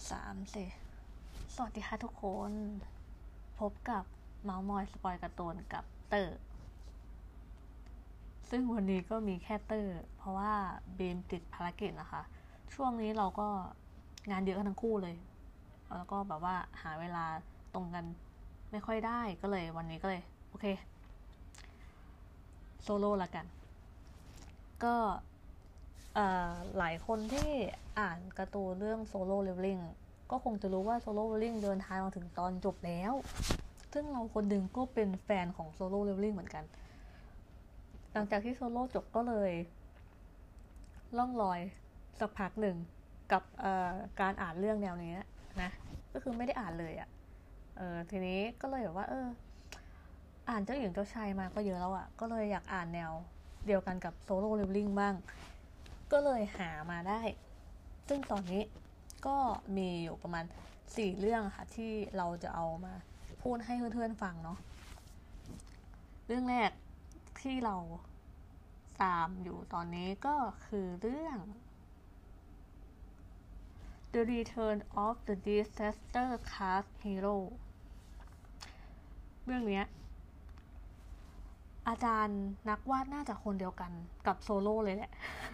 3สิสวัสดีค่ะทุกคนพบกับเมาส์มอยสปอยการ์ตูนกับเตอร์ซึ่งวันนี้ก็มีแค่เตอร์เพราะว่าบีมติดภารกิจนะคะช่วงนี้เราก็งานเยอะกันทั้งคู่เลยแล้วก็แบบว่าหาเวลาตรงกันไม่ค่อยได้ก็เลยวันนี้ก็เลยโอเคโซโล่ละกันก็หลายคนที่อ่านการ์ตูนเรื่องโซโล่เลเวลลิ่งก็คงจะรู้ว่าโซโล่เลเวลลิ่งเดินทางมาถึงตอนจบแล้วซึ่งเราคนหนึ่งก็เป็นแฟนของโซโล่เลเวลลิ่งเหมือนกันหลังจากที่โซโล่จบก็เลยล่องลอยสักพักหนึ่งกับการอ่านเรื่องแนวนี้นะก็คือไม่ได้อ่านเลยอะทีนี้ก็เลยแบบว่าอ่านเจ้าหญิงเจ้าชายมาก็เยอะแล้วอะก็เลยอยากอ่านแนวเดียวกันกับโซโล่เลเวลลิ่งบ้างก็เลยหามาได้ซึ่งตอนนี้ก็มีอยู่ประมาณ4เรื่องค่ะที่เราจะเอามาพูดให้เพื่อนๆฟังเนาะเรื่องแรกที่เราตามอยู่ตอนนี้ก็คือเรื่อง The Return of the Disaster Cast Hero เรื่องนี้อาจารย์นักวาดน่าจะคนเดียวกันกับโซโล่เลยแหละ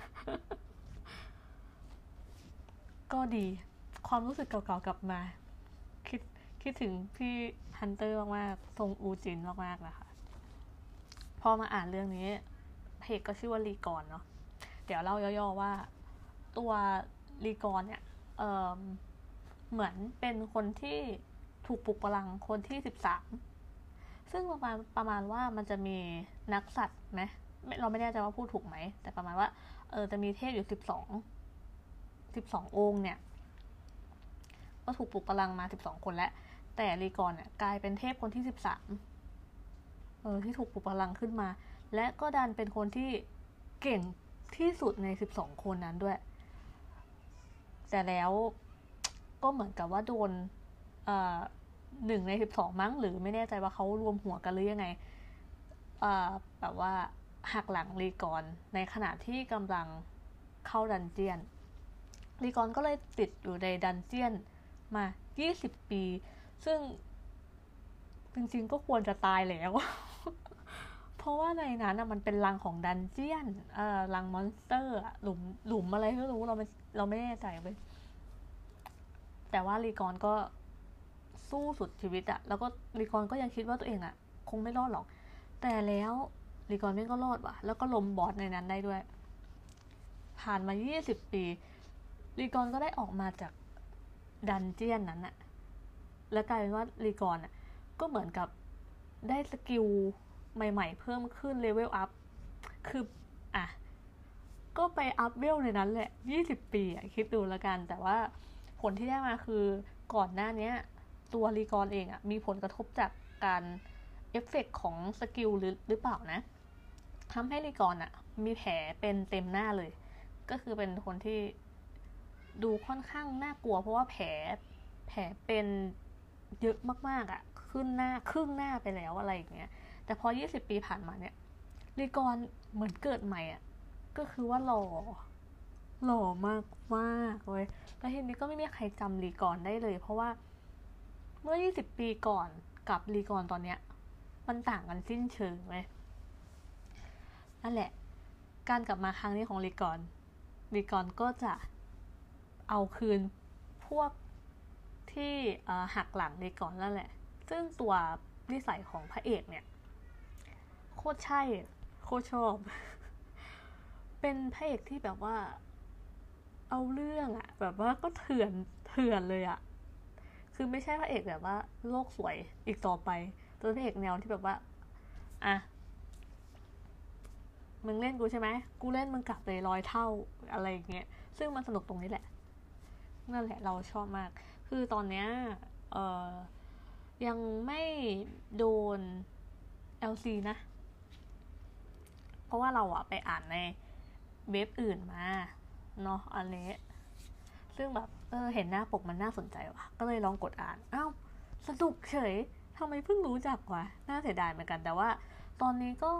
ก็ดีความรู้สึกเก่าๆกลับมาคิดถึงพี่ฮันเตอร์มากๆทรงอูจินมากๆนะคะพอมาอ่านเรื่องนี้เพจก็ชื่อว่าลีกอนเนาะเดี๋ยวเล่าย่อๆว่าตัวลีกอนเนี่ยเเหมือนเป็นคนที่ถูกปลุกพลังคนที่13ซึ่งประมาณว่ามันจะมีนักสัตว์ไหมเราไม่แน่ใจว่าพูดถูกไหมแต่ประมาณว่าจะมีเทพอยู่12องค์เนี่ยก็ถูกปลุกพลังมา12คนแล้วแต่ลีกอนเนี่ยกลายเป็นเทพคนที่13ที่ถูกปลุกพลังขึ้นมาและก็ดันเป็นคนที่เก่งที่สุดใน12คนนั้นด้วยแต่แล้วก็เหมือนกับว่าโดน1 ใน 12มั้งหรือไม่แน่ใจว่าเขารวมหัวกันหรือยังไงแบบว่าหักหลังลีกอนในขณะที่กำลังเข้าดันเจียนลีกอนก็เลยติดอยู่ในดันเจียนมา20ปีซึ่งจริงๆก็ควรจะตายแล้ว เพราะว่าในนั้นมันเป็นรังของดันเจียนรังมอนสเตอร์หลุมอะไรไม่รู้เราไม่แน่ใจเลยแต่ว่าลีกอนก็สู้สุดชีวิตอะแล้วก็ลีกอนก็ยังคิดว่าตัวเองอะคงไม่รอดหรอกแต่แล้วลีกอนไม่ก็รอดว่ะแล้วก็ล้มบอสในนั้นได้ด้วยผ่านมา20ปีลีกอนก็ได้ออกมาจากดันเจียนนั้นอะแล้วกลายเป็นว่าลีกอนอะก็เหมือนกับได้สกิลใหม่ๆเพิ่มขึ้นเลเวลอัพคือก็ไปอัพเวลในนั้นแหละ20ปีคิดดูแล้วกันแต่ว่าผลที่ได้มาคือก่อนหน้านี้ตัวรีกรเองมีผลกระทบจากการเอฟเฟกของสกิลหรือเปล่านะทำให้รีกรมีแผลเป็นเต็มหน้าเลยก็คือเป็นคนที่ดูค่อนข้างน่ากลัวเพราะว่าแผลเป็นเยอะมากๆขึ้นหน้าครึ่งหน้าไปแล้วอะไรอย่างเงี้ยแต่พอ20ปีผ่านมาเนี่ยรีกรเหมือนเกิดใหม่ก็คือว่าหล่อมากเลยแล้วทีนี้ก็ไม่มีใครจำรีกรได้เลยเพราะว่าเมื่อ20ปีก่อนกับรีกรตอนเนี้ยมันต่างกันสิ้นเชิงเลยนั่นแหละการกลับมาครั้งนี้ของรีกรก็จะเอาคืนพวกที่หักหลังรีกรนั่นแหละซึ่งตัวนิสัยของพระเอกเนี่ยโคตรใช่โคตรชอบเป็นพระเอกที่แบบว่าเอาเรื่องแบบว่าก็เถื่อนเลยคือไม่ใช่พระเอกแบบว่าโลกสวยอีกต่อไปตัวพระเอกแนวที่แบบว่ามึงเล่นกูใช่ไหมกูเล่นมึงกลับเลย100 เท่าอะไรอย่างเงี้ยซึ่งมันสนุกตรงนี้แหละนั่นแหละเราชอบมากคือตอนเนี้ยยังไม่โดน LC นะเพราะว่าเราไปอ่านในเว็บอื่นมาเนาะอันนี้ซึ่งแบบเห็นหน้าปกมันน่าสนใจว่ะก็เลยลองกดอ่านสนุกเฉยทำไมเพิ่งรู้จักวะน่าเสียดายเหมือนกันแต่ว่าตอนนี้ก็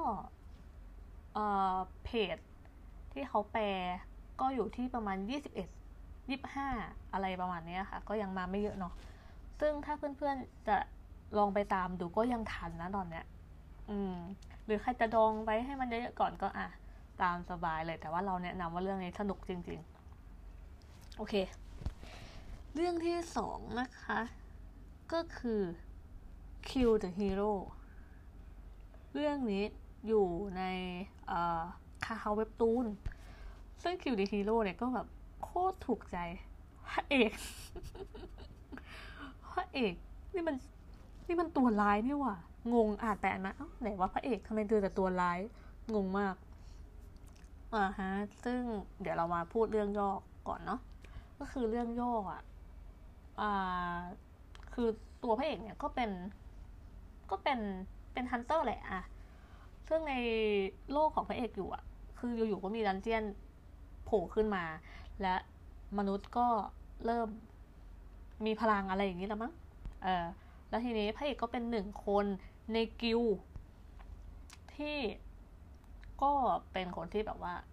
เพจที่เขาแปลก็อยู่ที่ประมาณ21 25อะไรประมาณนี้ค่ะก็ยังมาไม่เยอะเนาะซึ่งถ้าเพื่อนๆจะลองไปตามดูก็ยังทันนะตอนเนี้ยหรือใครจะดองไปให้มันเยอะๆก่อนก็ตามสบายเลยแต่ว่าเราแนะนำว่าเรื่องนี้สนุกจริงๆโอเคเรื่องที่2นะคะก็คือ Kill the Hero เรื่องนี้อยู่ในคาเว็บตูนซึ่ง Kill the Hero เนี่ยก็แบบโคตรถูกใจพระเอก พระเอกนี่มันตัวร้ายนี่หว่างงอ่านแต่นะไหนว่าพระเอกทำไมเจอแต่ตัวร้ายงงมากซึ่งเดี๋ยวเรามาพูดเรื่องย่อก่อนเนาะก็คือเรื่องย่อคือตัวพระเอกเนี่ยก็เป็นฮันเตอร์แหละซึ่งในโลกของพระเอกอยู่คืออยู่ๆก็มีดันเจียนโผล่ขึ้นมาและมนุษย์ก็เริ่มมีพลังอะไรอย่างนี้แล้วมั้งแล้วทีนี้พระเอกก็เป็น1 คนในกิลด์ที่ก็เป็นคนที่แบบว่า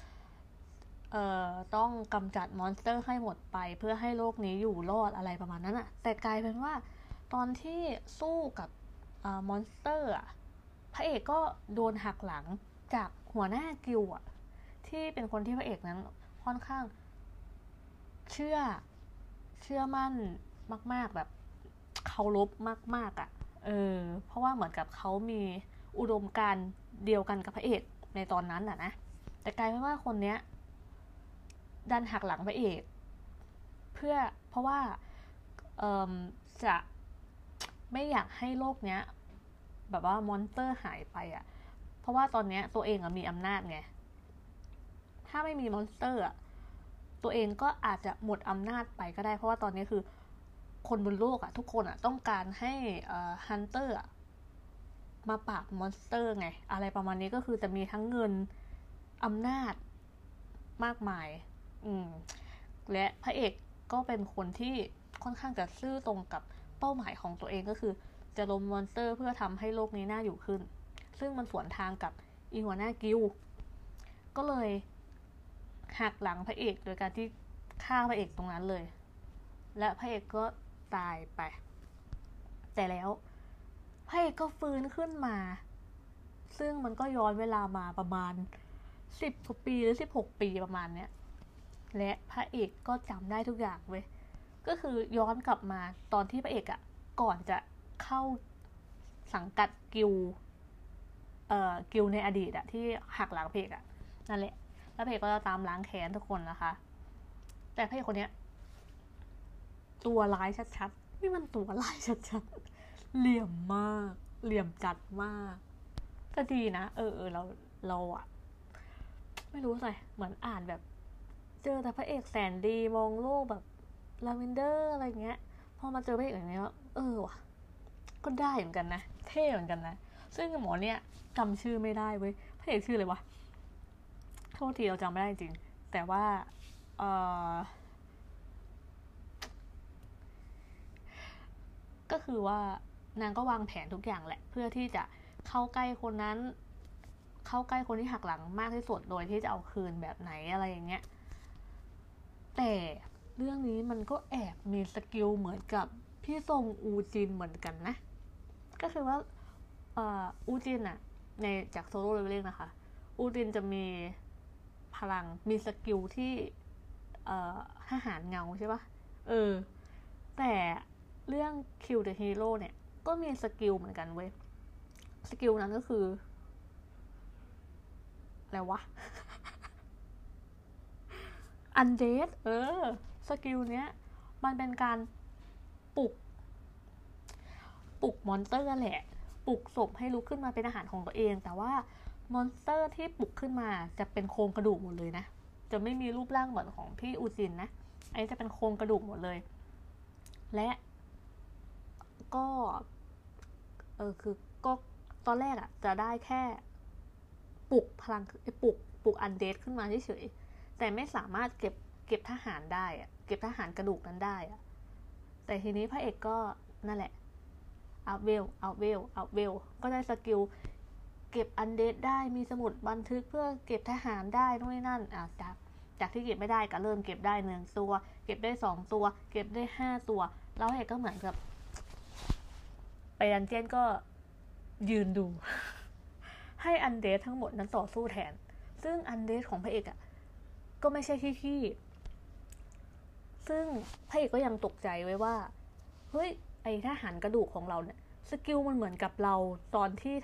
ต้องกำจัดมอนสเตอร์ให้หมดไปเพื่อให้โลกนี้อยู่รอดอะไรประมาณนั้นแต่กลายเป็นว่าตอนที่สู้กับมอนสเตอร์พระเอกก็โดนหักหลังจากหัวหน้ากิลด์ที่เป็นคนที่พระเอกนั้นค่อนข้างเชื่อมั่นมากๆแบบเคารพมากเพราะว่าเหมือนกับเขามีอุดมการณ์เดียวกันกับพระเอกในตอนนั้นนะแต่กลายเป็นว่าคนเนี้ยดันหักหลังพระเอกเพราะว่าจะไม่อยากให้โลกเนี้ยแบบว่ามอนสเตอร์หายไปเพราะว่าตอนเนี้ยตัวเองมีอำนาจไงถ้าไม่มีมอนสเตอร์ตัวเองก็อาจจะหมดอำนาจไปก็ได้เพราะว่าตอนนี้คือคนบนโลกทุกคนต้องการให้ฮันเตอร์มาปราบมอนสเตอร์ไงอะไรประมาณนี้ก็คือจะมีทั้งเงินอำนาจมากมายและพระเอกก็เป็นคนที่ค่อนข้างจะซื่อตรงกับเป้าหมายของตัวเองก็คือจะล้มมอนสเตอร์เพื่อทำให้โลกนี้น่าอยู่ขึ้นซึ่งมันสวนทางกับอีหัวหน้ากิลด์ก็เลยหักหลังพระเอกโดยการที่ฆ่าพระเอกตรงนั้นเลยและพระเอกก็ตายไปแต่แล้วพระเอกก็ฟื้นขึ้นมาซึ่งมันก็ย้อนเวลามาประมาณ10 กว่าปีหรือ16 ปีประมาณเนี้ยและพระเอกก็จำได้ทุกอย่างเว้ยก็คือย้อนกลับมาตอนที่พระเอกก่อนจะเข้าสังกัดกิลในอดีตที่หักหลังพระเอกนั่นแหละแล้วพระเอกก็จะตามล้างแค้นทุกคนนะคะแต่พระเอกคนเนี้ยตัวร้ายชัดๆนี่มันตัวร้ายชัดๆเหลี่ยมมากเหลี่ยมจัดมากก็ดีนะเราไม่รู้สิเหมือนอ่านแบบเจอแต่พระเอกแสนดีมองโลกแบบลาเวนเดอร์อะไรเงี้ยพอมาเจอพระเอกอย่างนี้ว่ะก็ได้เหมือนกันนะเท่เหมือนกันนะซึ่งหมอเนี่ยจำชื่อไม่ได้เว้ยพระเอกชื่ออะไรวะโทษทีเราจำไม่ได้จริงแต่ว่าก็คือว่านางก็วางแผนทุกอย่างแหละเพื่อที่จะเข้าใกล้คนนั้นเข้าใกล้คนที่หักหลังมากที่สุดโดยที่จะเอาคืนแบบไหนอะไรอย่างเงี้ยแต่เรื่องนี้มันก็แอบมีสกิลเหมือนกับพี่ทรงอูจินเหมือนกันนะก็คือว่าอูจินในจากโซโล่เลเวลลิ่งนะคะอูจินจะมีพลังมีสกิลที่ทหารเงาใช่ปะแต่เรื่อง Kill the Hero เนี่ยก็มีสกิลเหมือนกันเว้ยสกิลนั้นก็คืออะไรวะ Undead สกิลเนี้ยมันเป็นการปลุกมอนสเตอร์แหละปลุกศพให้ลุกขึ้นมาเป็นอาหารของตัวเองแต่ว่ามอนสเตอร์ที่ปลุกขึ้นมาจะเป็นโครงกระดูกหมดเลยนะจะไม่มีรูปร่างเหมือนของพี่อูจินนะไอ้จะเป็นโครงกระดูกหมดเลยและก็คือก็ตอนแรกจะได้แค่ปลุกพลังปลุกอันเดดขึ้นมาเฉยๆแต่ไม่สามารถเก็บทหารได้เก็บทหารกระดูกนั้นได้แต่ทีนี้พระเอกก็นั่นแหละอัพเวลก็ได้สกิลเก็บอันเดดได้มีสมุดบันทึกเพื่อเก็บทหารได้นู่นนี่นั่นจากที่เก็บไม่ได้ก็เริ่มเก็บได้1 ตัวเก็บได้2 ตัวเก็บได้5 ตัวแล้วพระเอกก็เหมือนกับไปดันเจี้ยนก็ยืนดู ให้อันเดรสทั้งหมดนั้นต่อสู้แทนซึ่งอันเดรสของพระเอกก็ไม่ใช่ขี้ซึ่งพระเอกก็ยังตกใจไว้ว่าเฮ้ยไอ้ทหารกระดูกของเราเนี่ยสกิลมันเหมือนกับเราตอนที่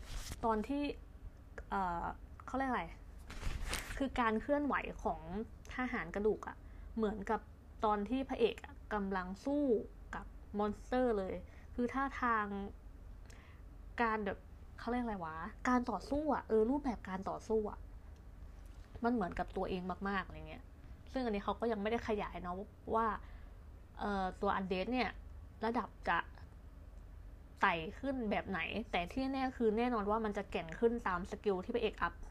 เขาเรียกอะไรคือการเคลื่อนไหวของทหารกระดูกเหมือนกับตอนที่พระเอกกำลังสู้กับมอนสเตอร์เลยคือท่าทางการแบบเขาเรียกอะไรวะการต่อสู้รูปแบบการต่อสู้มันเหมือนกับตัวเองมากๆอะไรเงี้ยซึ่งอันนี้เขาก็ยังไม่ได้ขยายเนาะว่าตัวอันเดสเนี่ยระดับจะไต่ขึ้นแบบไหนแต่ที่แน่คือแน่นอนว่ามันจะแก่นขึ้นตามสกิลที่พระเอกอัพ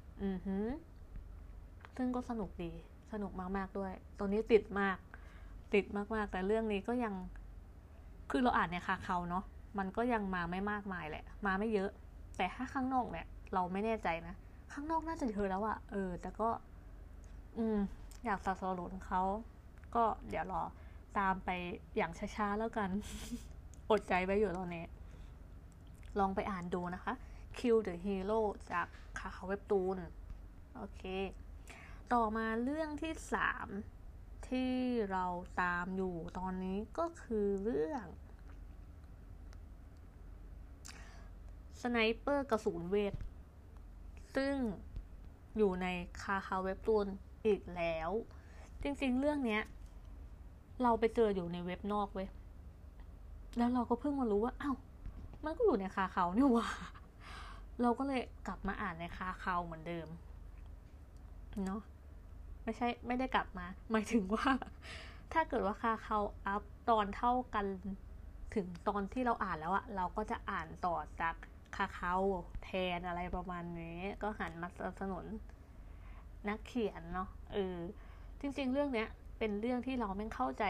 ซึ่งก็สนุกดีสนุกมากๆด้วยตัวนี้ติดมากแต่เรื่องนี้ก็ยังคือเราอ่านในคาเขาเนาะมันก็ยังมาไม่มากมายแหละมาไม่เยอะแต่ถ้าข้างนอกเนี่ยเราไม่แน่ใจนะข้างนอกน่าจะเยอะแล้วแต่ก็อยากสนับสนุนเขาก็เดี๋ยวรอตามไปอย่างช้าๆแล้วกัน อดใจไว้อยู่ตอนนี้ลองไปอ่านดูนะคะ Kill the Hero จากคาเว็บตูนโอเคต่อมาเรื่องที่3ที่เราตามอยู่ตอนนี้ก็คือเรื่องสไนเปอร์กระสุนเวทซึ่งอยู่ในคาเว็บตูนอีกแล้วจริงๆเรื่องนี้เราไปเจออยู่ในเว็บนอกเว้ยแล้วเราก็เพิ่งมารู้ว่าอ้าวมันก็อยู่ในคาเขานี่หว่าเราก็เลยกลับมาอ่านในคาเขาเหมือนเดิมเนาะไม่ได้กลับมาหมายถึงว่าถ้าเกิดว่าคาเขาอัพตอนเท่ากันถึงตอนที่เราอ่านแล้วเราก็จะอ่านต่อจากคาเขาแทนอะไรประมาณนี้ก็หันมาสนับสนุนนักเขียนเนาะจริงๆเรื่องเนี้ยเป็นเรื่องที่เราไม่เข้าใจ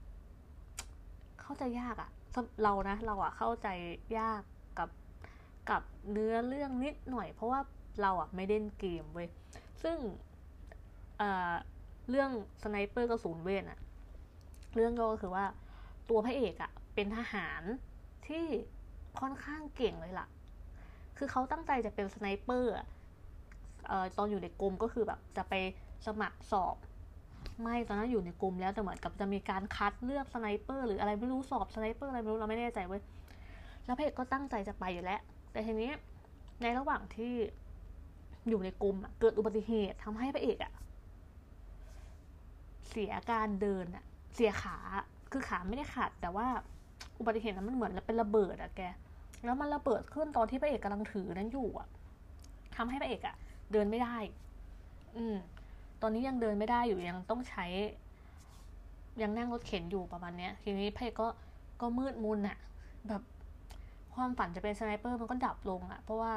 ยากเราเข้าใจยากกับเนื้อเรื่องนิดหน่อยเพราะว่าเราไม่เล่นเกมเว้ยซึ่งเรื่องสไนเปอร์กระสุนเวทเรื่องก็คือว่าตัวพระเอกเป็นทหารที่ค่อนข้างเก่งเลยล่ะคือเขาตั้งใจจะเป็นสไนเปอร์ตอนอยู่ในกรมก็คือแบบจะไปสมัครสอบไม่ตอนนั้นอยู่ในกรมแล้วแต่เหมือนกับจะมีการคัดเลือกสไนเปอร์หรืออะไรไม่รู้สอบสไนเปอร์อะไรไม่รู้เราไม่แน่ใจเว้ยแล้วพระเอกก็ตั้งใจจะไปอยู่แล้วแต่ทีนี้ในระหว่างที่อยู่ในกรมเกิดอุบัติเหตุทำให้พระเอกเสียการเดินเสียขาคือขาไม่ได้ขาดแต่ว่าอุบัติเหตุนั้นมันเหมือนเป็นระเบิดแกแล้วมันระเบิดขึ้นตอนที่พระเอกกำลังถือนั้นอยู่ทำให้พระเอกเดินไม่ได้ตอนนี้ยังเดินไม่ได้อยู่ยังต้องใช้ยังนั่งรถเข็นอยู่ประมาณนี้ทีนี้พระเอกก็มืดมุนแบบความฝันจะเป็นสไนเปอร์มันก็ดับลงเพราะว่า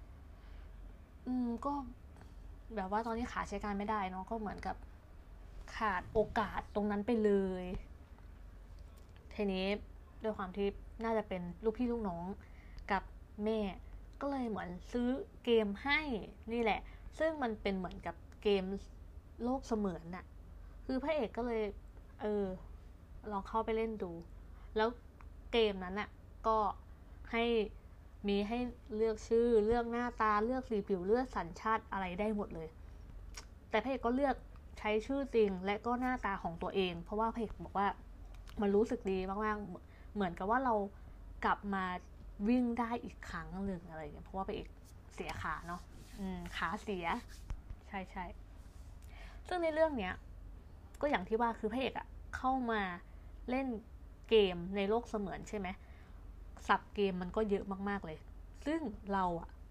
ก็แบบว่าตอนนี้ขาใช้การไม่ได้เนาะก็เหมือนกับขาดโอกาสตรงนั้นไปเลยทีนี้ด้วยความที่น่าจะเป็นลูกพี่ลูกน้องกับแม่ก็เลยเหมือนซื้อเกมให้นี่แหละซึ่งมันเป็นเหมือนกับเกมโลกเสมือนคือพระเอกก็เลยลองเข้าไปเล่นดูแล้วเกมนั้นก็ให้เลือกชื่อเลือกหน้าตาเลือกสีผิวเลือกสัญชาติอะไรได้หมดเลยแต่พระเอกก็เลือกใช้ชื่อจริงและก็หน้าตาของตัวเองเพราะว่าพระเอกบอกว่ามันรู้สึกดีมากๆเหมือนกับว่าเรากลับมาวิ่งได้อีกครั้งหนึ่งอะไรอย่างเงี้ยเพราะว่าพระเอกเสียขาเนาะขาเสียใช่ซึ่งในเรื่องเนี้ยก็อย่างที่ว่าคือพระเอกเข้ามาเล่นเกมในโลกเสมือนใช่ไหมสับเกมมันก็เยอะมากๆเลยซึ่งเรา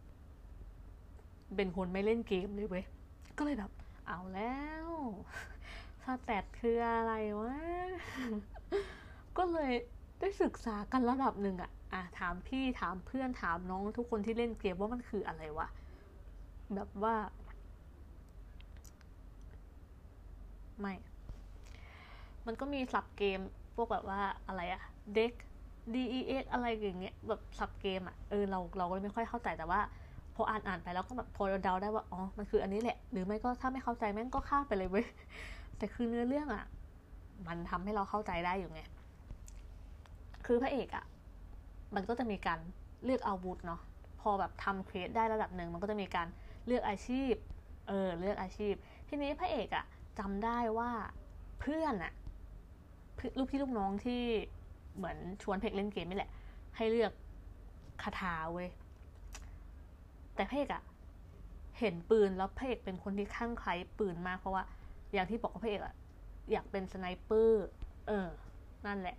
เป็นคนไม่เล่นเกมเลยเว้ยก็เลยแบบเอาแล้วสแตทคืออะไรวะ ก็เลยได้ศึกษากันระดับหนึ่งถามพี่ถามเพื่อนถามน้องทุกคนที่เล่นเกมว่ามันคืออะไรวะแบบว่าไม่มันก็มีสับเกมพวกแบบว่าอะไรเด็ก DEX อะไรอย่างเงี้ยแบบสับเกมเราก็ไม่ค่อยเข้าใจแต่ว่าพพออ่านไปแล้วก็แบบพอเดาได้ว่าอ๋อมันคืออันนี้แหละหรือไม่ก็ถ้าไม่เข้าใจแม่งก็ข้ามไปเลยเว้ยแต่คือเนื้อเรื่องอ่ะมันทำให้เราเข้าใจได้อยู่ไงคือพระเอกอ่ะมันก็จะมีการเลือกอาวุธเนาะพอแบบทำเควสได้ระดับหนึ่งมันก็จะมีการเลือกอาชีพเลือกอาชีพทีนี้พระเอกอ่ะจำได้ว่าเพื่อนอ่ะลูกพี่ลูกน้องที่เหมือนชวนเพกเล่นเกมนี่แหละให้เลือกคาถาเว้ยแต่พระเอกอะเห็นปืนแล้วพระเอกเป็นคนที่คลั่งไคล้ปืนมากเพราะว่าอย่างที่บอกว่าพระเอกอะอยากเป็นสไนเปอร์นั่นแหละ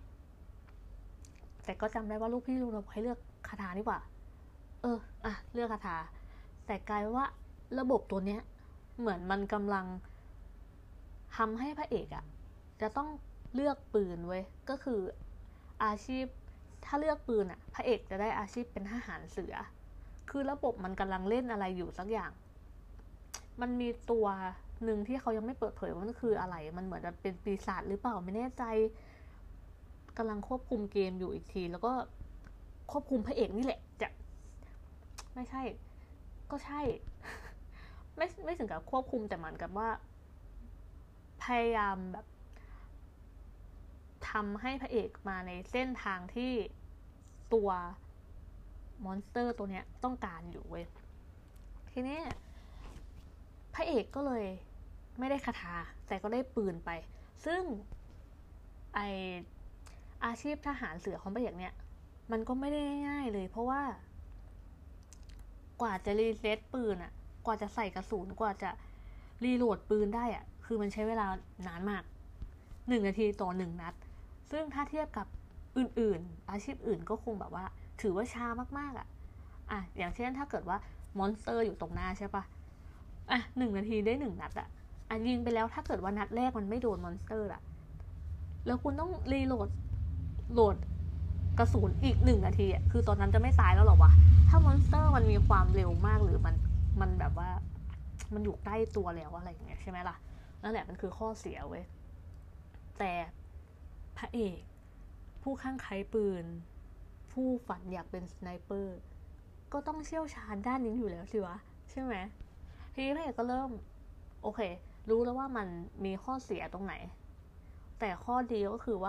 แต่ก็จำได้ว่าลูกพี่ลูกน้องให้เลือกคาถานี่หว่าเลือกคาถาแต่กลายว่าระบบตัวเนี้ยเหมือนมันกำลังทำให้พระเอกอะจะต้องเลือกปืนเว้ยก็คืออาชีพถ้าเลือกปืนอะพระเอกจะได้อาชีพเป็นทหารเสือคือระบบมันกำลังเล่นอะไรอยู่สักอย่างมันมีตัวหนึ่งที่เขายังไม่เปิดเผยว่ามันคืออะไรมันเหมือนจะเป็นปีศาจหรือเปล่าไม่แน่ใจกำลังควบคุมเกมอยู่อีกทีแล้วก็ควบคุมพระเอกนี่แหละจะไม่ใช่ก็ใช่ไม่ถึงกับควบคุมแต่เหมือนกับว่าพยายามแบบทำให้พระเอกมาในเส้นทางที่ตัวมอนสเตอร์ตัวเนี้ยต้องการอยู่เว้ยทีนี้พระเอกก็เลยไม่ได้คาถาแต่ก็ได้ปืนไปซึ่งไออาชีพทหารเสือของพระเอกเนี่ยมันก็ไม่ได้ง่ายเลยเพราะว่ากว่าจะรีเซ็ตปืนอ่ะกว่าจะใส่กระสุนกว่าจะรีโหลดปืนได้อ่ะคือมันใช้เวลานานมาก1 นาทีต่อ1 นัดซึ่งถ้าเทียบกับอื่นๆอาชีพอื่นก็คงแบบว่าถือว่าช้ามากๆอย่างเช่นถ้าเกิดว่ามอนสเตอร์อยู่ตรงหน้าใช่ปะ1 นาทีได้1 นัดยิงไปแล้วถ้าเกิดว่านัดแรกมันไม่โดนมอนสเตอร์แล้วคุณต้องรีโหลดกระสุนอีก1 นาทีคือตอนนั้นจะไม่ตายแล้วหรอวะถ้ามอนสเตอร์มันมีความเร็วมากหรือมันแบบว่ามันอยู่ใกล้ตัวแล้วอะไรอย่างเงี้ยใช่ไหมล่ะนั่นแหละมันคือข้อเสียเว้ยแต่พระเอกผู้ข้างไคล้ปืนผู้ฝันอยากเป็นสไนเปอร์ก็ต้องเชี่ยวชาญด้านนี้อยู่แล้วสิวะใช่ไหมทีนี้พระเอกก็เริ่มโอเครู้แล้วว่ามันมีข้อเสียตรงไหนแต่ข้อดีก็คือว่า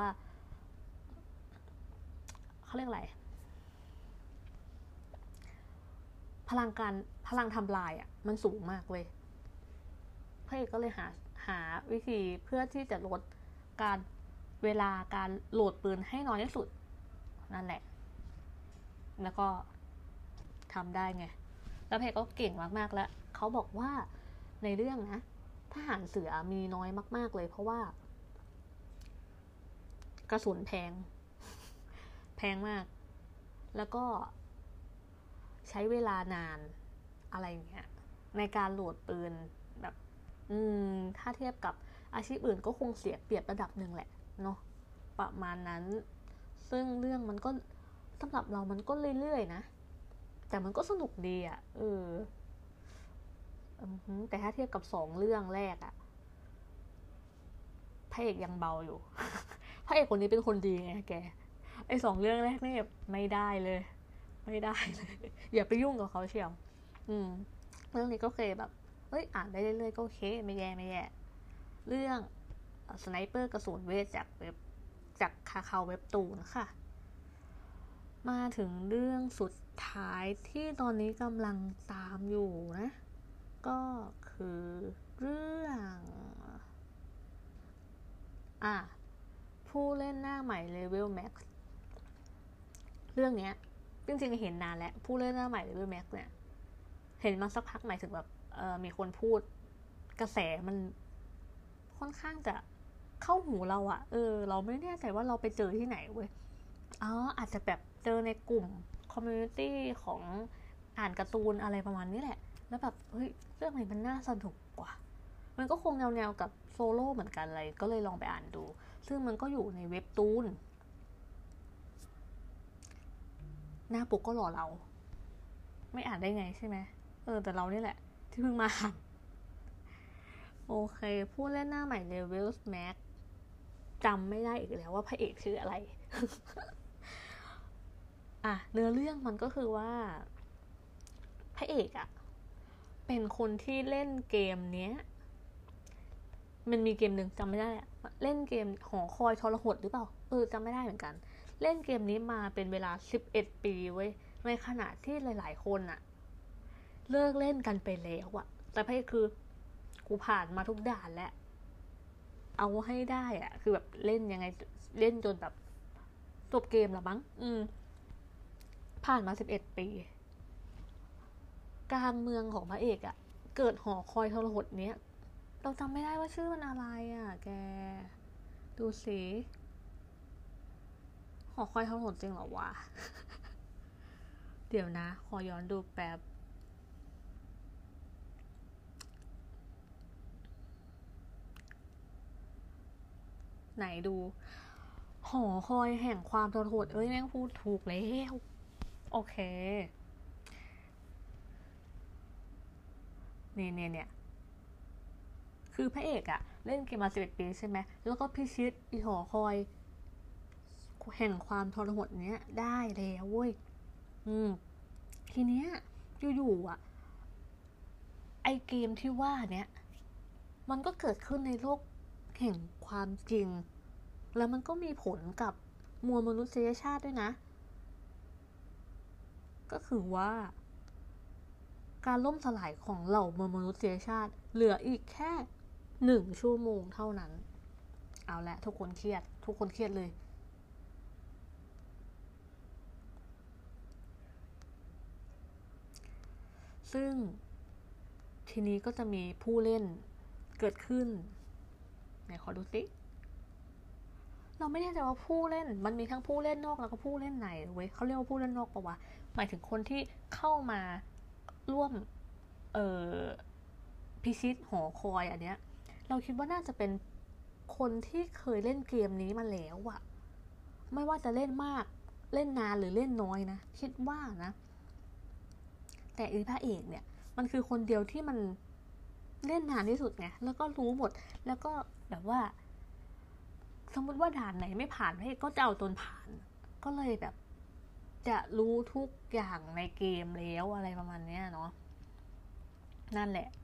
เขาเรียกอะไรพลังทำลายมันสูงมากเว้ยพระเอกก็เลยหาวิธีเพื่อที่จะลดการเวลาการโหลดปืนให้น้อยที่สุดนั่นแหละแล้วก็ทำได้ไงแล้วพระเอกก็เก่งมากๆแล้วเขาบอกว่าในเรื่องนะทหารเสือมีน้อยมากๆเลยเพราะว่ากระสุนแพงมากแล้วก็ใช้เวลานานอะไรอย่างเงี้ยในการโหลดปืนแบบถ้าเทียบกับอาชีพอื่นก็คงเสียเปรียบระดับหนึ่งแหละเนาะประมาณนั้นซึ่งเรื่องมันก็สำหรับเรามันก็เรื่อยๆนะแต่มันก็สนุกดีแต่ถ้าเทียบกับ2 เรื่องแรกพระเอกยังเบาอยู่พระเอกคนนี้เป็นคนดีไงแกไอ้2 เรื่องแรกนี่ไม่ได้เลยอย่าไปยุ่งกับเขาเชียวเรื่องนี้ก็เคยแบบอ่านได้เรื่อยๆก็โอเคไม่แย่เรื่องสไนเปอร์กระสุนเวทจากคาคาเว็บตูนค่ะมาถึงเรื่องสุดท้ายที่ตอนนี้กำลังตามอยู่นะก็คือเรื่องผู้เล่นหน้าใหม่เลเวลแม็กซ์เรื่องนี้จริงๆเห็นนานแล้วผู้เล่นหน้าใหม่เลเวลแม็กซ์เนี่ยเห็นมาสักพักหมายถึงแบบมีคนพูดกระแสมันค่อนข้างจะเข้าหูเราเราไม่แน่ใจว่าเราไปเจอที่ไหนเว้ยอาจจะแบบเจอในกลุ่มคอมมูนิตี้ของอ่านการ์ตูนอะไรประมาณนี้แหละแล้วแบบเรื่องไหนมันน่าสนุกกว่ามันก็คงแนวกับโซโล่เหมือนกันอะไรก็เลยลองไปอ่านดูซึ่งมันก็อยู่ในเว็บตูนหน้าปกก็หล่อเราไม่อ่านได้ไงใช่ไหมแต่เรานี่แหละที่เพิ่งมาอ่านโอเคผู้เล่นหน้าใหม่เลเวลแม็กจำไม่ได้อีกแล้วว่าพระเอกชื่ออะไร เนื้อเรื่องมันก็คือว่าพระเอกอะเป็นคนที่เล่นเกมเนี้ยมันมีเกมหนึ่งจำไม่ได้อะเล่นเกมหอคอยทรหดหรือเปล่าจำไม่ได้เหมือนกันเล่นเกมนี้มาเป็นเวลา11 ปีเว้ยในขณะที่หลายๆคนอะเลิกเล่นกันไปแล้วอะแต่พระเอกคือกูผ่านมาทุกด่านแล้วเอาให้ได้อะคือแบบเล่นยังไงเล่นจนแบบจบเกมละมั้งผ่านมา11 ปีกลางเมืองของพระเอกอะเกิดหอคอยทรหดเนี้ยเราจำไม่ได้ว่าชื่อมันอะไรอะแกดูสิหอคอยทรหดจริงเหรอวะ เดี๋ยวนะขอย้อนดูแป๊บไหนดูหอคอยแห่งความทรหดแม่งพูดถูกแล้วโอเคเนี่ยคือพระเอกอะเล่นเกมมา11 ปีใช่ไหมแล้วก็พิชิตอีหอคอยแห่งความทรหดเนี้ยได้แล้วเว้ยทีเนี้ยอยู่ๆอะไอเกมที่ว่าเนี้ยมันก็เกิดขึ้นในโลกแห่งความจริงแล้วมันก็มีผลกับมวลมนุษยชาติด้วยนะก็คือว่าการล่มสลายของเหล่ามวลมนุษยชาติเหลืออีกแค่1 ชั่วโมงเท่านั้นเอาละทุกคนเครียดเลยซึ่งทีนี้ก็จะมีผู้เล่นเกิดขึ้นไหนขอดูสิเราไม่แน่ใจว่าผู้เล่นมันมีทั้งผู้เล่นนอกแล้วก็ผู้เล่นในเว้ยเขาเรียกว่าผู้เล่นนอกปะวะหมายถึงคนที่เข้ามาร่วมพิชิตหอคอยอันเนี้ยเราคิดว่าน่าจะเป็นคนที่เคยเล่นเกมนี้มาแล้วอะไม่ว่าจะเล่นมากเล่นนานหรือเล่นน้อยนะคิดว่านะแต่อีพระเอกเนี่ยมันคือคนเดียวที่มันเล่นนานที่สุดไงแล้วก็รู้หมดแล้วก็แบบว่าสมมติว่าด่านไหนไม่ผ่านพระเอกก็จะเอาตนผ่านก็เลยแบบจะรู้ทุกอย่างในเกมแล้วอะไรประมาณนี้เนาะนั่นแหละ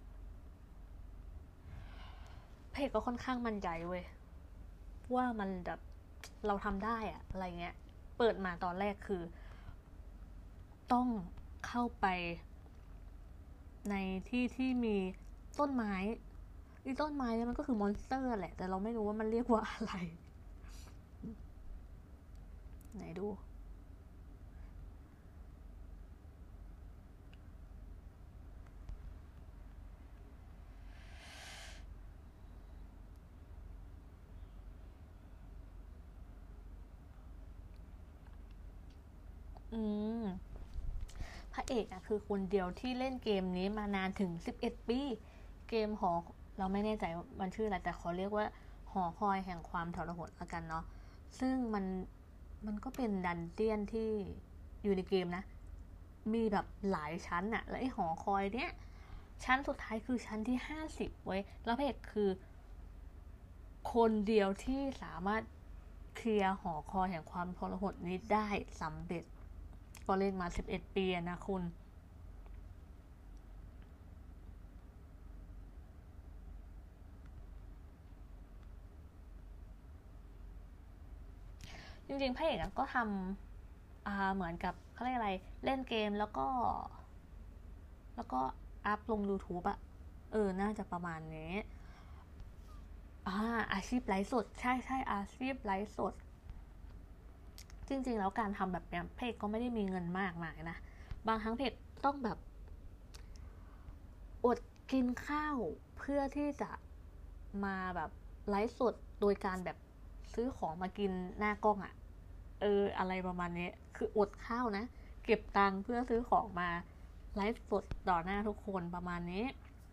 พระเอกก็ค่อนข้างมั่นใจเว้ยว่ามันแบบเราทำได้อะอะไรเงี้ยเปิดมาตอนแรกคือต้องเข้าไปในที่ที่มีต้นไม้อีต้นไม้เนี่ยมันก็คือมอนสเตอร์แหละแต่เราไม่รู้ว่ามันเรียกว่าอะไรไหนดูพระเอกอะคือคนเดียวที่เล่นเกมนี้มานานถึง11 ปีเกมหอเราไม่แน่ใจว่ามันชื่ออะไรแต่ขอเรียกว่าหอคอยแห่งความทรหดละกันเนาะซึ่งมันก็เป็นดันเจียนที่อยู่ในเกมนะมีแบบหลายชั้นอะแล้วไอ้หอคอยเนี้ยชั้นสุดท้ายคือชั้นที่50เว้ยแล้วพระเอกคือคนเดียวที่สามารถเคลียร์หอคอยแห่งความทรหดนี้ได้สำเร็จก็เล่นมา11 ปีนะคุณจริงๆพระเอกก็ทำเหมือนกับเขาเรียกอะไรเล่นเกมแล้วก็อัพลง YouTube อะน่าจะประมาณนี้อาชีพไลฟ์สดใช่อาชีพไลฟ์สดจริงๆแล้วการทำแบบนี้เพจก็ไม่ได้มีเงินมากมายนะบางครั้งเพจต้องแบบอดกินข้าวเพื่อที่จะมาแบบไลฟ์สดโดยการแบบซื้อของมากินหน้ากล้องอะอะไรประมาณนี้คืออดข้าวนะเก็บตังค์เพื่อซื้อของมาไลฟ์สดต่อหน้าทุกคนประมาณนี้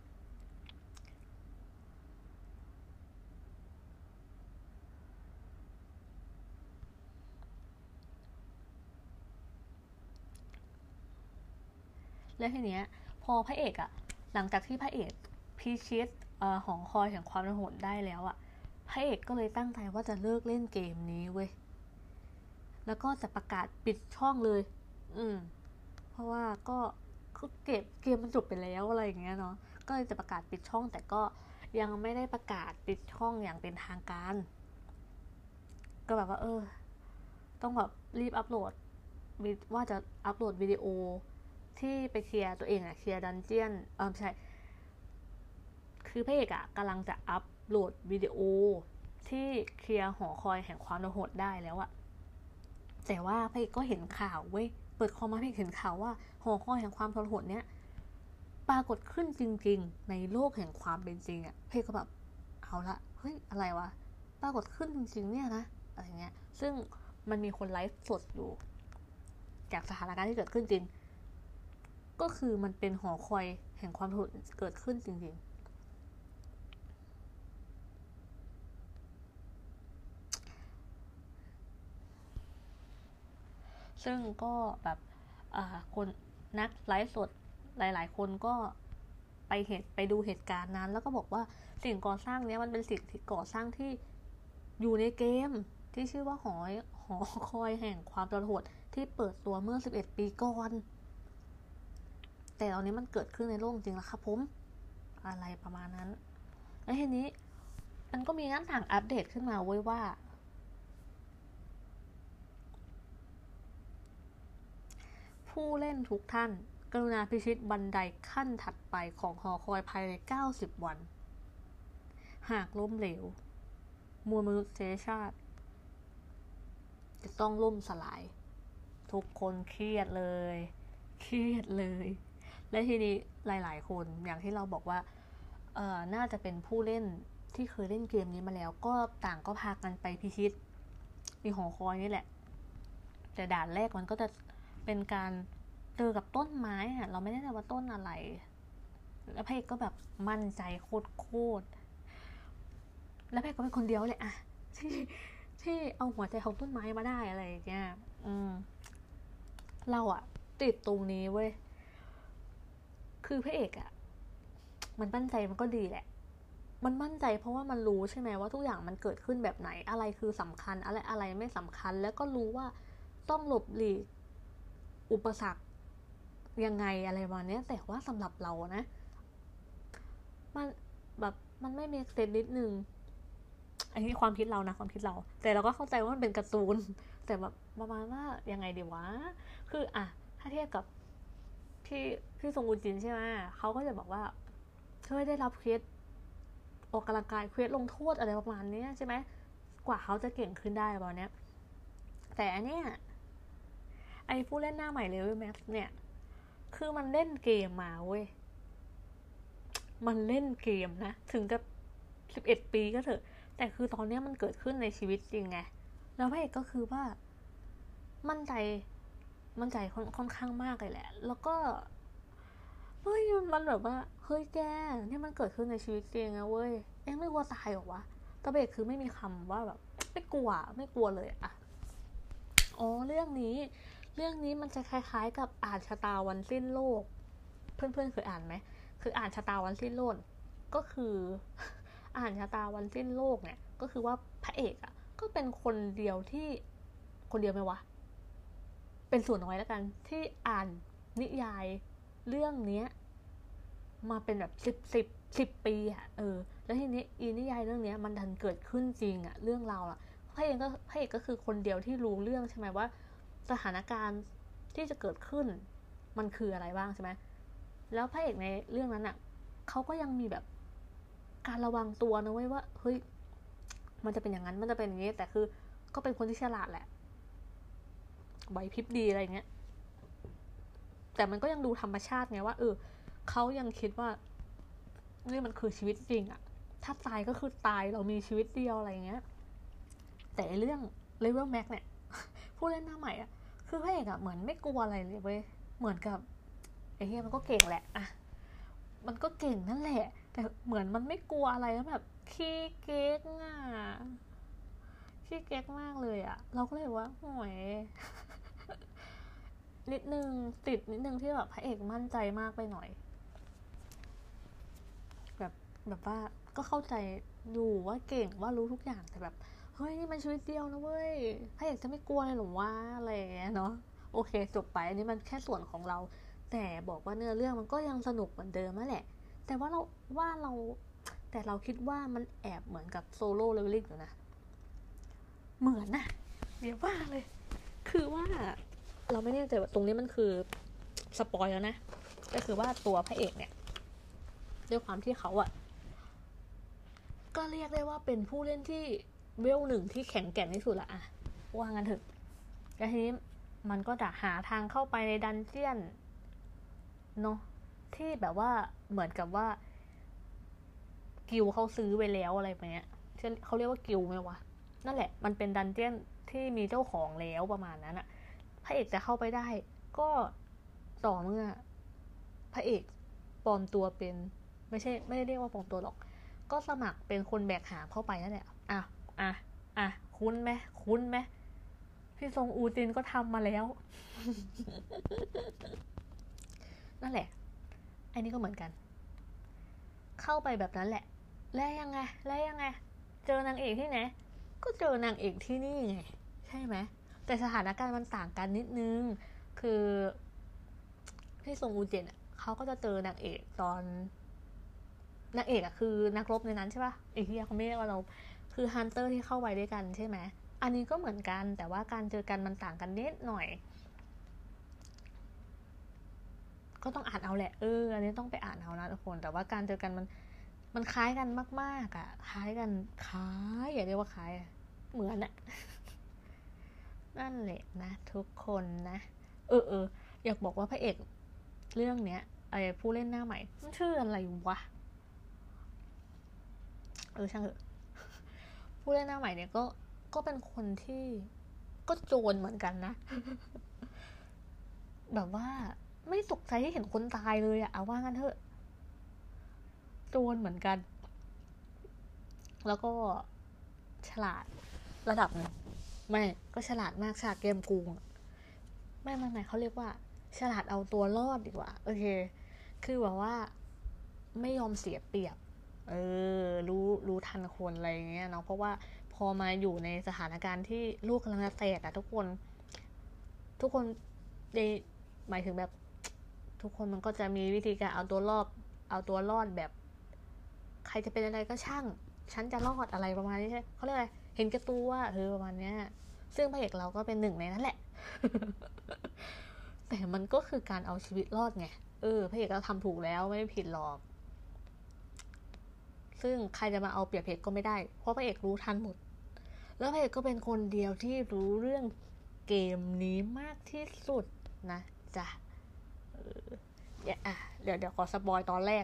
แล้วทีเนี้ยพอพระเอกอะหลังจากที่พระเอกพิชิตหอคอยแห่งความโหดได้แล้วอะพระเอกก็เลยตั้งใจว่าจะเลิกเล่นเกมนี้เว้ยแล้วก็จะประกาศปิดช่องเลยเพราะว่าก็เกมมันจบไปแล้วอะไรอย่างเงี้ยเนาะก็เลยจะประกาศปิดช่องแต่ก็ยังไม่ได้ประกาศปิดช่องอย่างเป็นทางการก็แบบว่าต้องแบบรีบอัปโหลดว่าจะอัปโหลดวิดีโอที่ไปเคลียร์ตัวเองเคลียร์ดันเจียนไม่ใช่คือพระเอกกำลังจะอัปโหลดวิดีโอที่เคลียร์หอคอยแห่งความโหดได้แล้วแต่ว่าพระเอกก็เห็นข่าวเว้ยเปิดคอมมาพระเอกเห็นข่าวว่าหอคอยแห่งความโหดเนี้ยปรากฏขึ้นจริงๆในโลกแห่งความเป็นจริงพระเอกก็แบบเอาละเฮ้ยอะไรวะปรากฏขึ้นจริงๆเนี่ยนะอะไรเงี้ยซึ่งมันมีคนไลฟ์สดอยู่จากสถานการณ์ที่เกิดขึ้นจริงก็คือมันเป็นหอคอยแห่งความโหดเกิดขึ้นจริงๆซึ่งก็แบบคนนักไลฟ์สดหลายๆคนก็ไปดูเหตุการณ์นั้นแล้วก็บอกว่าสิ่งก่อสร้างนี้มันเป็นสิ่งที่ก่อสร้างที่อยู่ในเกมที่ชื่อว่าหอคอยแห่งความทรหดที่เปิดตัวเมื่อ11 ปีก่อนแต่ตอนนี้มันเกิดขึ้นในโลกจริงแล้วครับผมอะไรประมาณนั้นแล้วทีนี้มันก็มีหน้าต่างอัปเดตขึ้นมาไว้ว่าผู้เล่นทุกท่านกรุณาพิชิตบันไดขั้นถัดไปของหอคอยภายใน90 วันหากล้มเหลวมวลมนุษยชาติจะต้องล่มสลายทุกคนเครียดเลยและทีนี้หลายๆคนอย่างที่เราบอกว่าน่าจะเป็นผู้เล่นที่เคยเล่นเกมนี้มาแล้วก็ต่างก็พากันไปพิชิตมีหอคอยนี่แหละแต่ด่านแรกมันก็จะเป็นการเจอกับต้นไม้เราไม่แน่ใจว่าต้นอะไรแล้วพระเอกก็แบบมั่นใจโคตรแล้วพระเอกก็เป็นคนเดียวเลยที่เอาหัวใจของต้นไม้มาได้อะไรอย่างเงี้ยเราติดตรงนี้เว้ยคือพระเอกมันมั่นใจมันก็ดีแหละมันมั่นใจเพราะว่ามันรู้ใช่ไหมว่าทุกอย่างมันเกิดขึ้นแบบไหนอะไรคือสำคัญอะไรไม่สำคัญแล้วก็รู้ว่าต้องหลบหลีกอุปสรรคยังไงอะไรประมาณนี้แต่ว่าสำหรับเรานะมันแบบมันไม่เมคเซนส์นิดนึงอันนี้ความคิดเรานะความคิดเราแต่เราก็เข้าใจว่ามันเป็นการ์ตูนแต่แบบประมาณว่ายังไงดีวะคือถ้าเทียบกับพี่ซงอูจินใช่ไหมเขาก็จะบอกว่าเคยได้รับเควสออกกำลังกายเควสลงโทษอะไรประมาณนี้ใช่ไหมกว่าเขาจะเก่งขึ้นได้ประมาณนี้แต่อันเนี้ยไอ้ผู้เล่นหน้าใหม่เลยแม็กเนี่ยคือมันเล่นเกมมาเว้ยมันเล่นเกมนะถึงกับ11 ปีก็เถอะแต่คือตอนนี้มันเกิดขึ้นในชีวิตจริงไงแล้วพระเอกก็คือว่ามั่นใจค่อนข้างมากเลยแหละแล้วก็เฮ้ยมันแบบว่าเฮ้ยแกนี่มันเกิดขึ้นในชีวิตจริงนะเว้ยเอ็งไม่กลัวตายหรอวะตะเบกคือไม่มีคำว่าแบบไม่กลัวเลยอ๋อเรื่องนี้มันจะคล้ายๆกับอ่านชะตาวันสิ้นโลกเพื่อนๆเคยอ่านไหมคืออ่านชะตาวันสิ้นโลกก็คืออ่านชะตาวันสิ้นโลกเนี่ยก็คือว่าพระเอกก็เป็นคนเดียวไหมวะเป็นส่วนน้อยแล้วกันที่อ่านนิยายเรื่องนี้มาเป็นแบบสิบปีแล้วทีนี้นิยายเรื่องนี้มันดันเกิดขึ้นจริงเรื่องราวพระเอกก็คือคนเดียวที่รู้เรื่องใช่ไหมว่าสถานการณ์ที่จะเกิดขึ้นมันคืออะไรบ้างใช่ไหมแล้วพระเอกในเรื่องนั้นเขาก็ยังมีแบบการระวังตัวนะเว้ยว่าเฮ้ยมันจะเป็นอย่างนั้นมันจะเป็นอย่างนี้แต่คือก็เป็นคนที่ฉลาดแหละไหวพริบดีอะไรเงี้ยแต่มันก็ยังดูธรรมชาติไงว่าเขายังคิดว่านี่มันคือชีวิตจริงถ้าตายก็คือตายเรามีชีวิตเดียวอะไรเงี้ยแต่เรื่องเลเวลแม็กเนี่ยผู้เล่นหน้าใหม่คือพระเอกเหมือนไม่กลัวอะไรเลยเว้ยเหมือนกับไอ้เหี้ยมันก็เก่งแหละมันก็เก่งนั่นแหละแต่เหมือนมันไม่กลัวอะไรแล้วแบบขี้เก๊กขี้เก๊กมากเลยเราก็เลยว่าโหยนิดนึงติดนิดนึงที่แบบพระเอกมั่นใจมากไปหน่อยแบบว่าก็เข้าใจอยู่ว่าเก่งว่ารู้ทุกอย่างแต่แบบเฮ้ยนี่มันชีวิตเดียวนะเว้ยพระเอกจะไม่กลัวเลยหรอวะอะไรอย่างเงี้ยเนาะโอเคจบไปอันนี้มันแค่ส่วนของเราแต่บอกว่าเนื้อเรื่องมันก็ยังสนุกเหมือนเดิมนั่นแหละแต่ว่าเราแต่เราคิดว่ามันแอบเหมือนกับโซโล่เลเวลลิ่งอยู่นะเหมือนนะเดี๋ยวว่าเลยคือว่าเราไม่แน่ใจว่าตรงนี้มันคือสปอยแล้วนะก็คือว่าตัวพระเอกเนี่ยด้วยความที่เขาอะก็เรียกได้ว่าเป็นผู้เล่นที่เวลหนึ่งที่แข็งแกร่งที่สุดละอะว่างั้นเถอะแล้วทีนี้มันก็จะหาทางเข้าไปในดันเจี้ยนเนาะที่แบบว่าเหมือนกับว่ากิลเขาซื้อไปแล้วอะไรแบบเนี้ยเขาเรียกว่ากิลไหมวะนั่นแหละมันเป็นดันเจี้ยนที่มีเจ้าของแล้วประมาณนั้นอะพระเอกจะเข้าไปได้ก็ต่อเมื่อพระเอกปลอมตัวเป็นไม่ได้เรียกว่าปลอมตัวหรอกก็สมัครเป็นคนแบกหามเข้าไปนั่นแหละอ่ะคุ้นไหมพี่ทรงอูจินก็ทำมาแล้วนั่นแหละอันนี้ก็เหมือนกันเข้าไปแบบนั้นแหละแล้วยังไงเจอนางเอกที่ไหนก็เจอนางเอกที่นี่ไงใช่ไหมแต่สถานการณ์มันต่างกันนิดนึงคือพี่ทรงอูจินเขาก็จะเจอนางเอกตอนนางเอกคือนักรบในนั้นใช่ป่ะไอ้ที่เขาไม่เรียกว่าเราคือฮันเตอร์ที่เข้าไปด้วยกันใช่ไหมอันนี้ก็เหมือนกันแต่ว่าการเจอกันมันต่างกันนิดหน่อยก็ต้องอ่านเอาแหละอันนี้ต้องไปอ่านเอานะทุกคนแต่ว่าการเจอกันมันคล้ายกันมากๆอ่ะคล้ายกันอย่าเรียกว่าคล้ายเหมือนอะนั่นแหละนะทุกคนนะอยากบอกว่าพระเอกเรื่องเนี้ยไอ้ผู้เล่นหน้าใหม่มันชื่ออะไรวะช่างเถอะผู้เล่นหน้าใหม่เนี่ยก็เป็นคนที่ก็โจรเหมือนกันนะแบบว่าไม่ตกใจที่เห็นคนตายเลยอะเอาว่างั้นเถอะโจรเหมือนกันแล้วก็ฉลาดระดับนึงไม่ก็ฉลาดมากฉลาดเกมกูไม่เขาเรียกว่าฉลาดเอาตัวรอดดีกว่าโอเคคือแบบว่าไม่ยอมเสียเปรียบรู้ทันคนอะไรอย่างเงี้ยเนาะเพราะว่าพอมาอยู่ในสถานการณ์ที่ลูกกำลังจะแตกอะทุกคนในหมายถึงแบบทุกคนมันก็จะมีวิธีการเอาตัวรอดแบบใครจะเป็นอะไรก็ช่างฉันจะรอดอะไรประมาณนี้ใช่เขาเรียกอะไรเห็นแก่ตัวประมาณนี้ซึ่งพระเอกเราก็เป็นหนึ่งในนั้นแหละ แต่มันก็คือการเอาชีวิตรอดไงพระเอกเราทำถูกแล้วไม่ผิดหรอกซึ่งใครจะมาเอาเปรียบพระเอกก็ไม่ได้เพราะพระเอกรู้ทันหมดแล้วพระเอกก็เป็นคนเดียวที่รู้เรื่องเกมนี้มากที่สุดนะจ๊ะเดี๋ยวขอสปอยตอนแรก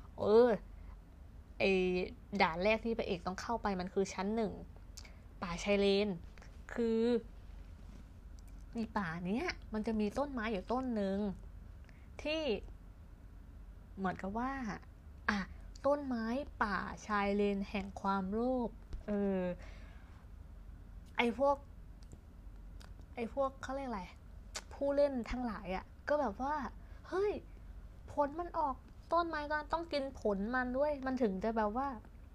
ไอด่านแรกที่พระเอกต้องเข้าไปมันคือชั้นหนึ่งป่าชายเลนคือในป่าเนี้ยมันจะมีต้นไม้อยู่ต้นหนึ่งที่เหมือนกับว่าต้นไม้ป่าชายเลนแห่งความโลภไอพวกเขาเรียกอะไรผู้เล่นทั้งหลายก็แบบว่าเฮ้ยผลมันออกต้นไม้ก็ต้องกินผลมันด้วยมันถึงจะแบบว่า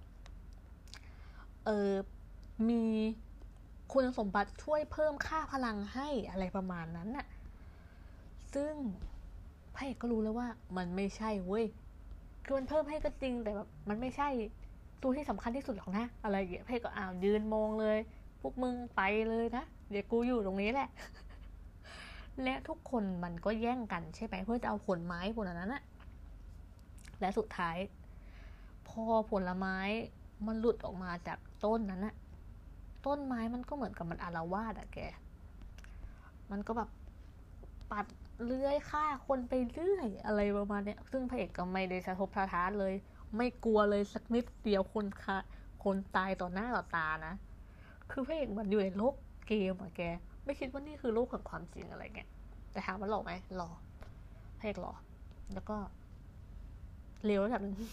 มีคุณสมบัติช่วยเพิ่มค่าพลังให้อะไรประมาณนั้นน่ะซึ่งพระเอกก็รู้แล้วว่ามันไม่ใช่เว้ยคือมันเพิ่มให้ก็จริงแต่แบบมันไม่ใช่ตัวที่สำคัญที่สุดหรอกนะอะไรอย่างเงี้ยพระเอกก็ยืนมองเลยพวกมึงไปเลยนะเดี๋ยวกูอยู่ตรงนี้แหละและทุกคนมันก็แย่งกันใช่ไหมเพื่อจะเอาผลไม้ผลนั้นน่ะและสุดท้ายพอผลไม้มันหลุดออกมาจากต้นนั้นน่ะต้นไม้มันก็เหมือนกับมันอาละวาดแกมันก็แบบปัดเลื้อยฆ่าคนไปเรื่อยอะไรประมาณเนี้ยซึ่งพระเอกก็ไม่ได้สะทกสะท้านเลยไม่กลัวเลยสักนิดเดียวคนตายต่อหน้าต่อตานะคือพระเอกเหมือนอยู่ในโลกเกมแกไม่คิดว่านี่คือโลกของความจริงอะไรเงี้ยแต่ถามว่าหล่อไหมหล่อพระเอกหล่อแล้วก็เร็วระดับนึง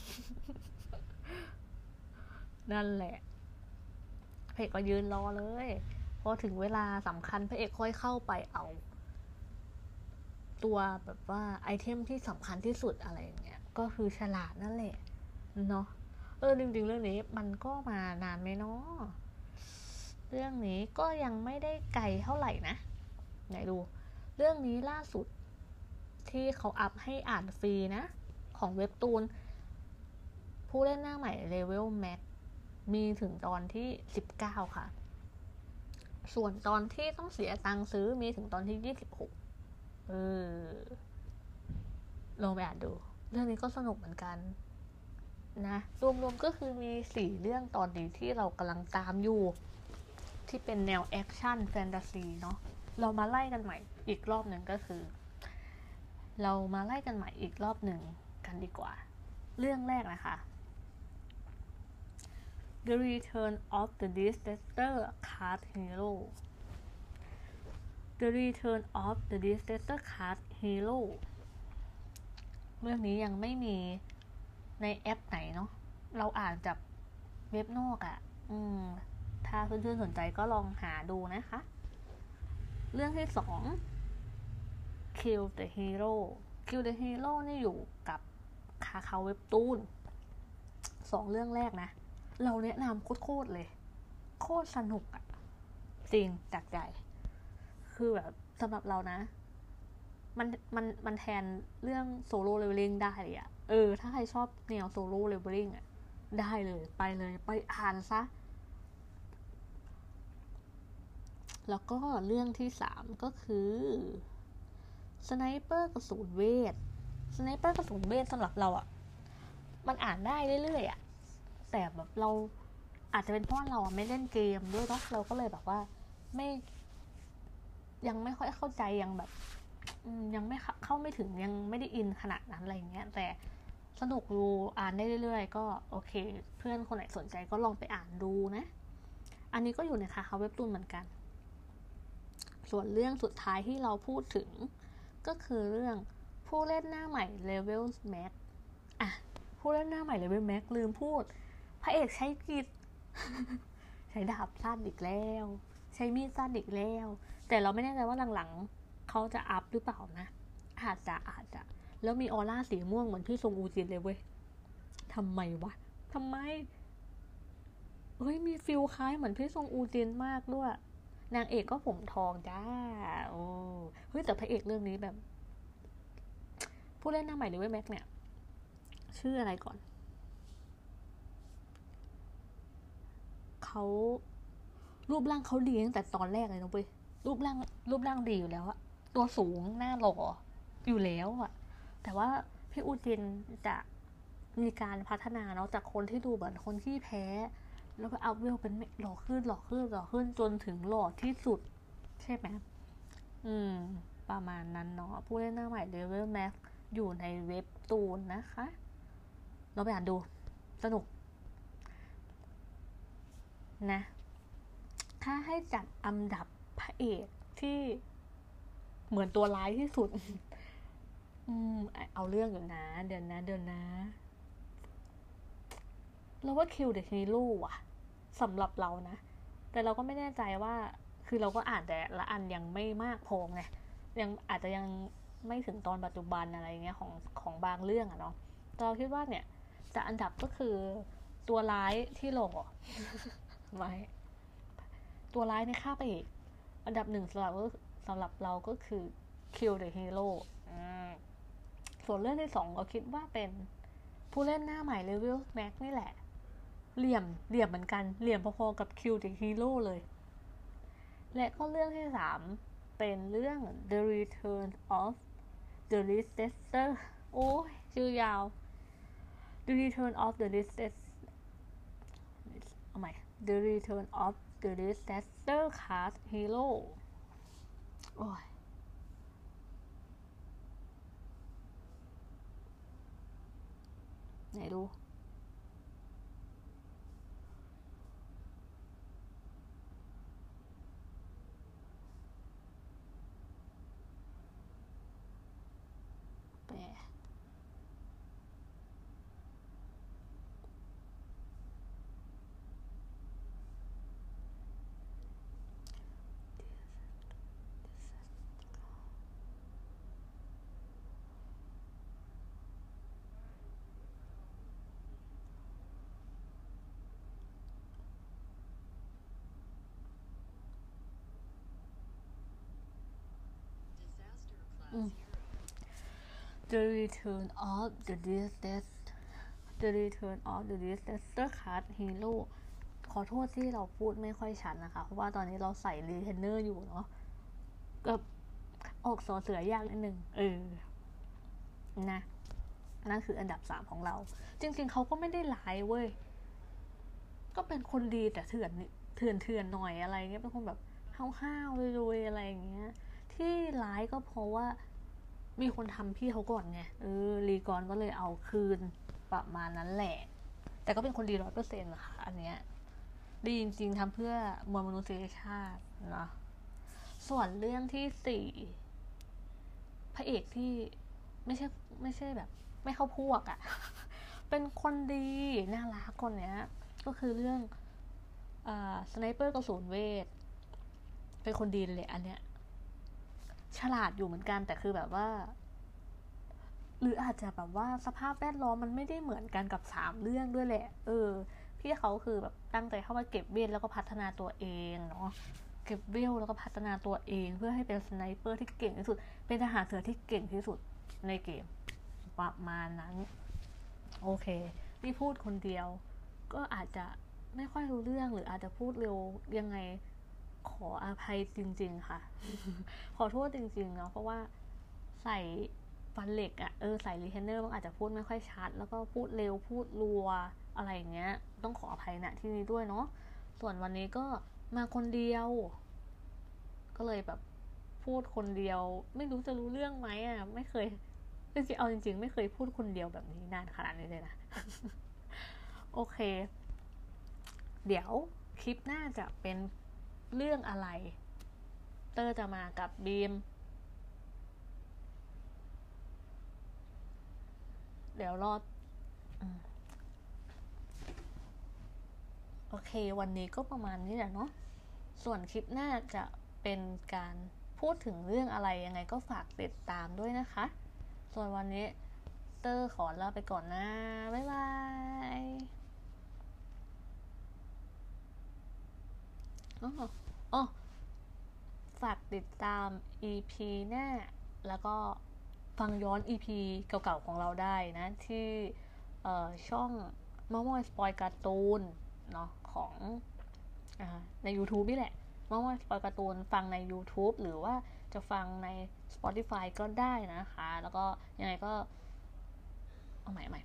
นั่นแหละพระเอกก็ยืนรอเลยพอถึงเวลาสำคัญพระเอกค่อยเข้าไปเอาตัวแบบว่าไอเทมที่สำคัญที่สุดอะไรอย่างเงี้ยก็คือฉลาดนั่นแหละเนาะจริงๆเรื่องนี้มันก็มานานไหมเนาะเรื่องนี้ก็ยังไม่ได้ไกลเท่าไหร่นะไหนดูเรื่องนี้ล่าสุดที่เขาอัพให้อ่านฟรีนะของเว็บตูนผู้เล่นหน้าใหม่เลเวลแม็กมีถึงตอนที่19ค่ะส่วนตอนที่ต้องเสียตังค์ซื้อมีถึงตอนที่26ลองไปอ่านดูเรื่องนี้ก็สนุกเหมือนกันนะรวมๆก็คือมี4เรื่องตอนนี้ที่เรากำลังตามอยู่ที่เป็นแนวแอคชั่นแฟนตาซีเนาะเรามาไล่กันใหม่อีกรอบหนึ่งก็คือเรามาไล่กันใหม่อีกรอบหนึ่งกันดีกว่าเรื่องแรกนะคะ The Return of the Disaster Card Hero The Return of the Disaster Card Hero เรื่องนี้ยังไม่มีในแอปไหนเนาะเราอ่านจากเว็บนอกอะ่ะถ้าเพื่อนๆสนใจก็ลองหาดูนะคะเรื่องที่2 Kill the Hero Kill the Hero นี่อยู่กับคาคาเว็บตูน2เรื่องแรกนะเราแนะนำโคตรเลยโคตรสนุกอะจริงจากใจคือแบบสำหรับเรานะมันแทนเรื่องโซโล่เลเวลลิ่งได้เลยอะถ้าใครชอบแนวโซโล่เลเวลลิ่งอะได้เลยไปอ่านซะแล้วก็เรื่องที่3ก็คือสไนเปอร์กระสุนเวทสไนเปอร์กระสุนเวทสำหรับเราอะมันอ่านได้เรื่อยๆอะแต่แบบเราอาจจะเป็นเพราะเราไม่เล่นเกมด้วยเนาะเราก็เลยแบบว่ายังไม่ค่อยเข้าใจยังแบบยังไม่เข้าไม่ถึงยังไม่ได้อินขนาดนั้นอะไรเงี้ยแต่สนุกดูอ่านได้เรื่อยๆก็โอเคเพื่อนคนไหนสนใจก็ลองไปอ่านดูนะอันนี้ก็อยู่ในคาเว็บตูนเหมือนกันส่วนเรื่องสุดท้ายที่เราพูดถึงก็คือเรื่องผู้เล่นหน้าใหม่ Level Max ผู้เล่นหน้าใหม่ Level Max ลืมพูดพระเอกใช้กิจ ใช้ดาบสั้นอีกแล้วใช้มีดสั้นอีกแล้วแต่เราไม่แน่ใจว่าหลังๆเขาจะอัพหรือเปล่านะอาจจะแล้วมีออร่าสีม่วงเหมือนพี่ซงอูจินเลยเว้ยทำไมวะทำไมมีฟิลคล้ายเหมือนพี่ซงอูจินมากด้วยนางเอกก็ผมทองจ้าแต่พระเอกเรื่องนี้แบบผู้เล่นหน้าใหม่เลยเว้ยแม็กเนี่ยชื่ออะไรก่อนเขารูปร่างเขาดีตั้งแต่ตอนแรกเลยนะเว้ยรูปร่างดีอยู่แล้วอะตัวสูงหน้าหล่ออยู่แล้วอะแต่ว่าพี่อูจินจะมีการพัฒนาเนาะจากคนที่ดูเหมือนคนที่แพ้แล้วก็อัพเวลเป็นหล่อขึ้นจนถึงหล่อที่สุดใช่ไหมประมาณนั้นเนาะผู้เล่นหน้าใหม่ Level Max อยู่ในเว็บตูนนะคะเราไปอ่านดูสนุกนะถ้าให้จัดอันดับพระเอกที่เหมือนตัวร้ายที่สุดเอาเรื่องอยู่นะเดี๋ยวนะเราว่าคิวเดอะฮีโร่อะสำหรับเรานะแต่เราก็ไม่แน่ใจว่าคือเราก็อ่านแต่ละอันยังไม่มากพอไงยังอาจจะยังไม่ถึงตอนปัจจุบันอะไรเงี้ยของบางเรื่องอะเนาะเราคิดว่าเนี่ยจะอันดับก็คือตัวร้ายที่หล่อไม่ตัวร้ายในค่าพระเอกอันดับ1สำหรับเราก็คือ Kill the Hero ส่วนเรื่องที่2เราคิดว่าเป็นผู้เล่นหน้าใหม่ Level Max นี่แหละเหลี่ยมเหมือนกันเหลี่ยมพอๆกับ Kill the Hero เลยและก็เรื่องที่3เป็นเรื่อง The Return of the Disaster โอ้ยชื่อยาว The Return of the Disaster เอาใหม่ The Return of the Disaster Card Hero โอ้ยไหนดูแปล The Return of the Disaster Card Hero ขอโทษที่เราพูดไม่ค่อยชัดนะคะเพราะว่าตอนนี้เราใส่รีเทนเนอร์อยู่เนาะก็ออกสอเสือยากนิดนึงนะนั่นคืออันดับ3ของเราจริงๆเขาก็ไม่ได้ร้ายเว้ยก็เป็นคนดีแต่เถื่อนหน่อยอะไรเงี้ยเป็นคนแบบห้าวๆรวยๆอะไรอย่างเงี้ยที่ร้ายก็เพราะว่ามีคนทำพี่เขาก่อนไงรีกรก็เลยเอาคืนประมาณนั้นแหละแต่ก็เป็นคนดี 100% นะคะอันเนี้ยดีจริงๆทำเพื่อมวลมนุษยชาตินะส่วนเรื่องที่4พระเอกที่ไม่ใช่แบบไม่เข้าพวกอ่ะ เป็นคนดีน่ารักคนเนี้ยก็คือเรื่องสไนเปอร์กระสุนเวทเป็นคนดีเลยอันเนี้ยฉลาดอยู่เหมือนกันแต่คือแบบว่าหรืออาจจะแบบว่าสภาพแวดล้อมมันไม่ได้เหมือนกันกับ3เรื่องด้วยแหละพี่เขาคือแบบตั้งใจเข้ามาเก็บเวทแล้วก็พัฒนาตัวเองเนาะเก็บเวลแล้วก็พัฒนาตัวเองเพื่อให้เป็นสไนเปอร์ที่เก่งที่สุดเป็นทหารเสือที่เก่งที่สุดในเกมประมาณนั้นโอเคนี่พูดคนเดียวก็อาจจะไม่ค่อยรู้เรื่องหรืออาจจะพูดเร็วยังไงขออภัยจริงๆค่ะ ขอโทษจริงๆเนาะเพราะว่าใส่ฟันเหล็กใส่รีเทนเนอร์มันอาจจะพูดไม่ค่อยชัดแล้วก็พูดเร็วพูดรัวอะไรอย่างเงี้ยต้องขออภัยณที่นี้ด้วยเนาะส่วนวันนี้ก็มาคนเดียวก็เลยแบบพูดคนเดียวไม่รู้จะรู้เรื่องไหมไม่เคยจริงๆเอาจริงๆไม่เคยพูดคนเดียวแบบนี้นานขนาดนี้เลยนะ โอเคเดี๋ยวคลิปหน้าจะเป็นเรื่องอะไรเตอร์จะมากับบีมเดี๋ยวรอโอเควันนี้ก็ประมาณนี้แหละเนาะส่วนคลิปหน้าจะเป็นการพูดถึงเรื่องอะไรยังไงก็ฝากติดตามด้วยนะคะส่วนวันนี้เตอร์ขอลาไปก่อนนะบ๊ายบายฝากติดตาม EP หน้าแล้วก็ฟังย้อน EP เก่าๆของเราได้นะที่ช่องมะม่วงสปอยการ์ตูนเนาะของใน YouTube นี่แหละมะม่วงสปอยการ์ตูนฟังใน YouTube หรือว่าจะฟังใน Spotify ก็ได้นะคะแล้วก็ยังไงก็เอาใหม่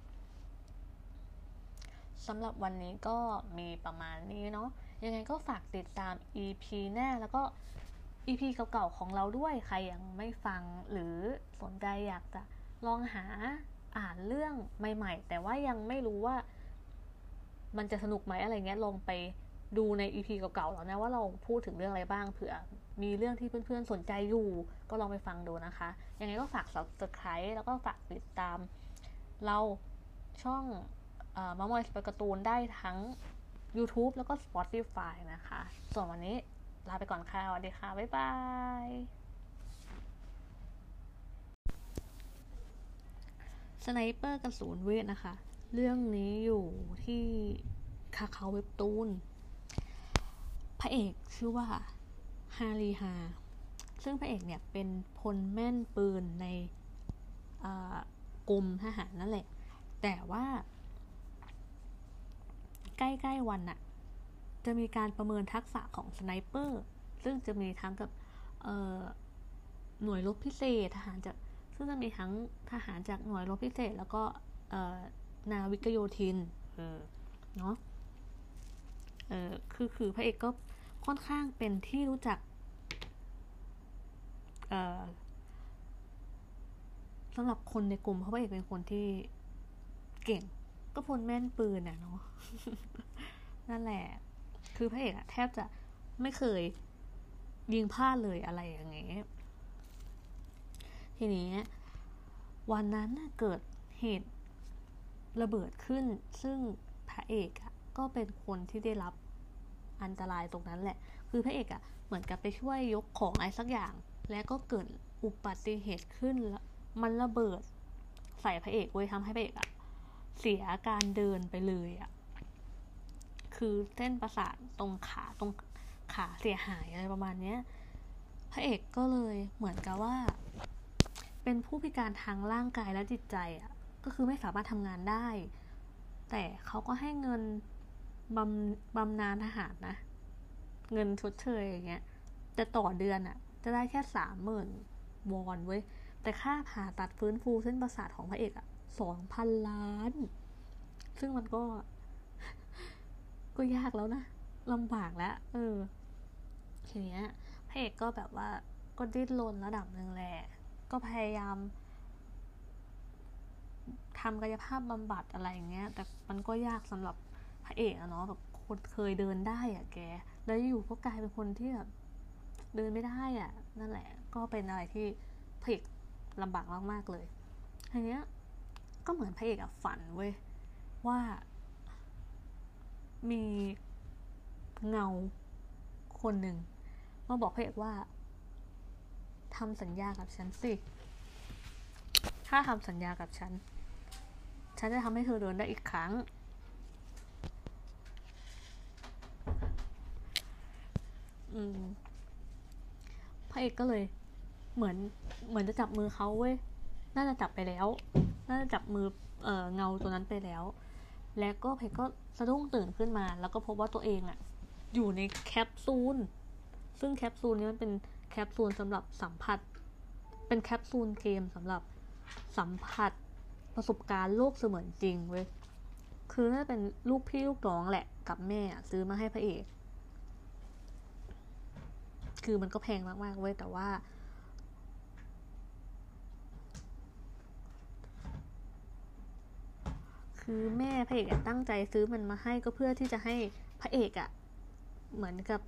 สำหรับวันนี้ก็มีประมาณนี้เนาะยังไงก็ฝากติดตาม EP หน้าแล้วก็ EP เก่าๆของเราด้วยใครยังไม่ฟังหรือสนใจอยากจะลองหาอ่านเรื่องใหม่ๆแต่ว่ายังไม่รู้ว่ามันจะสนุกไหมอะไรเงี้ยลองไปดูใน EP เก่าๆแล้วนะว่าเราพูดถึงเรื่องอะไรบ้างเผื่อมีเรื่องที่เพื่อนๆสนใจอยู่ก็ลองไปฟังดูนะคะยังไงก็ฝาก Subscribe แล้วก็ฝากติดตามเราช่องมะม่วงสปอยการ์ตูนได้ทั้ง YouTube แล้วก็ Spotify นะคะส่วนวันนี้ลาไปก่อนค่ะสวัสดีค่ะบ๊ายบายสไนเปอร์กระสุนเวทนะคะเรื่องนี้อยู่ที่คาคาเว็บตูนพระเอกชื่อว่าฮารีฮาซึ่งพระเอกเนี่ยเป็นพลแม่นปืนในกรมทหารนั่นแหละแต่ว่าใกล้ๆวันน่ะจะมีการประเมินทักษะของสไนเปอร์ซึ่งจะมีทั้งกับหน่วยรบพิเศษทหารจากซึ่งจะมีทั้งทหารจากหน่วยรบพิเศษแล้วก็นาวิกโยธินเนาะคือพระเอกก็ค่อนข้างเป็นที่รู้จักสำหรับคนในกลุ่มเพราะพระเอกเป็นคนที่เก่งก็พลแม่นปืนเนาะ นั่นแหละคือพระเอกแทบจะไม่เคยยิงพลาดเลยอะไรอย่างเงี้ยทีนี้วันนั้นเกิดเหตุระเบิดขึ้นซึ่งพระเอกก็เป็นคนที่ได้รับอันตรายตรงนั้นแหละคือพระเอกเหมือนกับไปช่วยยกของอะไรสักอย่างแล้วก็เกิดอุบัติเหตุขึ้นแล้วมันระเบิดใส่พระเอกเว้ยทำให้พระเอกเสียการเดินไปเลยคือเส้นประสาทตรงขาเสียหายอะไรประมาณนี้พระเอกก็เลยเหมือนกับว่าเป็นผู้พิการทางร่างกายและจิตใจอ่ะก็คือไม่สามารถทำงานได้แต่เขาก็ให้เงินบำนาญทหารนะเงินชดเชยอย่างเงี้ยแต่ต่อเดือนอ่ะจะได้แค่30,000 วอนเว้ยแต่ค่าผ่าตัดฟื้นฟูเส้นประสาทของพระเอกอ่ะ2,000 ล้านซึ่งมันก็ยากแล้วนะลำบากแล้วทีเนี้ยพระเอกก็แบบว่าก็ดิ้นรนระดับนึงแหละก็พยายามทำกายภาพบำบัดอะไรอย่างเงี้ยแต่มันก็ยากสำหรับพระเอกอะเนาะแบบคนเคยเดินได้อะแกแล้วอยู่ก็กลายเป็นคนที่แบบเดินไม่ได้อะนั่นแหละก็เป็นอะไรที่พระเอกลำบากมากๆเลยทีเนี้ยก็เหมือนพระเอกอะฝันเว้ยว่ามีเงาคนหนึ่งมาบอกพระเอกว่าทำสัญญากับฉันสิถ้าทำสัญญากับฉันจะทำให้เธอเดินได้อีกครั้งพระเอกก็เลยเหมือนจะจับมือเขาเว้ยน่าจะจับไปแล้วน่าจะจับมือเงาตัวนั้นไปแล้วแล้วก็พระเอกก็สะดุ้งตื่นขึ้นมาแล้วก็พบว่าตัวเองอะอยู่ในแคปซูลซึ่งแคปซูลนี้มันเป็นแคปซูลสำหรับสัมผัสเป็นแคปซูลเกมสำหรับสัมผัสประสบการณ์โลกเสมือนจริงเว้ยคือน่าจะเป็นลูกพี่ลูกน้องแหละกับแม่ซื้อมาให้พระเอกคือมันก็แพงมากๆเว้ยแต่ว่าคือแม่พระเอกตั้งใจซื้อมันมาให้ก็เพื่อที่จะให้พระเอกเหมือนกับ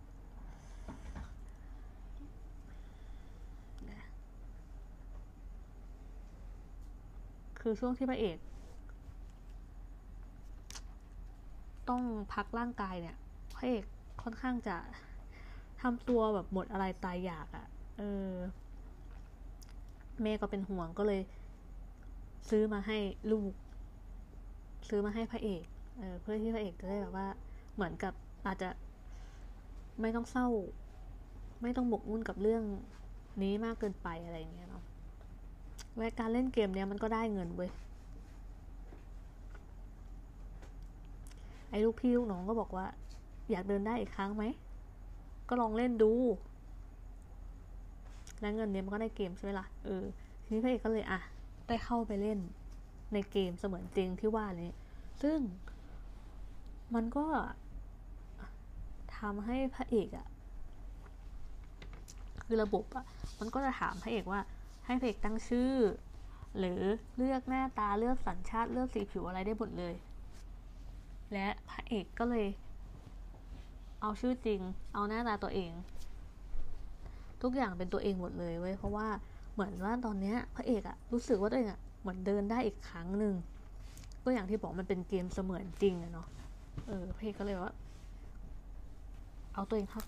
คือช่วงที่พระเอกต้องพักร่างกายเนี่ยพระเอกค่อนข้างจะทำตัวแบบหมดอะไรตายอยากแม่ก็เป็นห่วงก็เลยซื้อมาให้ลูกซื้อมาให้พระเอกเพื่อที่พระเอกจะได้แบบว่าเหมือนกับอาจจะไม่ต้องเศร้าไม่ต้องหมกมุ่นกับเรื่องนี้มากเกินไปอะไรอย่างเงี้ยเนาะและการเล่นเกมเนี้ยมันก็ได้เงินเว้ยไอ้ลูกพี่ลูกน้องก็บอกว่าอยากเดินได้อีกครั้งไหมก็ลองเล่นดูและเงินเนี้ยมันก็ได้เกมใช่ไหมล่ะทีนี้พระเอกก็เลยได้เข้าไปเล่นในเกมเสมือนจริงที่ว่านี้ซึ่งมันก็ทำให้พระเอกคือระบบมันก็จะถามพระเอกว่าให้พระเอกตั้งชื่อหรือเลือกหน้าตาเลือกสัญชาติเลือกสีผิวอะไรได้หมดเลยและพระเอกก็เลยเอาชื่อจริงเอาหน้าตาตัวเองทุกอย่างเป็นตัวเองหมดเลยเว้ยเพราะว่าเหมือนว่าตอนนี้พระเอกรู้สึกว่าตัวเองเหมือนเดินได้อีกครั้งหนึ่งก็อย่างที่บอกมันเป็นเกมเสมือนจริงเนาะพระเอกก็เลยว่าเอาตัวเองครับ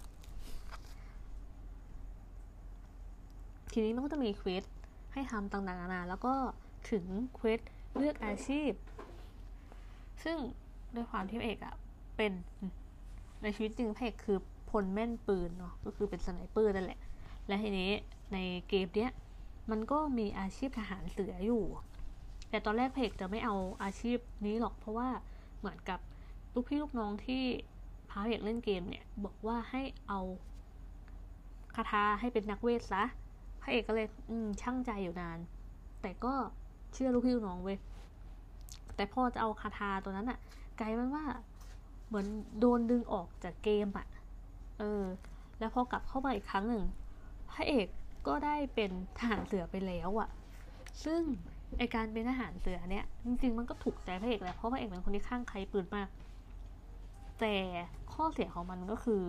ทีนี้มันก็จะมีเควสให้ทำต่างๆนานาแล้วก็ถึงเควสเลือกอาชีพซึ่งด้วยความที่พระเอกเป็นในชีวิตจริงพระเอกคือพลแม่นปืนเนาะก็คือเป็นสไนเปอร์นั่นแหละและทีนี้ในเกมเนี้ยมันก็มีอาชีพทหารเสืออยู่แต่ตอนแรกพระเอกจะไม่เอาอาชีพนี้หรอกเพราะว่าเหมือนกับลูกพี่ลูกน้องที่พาพระเอกเล่นเกมเนี่ยบอกว่าให้เอาคาถาให้เป็นนักเวทซะพระเอกก็เลยช่างใจอยู่นานแต่ก็เชื่อลูกพี่ลูกน้องเว้ยแต่พอจะเอาคาถาตัวนั้นกลายเป็นว่าเหมือนโดนดึงออกจากเกมแล้วพอกลับเข้ามาอีกครั้งหนึ่งพระเอกก็ได้เป็นทหารเสือไปแล้วซึ่งไอการเป็นทหารเสือเนี่ยจริงๆมันก็ถูกใจพระเอกแหละเพราะพระเอกเป็นคนที่ข้างใครปืนมากแต่ข้อเสียของมันก็คือ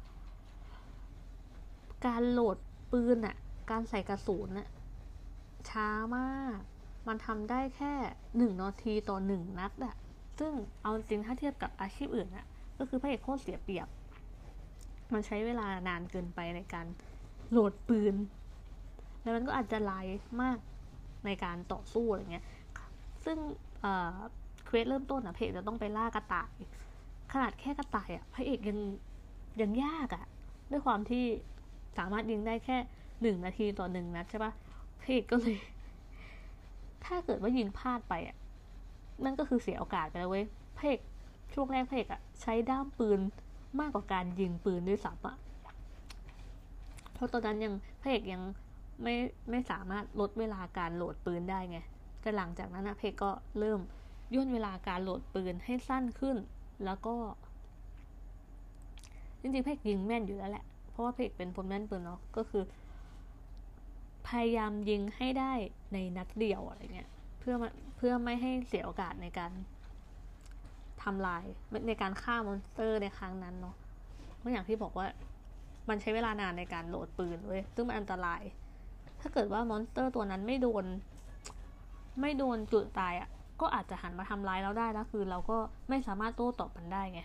การโหลดปืนการใส่กระสุนช้ามากมันทำได้แค่1 นาทีต่อ1 นัดซึ่งเอาจริงถ้าเทียบกับอาชีพอื่นก็คือพระเอกโคตรเสียเปรียบมันใช้เวลานานเกินไปในการโหลดปืนแล้วมันก็อาจจะลายมากในการต่อสู้อะไรเงี้ยซึ่งเควสเริ่มต้นพระเอกจะต้องไปล่ากระต่ายขนาดแค่กระต่ายพระเอกยังยากด้วยความที่สามารถยิงได้แค่1 นาทีต่อ1 นัดใช่ปะพระเอกก็เลยถ้าเกิดว่ายิงพลาดไปอ่ะนั่นก็คือเสียโอกาสไปแล้วเว้ยพระเอกช่วงแรกพระเอกอ่ะใช้ด้ามปืนมากกว่าการยิงปืนด้วยซ้ำอ่ะเพราะตอนนั้นยังพระเอกยังไม่สามารถลดเวลาการโหลดปืนได้ไงแต่หลังจากนั้นนะพระเอกก็เริ่มย่นเวลาการโหลดปืนให้สั้นขึ้นแล้วก็จริงๆพระเอกยิงแม่นอยู่แล้วแหละเพราะว่าพระเอกเป็นคนแม่นปืนเนาะก็คือพยายามยิงให้ได้ในนัดเดียวอะไรเงี้ยเพื่อไม่ให้เสียโอกาสในการทำลายในการฆ่ามอนสเตอร์ในครั้งนั้นเนาะเพราะอย่างที่บอกว่ามันใช้เวลานานในการโหลดปืนเว้ยซึ่งมันอันตรายถ้าเกิดว่ามอนสเตอร์ตัวนั้นไม่โดนจุดตายอ่ะก็อาจจะหันมาทำร้ายเราได้แล้วคือเราก็ไม่สามารถโต้ตอบมันได้ไง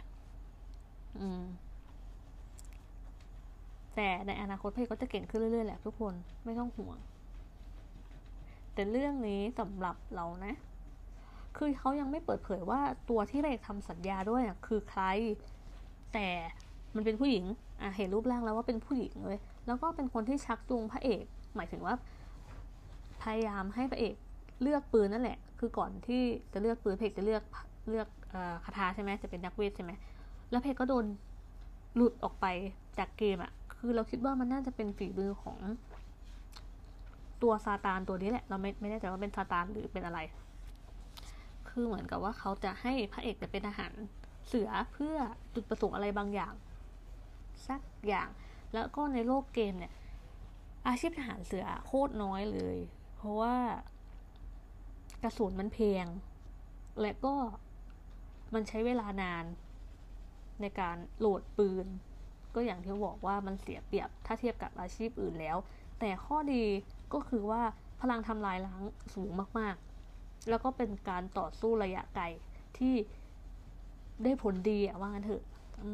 แต่ในอนาคตพี่ก็จะเก่งขึ้นเรื่อยๆแหละทุกคนไม่ต้องห่วงแต่เรื่องนี้สำหรับเรานะคือเขายังไม่เปิดเผยว่าตัวที่เรกทำสัญญาด้วยคือใครแต่มันเป็นผู้หญิงเห็นรูปร่างแล้วว่าเป็นผู้หญิงเลยแล้วก็เป็นคนที่ชักจูงพระเอกหมายถึงว่าพยายามให้พระเอกเลือกปืนนั่นแหละคือก่อนที่จะเลือกปืนพระเอกจะเลือกคาถาใช่ไหมจะเป็นนักเวทใช่ไหมแล้วพระเอกก็โดนหลุดออกไปจากเกมคือเราคิดว่ามันน่าจะเป็นฝีมือของตัวซาตานตัวนี้แหละเราไม่แน่ใจว่าเป็นซาตานหรือเป็นอะไรคือเหมือนกับว่าเขาจะให้พระเอกเป็นทหารเสือเพื่อจุดประสงค์อะไรบางอย่างสักอย่างแล้วก็ในโลกเกมเนี่ยอาชีพทหารเสือโคตรน้อยเลยเพราะว่ากระสุนมันแพงและก็มันใช้เวลานานในการโหลดปืนก็อย่างที่บอกว่ามันเสียเปรียบถ้าเทียบกับอาชีพอื่นแล้วแต่ข้อดีก็คือว่าพลังทำลายล้างสูงมากๆแล้วก็เป็นการต่อสู้ระยะไกลที่ได้ผลดีว่างั้นเถอะ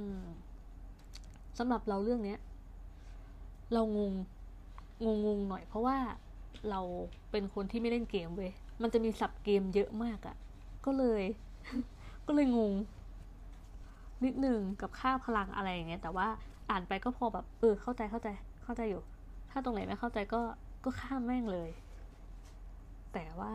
สำหรับเราเรื่องนี้เรางงหน่อยเพราะว่าเราเป็นคนที่ไม่เล่นเกมเว้ยมันจะมีศัพท์เกมเยอะมากก็เลยงงนิดนึงกับค่าพลังอะไรอย่างเงี้ยแต่ว่าอ่านไปก็พอแบบเข้าใจอยู่ถ้าตรงไหนไม่เข้าใจก็ข้ามแม่งเลยแต่ว่า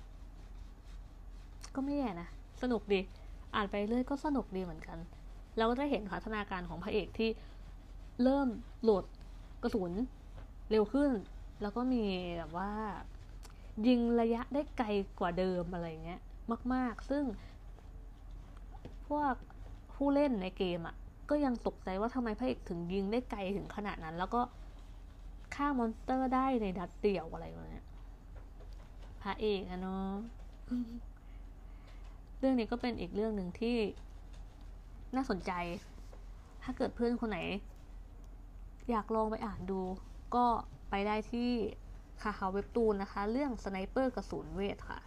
ก็ไม่แย่นะสนุกดีอ่านไปเรื่อยก็สนุกดีเหมือนกันเราก็ได้เห็นพัฒนาการของพระเอกที่เริ่มโหลดกระสุนเร็วขึ้นแล้วก็มีแบบว่ายิงระยะได้ไกลกว่าเดิมอะไรเงี้ยมากๆซึ่งพวกผู้เล่นในเกมก็ยังตกใจว่าทำไมพระเอกถึงยิงได้ไกลถึงขนาดนั้นแล้วก็ฆ่ามอนสเตอร์ได้ในนัดเดียวอะไรแบบนี้พระเอกเนาะเรื่องนี้ก็เป็นอีกเรื่องหนึ่งที่น่าสนใจถ้าเกิดเพื่อนคนไหนอยากลองไปอ่านดูก็ไปได้ที่คาเว็บตูนนะคะเรื่องสไนเปอร์กระสุนเวทค่ะ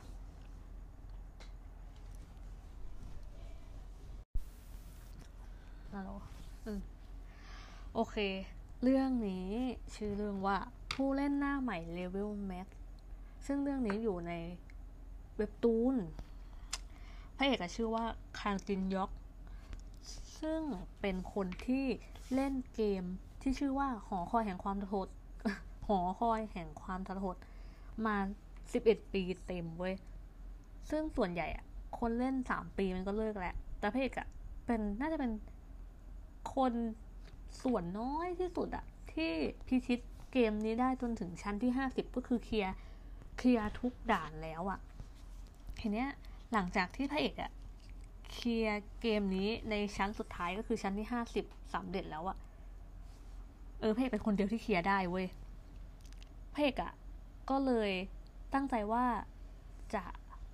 โอเคเรื่องนี้ชื่อเรื่องว่าผู้เล่นหน้าใหม่เลเวลแม็กซึ่งเรื่องนี้อยู่ในเว็บตูนพระเอกชื่อว่าคางจินยอกซึ่งเป็นคนที่เล่นเกมที่ชื่อว่าหอคอยแห่งความทรหดหอคอยแห่งความทรหดมา11 ปีเต็มเว้ยซึ่งส่วนใหญ่คนเล่น3 ปีมันก็เลิกแล้วแต่พระเอกน่าจะเป็นคนส่วนน้อยที่สุดที่พิชิตเกมนี้ได้จนถึงชั้นที่50ก็คือเคลียร์ทุกด่านแล้วทีเนี้ยหลังจากที่พระเอกเคลียร์เกมนี้ในชั้นสุดท้ายก็คือชั้นที่50สำเร็จแล้วพระเอกเป็นคนเดียวที่เคลียร์ได้เว้ยพระเอกก็เลยตั้งใจว่าจะ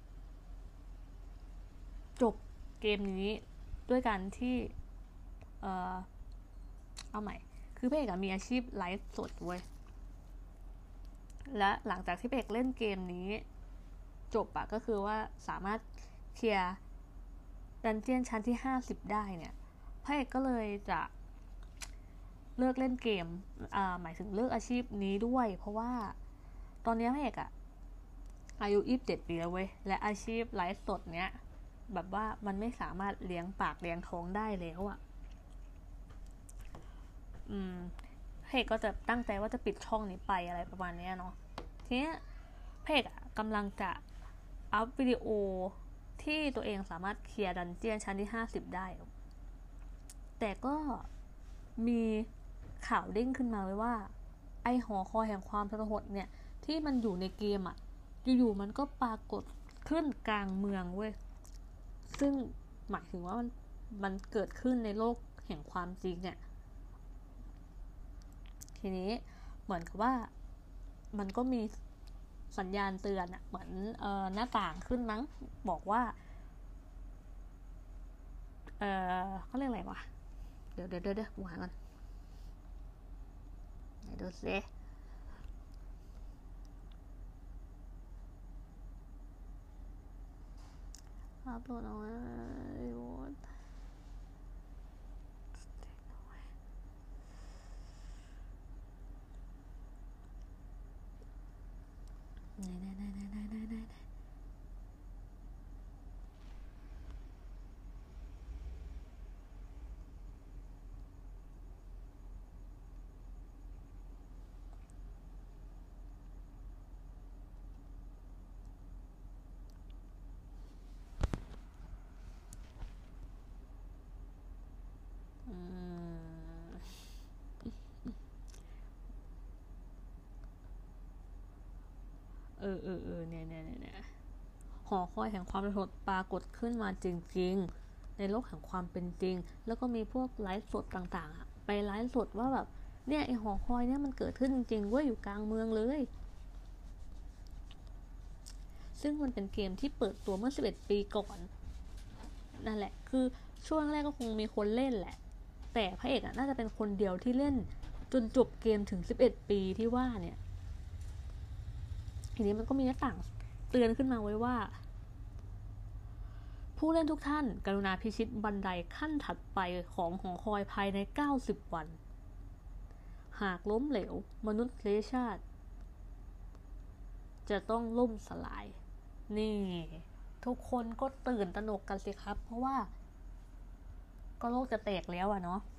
จบเกมนี้ด้วยการที่เอาใหม่คือพระเอกมีอาชีพไลฟ์สดเว้ยและหลังจากที่พระเอกเล่นเกมนี้จบก็คือว่าสามารถเคลียร์ดันเจี้ยนชั้นที่50ได้เนี่ยพระเอกก็เลยจะเลิกเล่นเกมหมายถึงเลิกอาชีพนี้ด้วยเพราะว่าตอนนี้พระเอกอายุ27 ปีแล้วเว้ยและอาชีพไลฟ์สดเนี้ยแบบว่ามันไม่สามารถเลี้ยงปากเลี้ยงท้องได้แล้วพระเอกก็จะตั้งใจว่าจะปิดช่องนี้ไปอะไรประมาณนี้เนาะทีนี้พระเอกกำลังจะอัพวิดีโอที่ตัวเองสามารถเคลียร์ดันเจียนชั้นที่50ได้แต่ก็มีข่าวเด้งขึ้นมาไว้ว่าไอหอคอยแห่งความทรหดเนี่ยที่มันอยู่ในเกมอยู่ๆมันก็ปรากฏขึ้นกลางเมืองเว้ยซึ่งหมายถึงว่ามันเกิดขึ้นในโลกแห่งความจริงเนี่ยทีนี้เหมือนกับว่ามันก็มีสัญญาณเตือนเหมือนหน้าต่างขึ้นมั้งบอกว่าเขาเรียกอะไรวะเดี๋ยวหวานกันไหนดูสิอัพโหลดเอาไว้เนี่ยหอคอยแห่งความทรหดปรากฏขึ้นมาจริงๆในโลกแห่งความเป็นจริงแล้วก็มีพวกไลฟ์สดต่างๆไปไลฟ์สดว่าแบบเนี่ยไอหอคอยเนี่ยมันเกิดขึ้นจริงๆเว้ยอยู่กลางเมืองเลยซึ่งมันเป็นเกมที่เปิดตัวเมื่อ11 ปีก่อนนั่นแหละคือช่วงแรกก็คงมีคนเล่นแหละแต่พระเอกน่าจะเป็นคนเดียวที่เล่นจนจบเกมถึง11 ปีที่ว่าเนี่ยทีนี้มันก็มีหน้าต่างเตือนขึ้นมาไว้ว่าผู้เล่นทุกท่านกรุณาพิชิตบันไดขั้นถัดไปของหอคอยภายใน90 วันหากล้มเหลวมนุษยชาติจะต้องล่มสลายนี่ทุกคนก็ตื่นตระหนกกันสิครับเพราะว่าก็โลกจะแตกแล้วเนาะ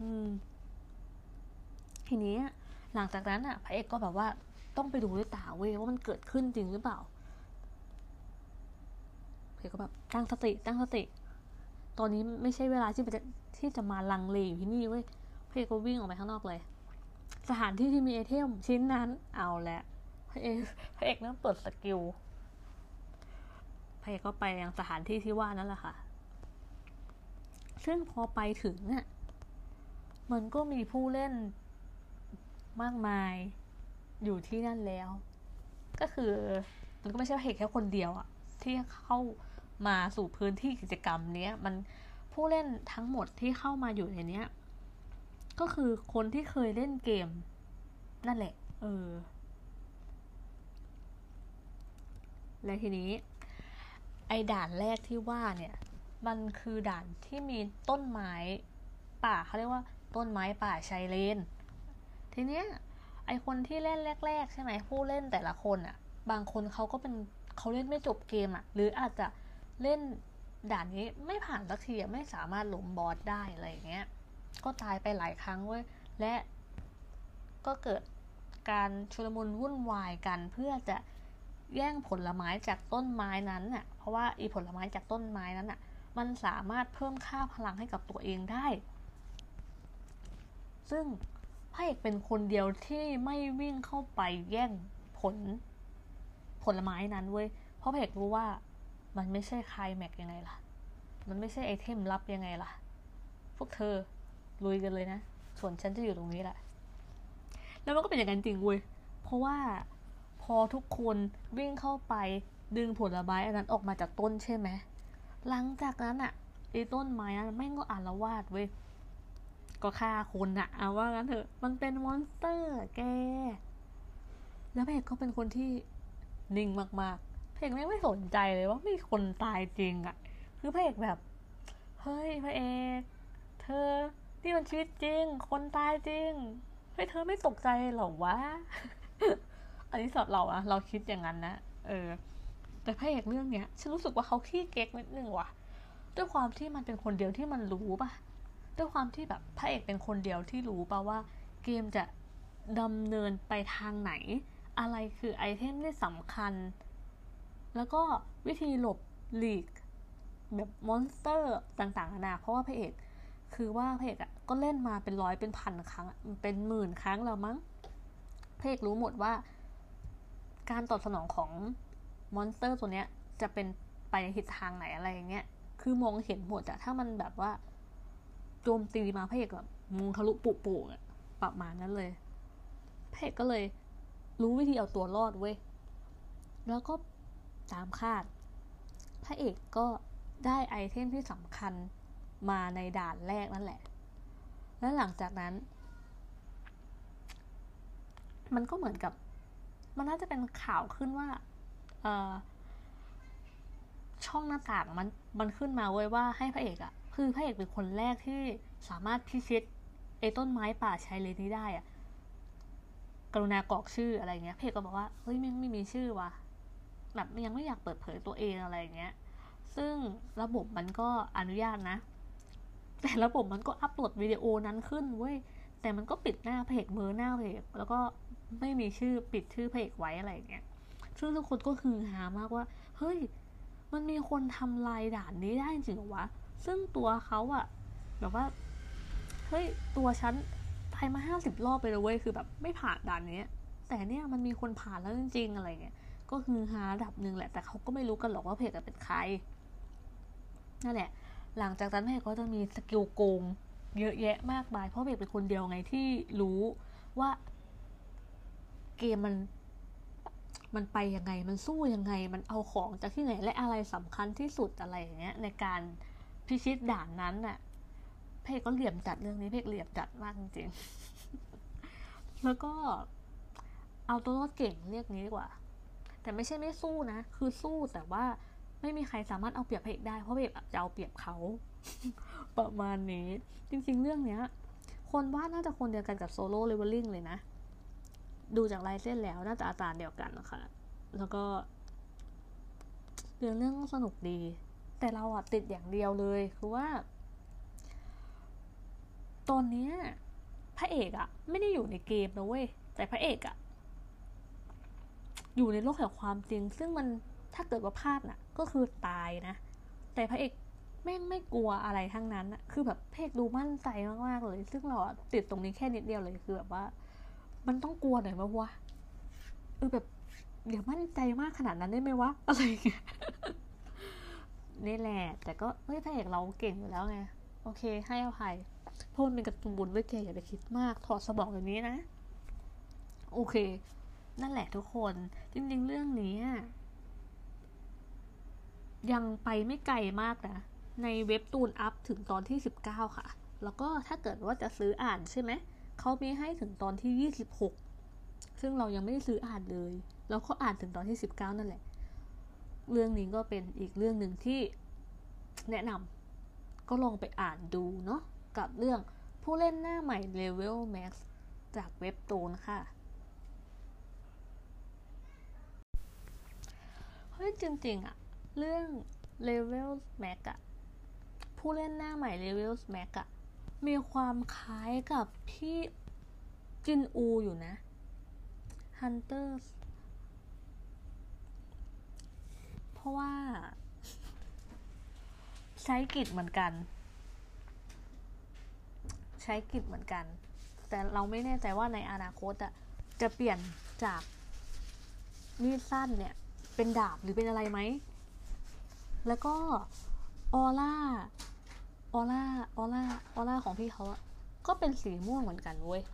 ทีนี้หลังจากนั้นพระเอกก็แบบว่าต้องไปดูด้วยตาเว้ยว่ามันเกิดขึ้นจริงหรือเปล่าพระเอกก็แบบตั้งสติตอนนี้ไม่ใช่เวลาที่จะมาลังเลอยู่ที่นี่เว้ยพระเอกก็วิ่งออกไปข้างนอกเลยสถานที่ที่มีไอเทมชิ้นนั้นเอาละพระเอกนั่งเปิดสกิลพระเอกก็ไปยังสถานที่ที่ว่านั่นแหละค่ะซึ่งพอไปถึงมันก็มีผู้เล่นมากมายอยู่ที่นั่นแล้วก็คือมันก็ไม่ใช่พระเอกแค่คนเดียวที่เข้ามาสู่พื้นที่กิจกรรมเนี้ยมันผู้เล่นทั้งหมดที่เข้ามาอยู่ในเนี้ยก็คือคนที่เคยเล่นเกมนั่นแหละและทีนี้ไอ้ด่านแรกที่ว่าเนี่ยมันคือด่านที่มีต้นไม้ป่าเขาเรียกว่าต้นไม้ป่าชายเลนทีเนี้ยไอคนที่เล่นแรกๆใช่ไหมผู้เล่นแต่ละคนบางคนเขาเล่นไม่จบเกมหรืออาจจะเล่นด่านนี้ไม่ผ่านสักทีไม่สามารถล้มบอสได้อะไรอย่างเงี้ยก็ตายไปหลายครั้งเว้ยและก็เกิดการชุลมุนวุ่นวายกันเพื่อจะแย่งผลไม้จากต้นไม้นั้นเพราะว่าผลไม้จากต้นไม้นั้นมันสามารถเพิ่มค่าพลังให้กับตัวเองได้ซึ่งพระเอกเป็นคนเดียวที่ไม่วิ่งเข้าไปแย่งผลไม้นั้นเว้ยเพราะพระเอกรู้ว่ามันไม่ใช่ไคลแม็กซ์ยังไงล่ะมันไม่ใช่ไอเทมลับยังไงล่ะพวกเธอลุยกันเลยนะส่วนฉันจะอยู่ตรงนี้แหละแล้วมันก็เป็นอย่างนั้นจริงเว้ยเพราะว่าพอทุกคนวิ่งเข้าไปดึงผลไม้อันนั้นออกมาจากต้นใช่ไหมหลังจากนั้นไอ้ต้นไม้นั้นแม่งก็อาละวาดเว้ยก็ฆ่าคนเอาว่างั้นเถอะมันเป็นมอนสเตอร์แกแล้วพระเอกก็เป็นคนที่นิ่งมากๆพระเอกไม่สนใจเลยว่ามีคนตายจริงคือพระเอกแบบเฮ้ยพระเอกเธอนี่มันชีวิตจริงคนตายจริงเฮ้ยเธอไม่ตกใจหรอวะ อันนี้สำหรับเราเราคิดอย่างนั้นนะแต่พระเอกเรื่องเนี้ยฉันรู้สึกว่าเขาขี้เก๊กนิดนึงว่ะด้วยความที่มันเป็นคนเดียวที่มันรู้ป่ะด้วยความที่แบบพระเอกเป็นคนเดียวที่รู้ป่ะว่าเกมจะดำเนินไปทางไหนอะไรคือไอเทมที่สำคัญแล้วก็วิธีหลบหลีกแบบมอนสเตอร์ต่างๆนานาเพราะว่าพระเอกคือว่าพระเอกก็เล่นมาเป็นร้อยเป็นพันครั้งเป็นหมื่นครั้งแล้วมั้งพระเอกรู้หมดว่าการตอบสนองของมอนสเตอร์ตัวเนี้ยจะเป็นไปในทิศทางไหนอะไรอย่างเงี้ยคือมองเห็นหมดอะถ้ามันแบบว่าโจมตีมาพระเอกแบบมุงทะลุปุโป่งอะประมาณนั้นเลยพระเอกก็เลยรู้วิธีเอาตัวรอดเว้ยแล้วก็ตามคาดพระเอกก็ได้ไอเทมที่สำคัญมาในด่านแรกนั่นแหละและหลังจากนั้นมันก็เหมือนกับมันน่าจะเป็นข่าวขึ้นว่าช่องหน้าต่างมันขึ้นมาเว้ยว่าให้พระเอกคือพระเอกเป็นคนแรกที่สามารถพิชิตไอ้ต้นไม้ป่าชายเลนนี้ได้กรุณากรอกชื่ออะไรเงี้ยพระเอกก็บอกว่าเฮ้ยไม่มีชื่อว่ะแบบยังไม่อยากเปิดเผยตัวเองอะไรเงี้ยซึ่งระบบมันก็อนุญาตนะแต่ระบบมันก็อัปโหลดวิดีโอนั้นขึ้นเว้ยแต่มันก็ปิดหน้าพระเอกเบอร์หน้าพระเอกแล้วก็ไม่มีชื่อปิดชื่อพระเอกไว้อะไรเงี้ยซึ่งทุกคนก็ฮือฮามากว่าเฮ้ยมันมีคนทำลายด่านนี้ได้จริงเหรอวะซึ่งตัวเขาแบบว่าเฮ้ยตัวฉันไปมา50 รอบไปเลยเว้ยคือแบบไม่ผ่านด่านนี้แต่เนี่ยมันมีคนผ่านแล้วจริงๆอะไรเงี้ยก็ฮือฮาระดับนึงแหละแต่เขาก็ไม่รู้กันหรอกว่าเพจเป็นใครนั่นแหละหลังจากนั้นเพจก็จะมีสกิลโกงเยอะแยะมากมายเพราะเพจเป็นคนเดียวไงที่รู้ว่าเกมมันไปยังไงมันสู้ยังไงมันเอาของจากที่ไหนและอะไรสำคัญที่สุดอะไรอย่างเงี้ยในการพิชิตด่านนั้นน่ะเพจก็เหลี่ยมจัดเรื่องนี้เพจเหลี่ยมจัดมากจริงๆแล้วก็เอาตัวรอดเก่งเรียกนี้ดีกว่าแต่ไม่ใช่ไม่สู้นะคือสู้แต่ว่าไม่มีใครสามารถเอาเปรียบพระเอกได้เพราะพระเอกจะเอาเปรียบเขา ประมาณนี้จริงๆเรื่องเนี้ยคนวาดน่าจะคนเดียวกันกับโซโล่เลเวลลิ่งเลยนะดูจากลายเส้นแล้วน่าจะอาจารย์เดียวกันนะคะแล้วก็เรื่องสนุกดีแต่เราติดอย่างเดียวเลยคือว่าตอนนี้พระเอกไม่ได้อยู่ในเกมนะเว้ยแต่พระเอกอยู่ในโลกแห่งความจริงซึ่งมันถ้าเกิดว่าพลาดก็คือตายนะแต่พระเอกแม่งไม่กลัวอะไรทั้งนั้นคือแบบพระเอกดูมั่นใจมากๆเลยซึ่งเราติดตรงนี้แค่นิดเดียวเลยคือแบบว่ามันต้องกลัวหน่อยมั้ยวะแบบเดี๋ยวมั่นใจมากขนาดนั้นได้ไหมวะอะไรเงี้ยนี่แหละแต่ก็พระเอกเราเก่งอยู่แล้วไงโอเคให้อภัยเพราะมันเป็นการ์ตูนบุญเว้ยแกอย่าไปคิดมากถอดสมองอย่างนี้นะโอเคนั่นแหละทุกคนจริงๆเรื่องนี้ยังไปไม่ไกลมากนะในเว็บตูนอัพถึงตอนที่19ค่ะแล้วก็ถ้าเกิดว่าจะซื้ออ่านใช่ไหมเขามีให้ถึงตอนที่26ซึ่งเรายังไม่ได้ซื้ออ่านเลยเราก็อ่านถึงตอนที่19นั่นแหละเรื่องนี้ก็เป็นอีกเรื่องหนึ่งที่แนะนำก็ลองไปอ่านดูเนาะกับเรื่องผู้เล่นหน้าใหม่ Level Max จากเว็บตูนค่ะเฮ้ยจริงๆเรื่อง Level Max ผู้เล่นหน้าใหม่ Level Max มีความคล้ายกับพี่จินอูอยู่นะ Hunter เพราะว่าใช้กิจเหมือนกันแต่เราไม่แน่ใจว่าในอนาคตจะเปลี่ยนจากมีดสั้นเนี่ยเป็นดาบหรือเป็นอะไรไหมแล้วก็ออร่าของพี่เขาก็เป็นสีม่วงเหมือนกันเว้ย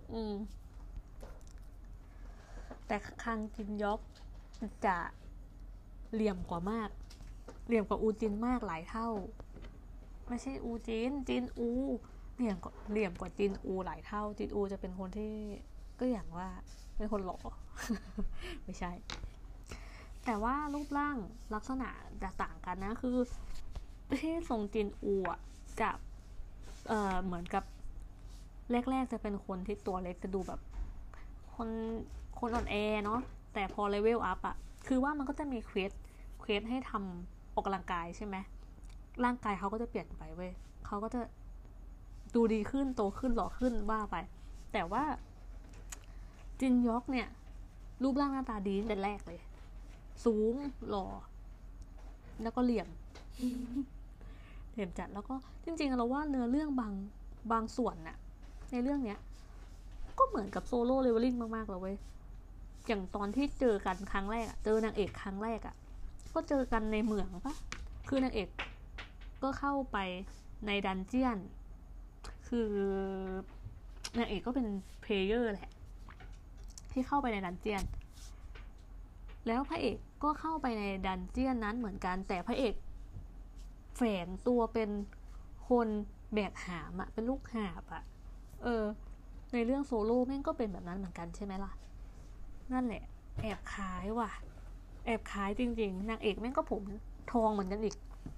แต่คังจินยอกจะเหลี่ยมกว่ามากเหลี่ยมกว่าอูจินมากหลายเท่าไม่ใช่อูจินอูเหลี่ยมกว่าจินอูหลายเท่าจินอูจะเป็นคนที่ก็อย่างว่าเป็นคนหล่อ ไม่ใช่แต่ว่ารูปร่างลักษณะจะต่างกันนะคือที่ทรงจินอูจะเหมือนกับแรกๆจะเป็นคนที่ตัวเล็กจะดูแบบคนอ่อนแอเนาะแต่พอเลเวลอัพคือว่ามันก็จะมีเควสให้ทำออกกำลังกายใช่ไหมร่างกายเขาก็จะเปลี่ยนไปเว้ยเขาก็จะดูดีขึ้นโตขึ้นหล่อขึ้นว่าไปแต่ว่าจินยอกเนี่ยรูปร่างหน้าตาดีตั้งแต่แรกเลยสูงหล่อแล้วก็เหลี่ยม เหลี่ยมจัดแล้วก็จริงๆเราว่าเนื้อเรื่องบางส่วนน่ะในเรื่องเนี้ยก็เหมือนกับโซโล่เลเวลลิ่งมากๆเลยเว้ยอย่างตอนที่เจอกันครั้งแรกเจอนางเอกครั้งแรกก็เจอกันในเหมืองปะคือนางเอกก็เข้าไปในดันเจียนคือนางเอกก็เป็นเพลเยอร์แหละที่เข้าไปในดันเจียนแล้วพระเอกก็เข้าไปในดันเจียนนั้นเหมือนกันแต่พระเอกแฝงตัวเป็นคนแบกหามเป็นลูกหาบในเรื่องโซโล่แม่งก็เป็นแบบนั้นเหมือนกันใช่ไหมล่ะนั่นแหละแอบคล้ายว่ะแอบคล้ายจริงๆนางเอกแม่งก็ผมทองเหมือนกันอีก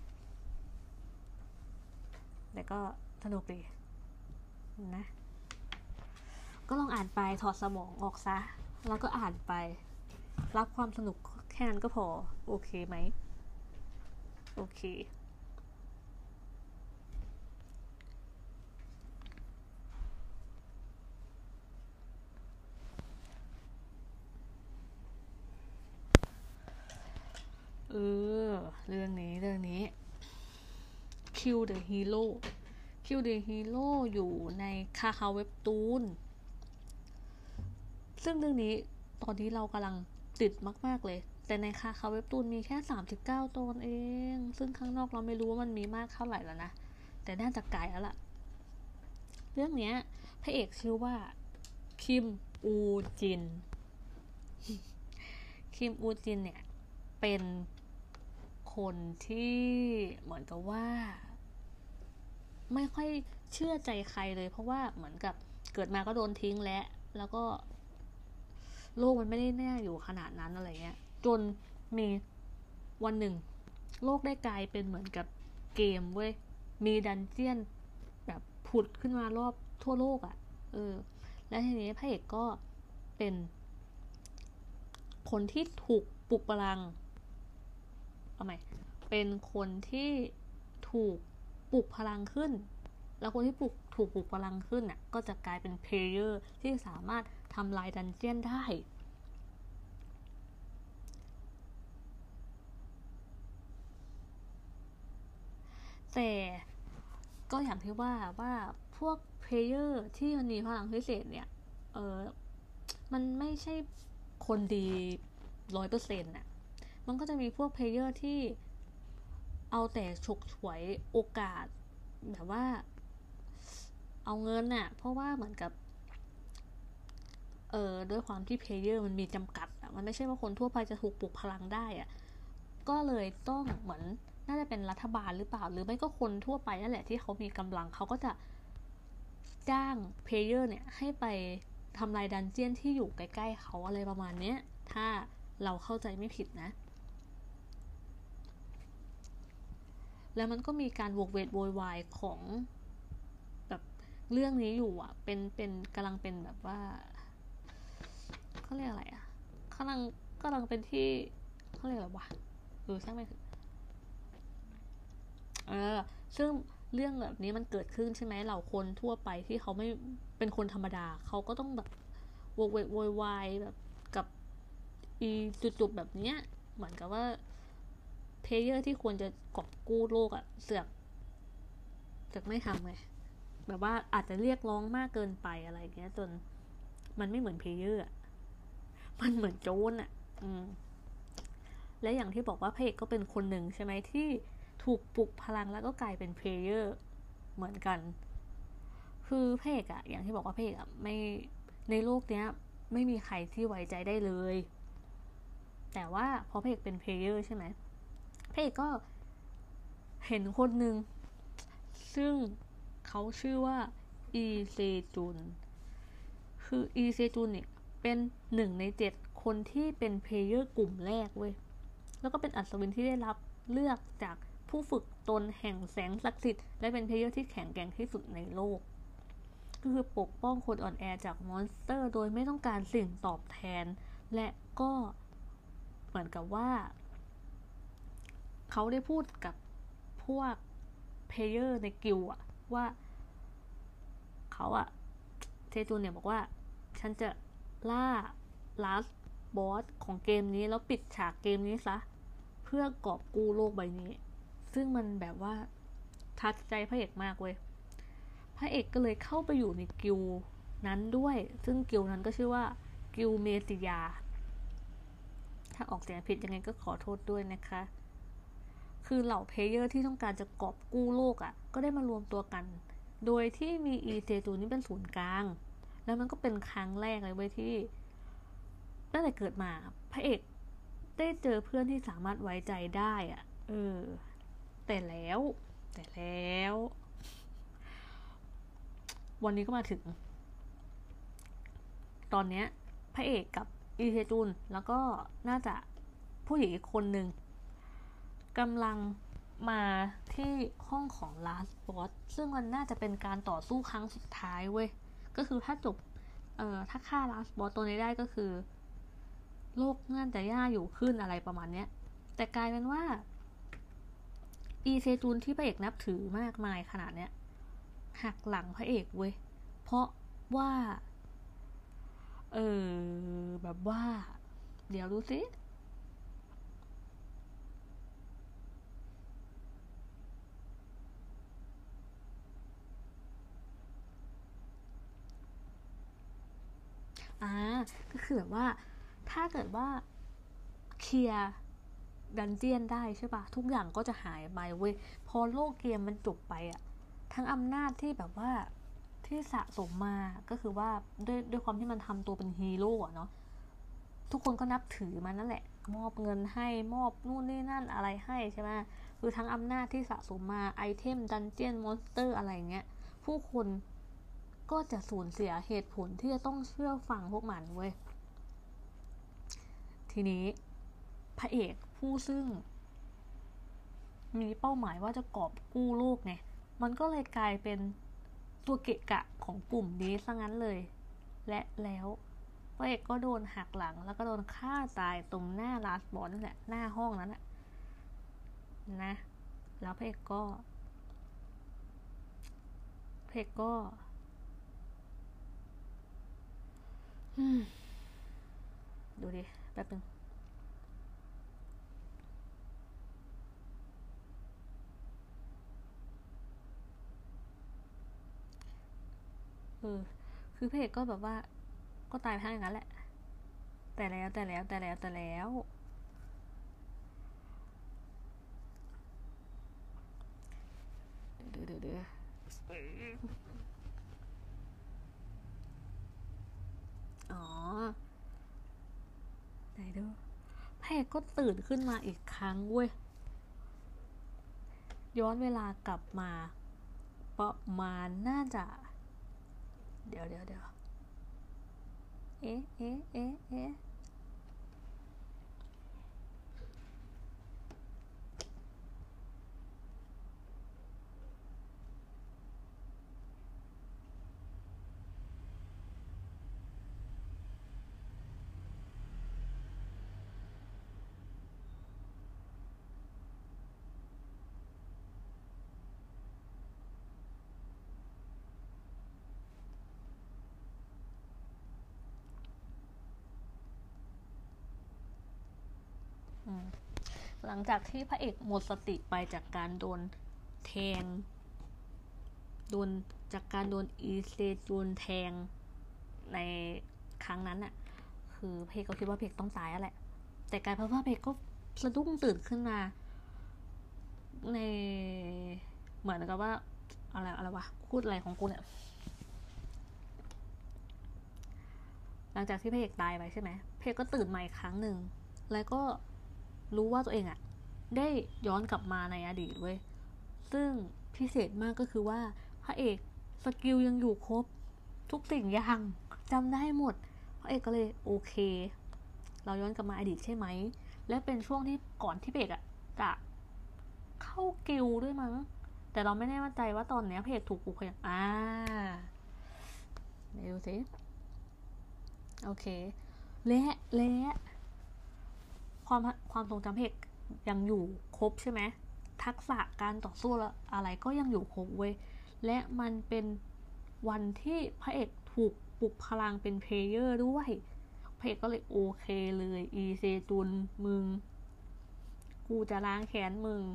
แต่ก็สนุกดีนะก็ลองอ่านไปถอดสมองออกซะแล้วก็อ่านไปรับความสนุกแค่นั้นก็พอโอเคไหมโอเคเรื่องนี้ Kill the Hero Kill the Hero อยู่ในคาคาเว็บตูนซึ่งเรื่องนี้ตอนนี้เรากำลังติดมากๆเลยแต่ในคาคาเว็บตูนมีแค่39ตอนเองซึ่งข้างนอกเราไม่รู้ว่ามันมีมากเท่าไหร่แล้วนะแต่น่าจะไกลแล้วล่ะเรื่องนี้พระเอกชื่อว่าคิมอูจินคิมอูจินเนี่ยเป็นคนที่เหมือนกับว่าไม่ค่อยเชื่อใจใครเลยเพราะว่าเหมือนกับเกิดมาก็โดนทิ้งแล้วก็โลกมันไม่ได้แน่อยู่ขนาดนั้นอะไรเงี้ยจนมีวันหนึ่งโลกได้กลายเป็นเหมือนกับเกมเว้ยมีดันเจียนแบบผุดขึ้นมารอบทั่วโลกแล้วทีนี้พระเอกก็เป็นคนที่ถูกปลุกพลังเป็นคนที่ถูกปลุกพลังขึ้นแล้วคนที่ถูกปลุกพลังขึ้นก็จะกลายเป็นเพลเยอร์ที่สามารถทำลายดันเจียนได้แต่ก็อย่างที่ว่าพวกเพลเยอร์ที่มันมีพลังพิเศษเนี่ยมันไม่ใช่คนดี 100% มันก็จะมีพวกเพลเยอร์ที่เอาแต่ฉกฉวยโอกาสแบบว่าเอาเงินเพราะว่าเหมือนกับด้วยความที่เพลเยอร์มันมีจำกัดมันไม่ใช่ว่าคนทั่วไปจะถูกปลุกพลังได้ก็เลยต้องเหมือนน่าจะเป็นรัฐบาลหรือเปล่าหรือไม่ก็คนทั่วไปนั่นแหละที่เขามีกำลังเขาก็จะจ้างเพลเยอร์เนี่ยให้ไปทำลายดันเจียนที่อยู่ใกล้ๆเขาอะไรประมาณนี้ถ้าเราเข้าใจไม่ผิดนะแล้วมันก็มีการโวกเวกโวยวายของแบบเรื่องนี้อยู่เป็นกำลังเป็นแบบว่าเขาเรียกอะไรกำลังเป็นที่เขาเรียกอะไรวะช่างไม่ถึงซึ่งเรื่องแบบนี้มันเกิดขึ้นใช่ไหมเหล่าคนทั่วไปที่เขาไม่เป็นคนธรรมดาเขาก็ต้องแบบโวกเวกโวยวายแบบกับจุดแบบนี้เหมือนกับว่าเพลเยอร์ที่ควรจะกอบกู้โลกเสือกไม่ทำไงแบบว่าอาจจะเรียกร้องมากเกินไปอะไรเงี้ยจนมันไม่เหมือนเพลเยอร์มันเหมือนโจรและอย่างที่บอกว่าพระเอกก็เป็นคนหนึ่งใช่ไหมที่ถูกปลุกพลังแล้วก็กลายเป็นเพลเยอร์เหมือนกันคือพระเอกอย่างที่บอกว่าพระเอกไม่ในโลกเนี้ยไม่มีใครที่ไว้ใจได้เลยแต่ว่าพอพระเอกเป็นเพลเยอร์ใช่ไหมพระเอกก็เห็นคนหนึ่งซึ่งเขาชื่อว่าอีเซจุนคืออีเซจุนเนี่ยเป็น1 ใน 7คนที่เป็นเพลเยอร์กลุ่มแรกเว้ยแล้วก็เป็นอัศวินที่ได้รับเลือกจากผู้ฝึกตนแห่งแสงศักดิ์สิทธิ์และเป็นเพลเยอร์ที่แข็งแกร่งที่สุดในโลกก็คือปกป้องคนอ่อนแอจากมอนสเตอร์โดยไม่ต้องการสิ่งตอบแทนและก็เหมือนกับว่าเขาได้พูดกับพวกเพลเยอร์ในกิลด์ว่าเขาเทจูนเนี่ยบอกว่าฉันจะล่าลัสบอสของเกมนี้แล้วปิดฉากเกมนี้ซะเพื่อกอบกู้โลกใบนี้ซึ่งมันแบบว่าทัดใจพระเอกมากเว้ยพระเอกก็เลยเข้าไปอยู่ในกิลนั้นด้วยซึ่งกิลนั้นก็ชื่อว่ากิลเมติยาถ้าออกเสียงผิดยังไงก็ขอโทษด้วยนะคะคือเหล่าเพลเยอร์ที่ต้องการจะกอบกู้โลกก็ได้มารวมตัวกันโดยที่มีอีเซจูนี่เป็นศูนย์กลางแล้วมันก็เป็นครั้งแรกเลยเว้ยที่ตั้งแต่เกิดมาพระเอกได้เจอเพื่อนที่สามารถไว้ใจได้แต่แล้ววันนี้ก็มาถึงตอนนี้พระเอกกับอีเซจุนแล้วก็น่าจะผู้หญิงอีกคนหนึ่งกำลังมาที่ห้องของ Last Boss ซึ่งมันน่าจะเป็นการต่อสู้ครั้งสุดท้ายเว้ยก็คือถ้าจบถ้าฆ่า Last Boss ตัวนี้ได้ก็คือโลกน่าจะย่าอยู่ขึ้นอะไรประมาณนี้แต่กลายเป็นว่าอีเซจุนที่พระเอกนับถือมากมายขนาดเนี้ยหักหลังพระเอกเว้ยเพราะว่าแบบว่าเดี๋ยวดูสิก็คือแบบว่าถ้าเกิดว่าเคลียร์ดันเจียนได้ใช่ปะทุกอย่างก็จะหายไปเว้ยพอโลกเกมมันจบไปทั้งอำนาจที่แบบว่าที่สะสมมาก็คือว่าด้วยความที่มันทำตัวเป็นฮีโร่เนาะทุกคนก็นับถือมันนั่นแหละมอบเงินให้มอบนู่นนี่นั่นอะไรให้ใช่ไหมคือทั้งอำนาจที่สะสมมาไอเทมดันเจียนมอนสเตอร์อะไรเงี้ยผู้คนก็จะสูญเสียเหตุผลที่จะต้องเชื่อฟังพวกมันเว้ยทีนี้พระเอกผู้ซึ่งมีเป้าหมายว่าจะกอบกู้โลกไงมันก็เลยกลายเป็นตัวเกะกะของกลุ่มนี้ซะงั้นเลยและแล้วพระเอกก็โดนหักหลังแล้วก็โดนฆ่าตายตรงหน้าลาสบอสนั่นแหละหน้าห้องนั้นแหละนะแล้วพระเอกก็ดูดิแป๊บนึงคือพระเอกก็แบบว่าก็ตายไปทั้งอย่างนั้นแหละแต่แล้วเดี๋ยวอ๋อไหนดูพระเอกก็ตื่นขึ้นมาอีกครั้งเว้ยย้อนเวลากลับมาประมาณน่าจะเดี๋ยวเอ๊ะหลังจากที่พระเอกหมดสติไปจากการโดนแทงจากการโดนอีเซจูนแทงในครั้งนั้นคือพระเอกก็คิดว่าพระเอกต้องตายแล้วแหละแต่กลายเป็นว่าพระเอกก็สะดุ้งตื่นขึ้นมาในเหมือนกับว่าอะไรวะพูดอะไรของกูเนี่ยหลังจากที่พระเอกตายไปใช่ไหมพระเอกก็ตื่นมาอีกครั้งหนึ่งแล้วก็รู้ว่าตัวเองได้ย้อนกลับมาในอดีตเว้ยซึ่งพิเศษมากก็คือว่าพระเอกสกิลยังอยู่ครบทุกสิ่งอย่างจำได้หมดพระเอกก็เลยโอเคเราย้อนกลับมาอดีตใช่ไหมและเป็นช่วงที่ก่อนที่พระเอกจะเข้ากิลด้วยมั้งแต่เราไม่แน่ใจว่าตอนนี้พระเอกถูกปลุกอย่างไหนดูสิโอเคและความทรงจำเพกยังอยู่ครบใช่ไหมทักษะการต่อสู้อะไรก็ยังอยู่ครบเว้ยและมันเป็นวันที่พระเอกถูกปลุกพลังเป็นเพลเยอร์ด้วยพระเอกก็เลยโอเคเลยอีเซจุนมึงกูจะล้างแค้นมึง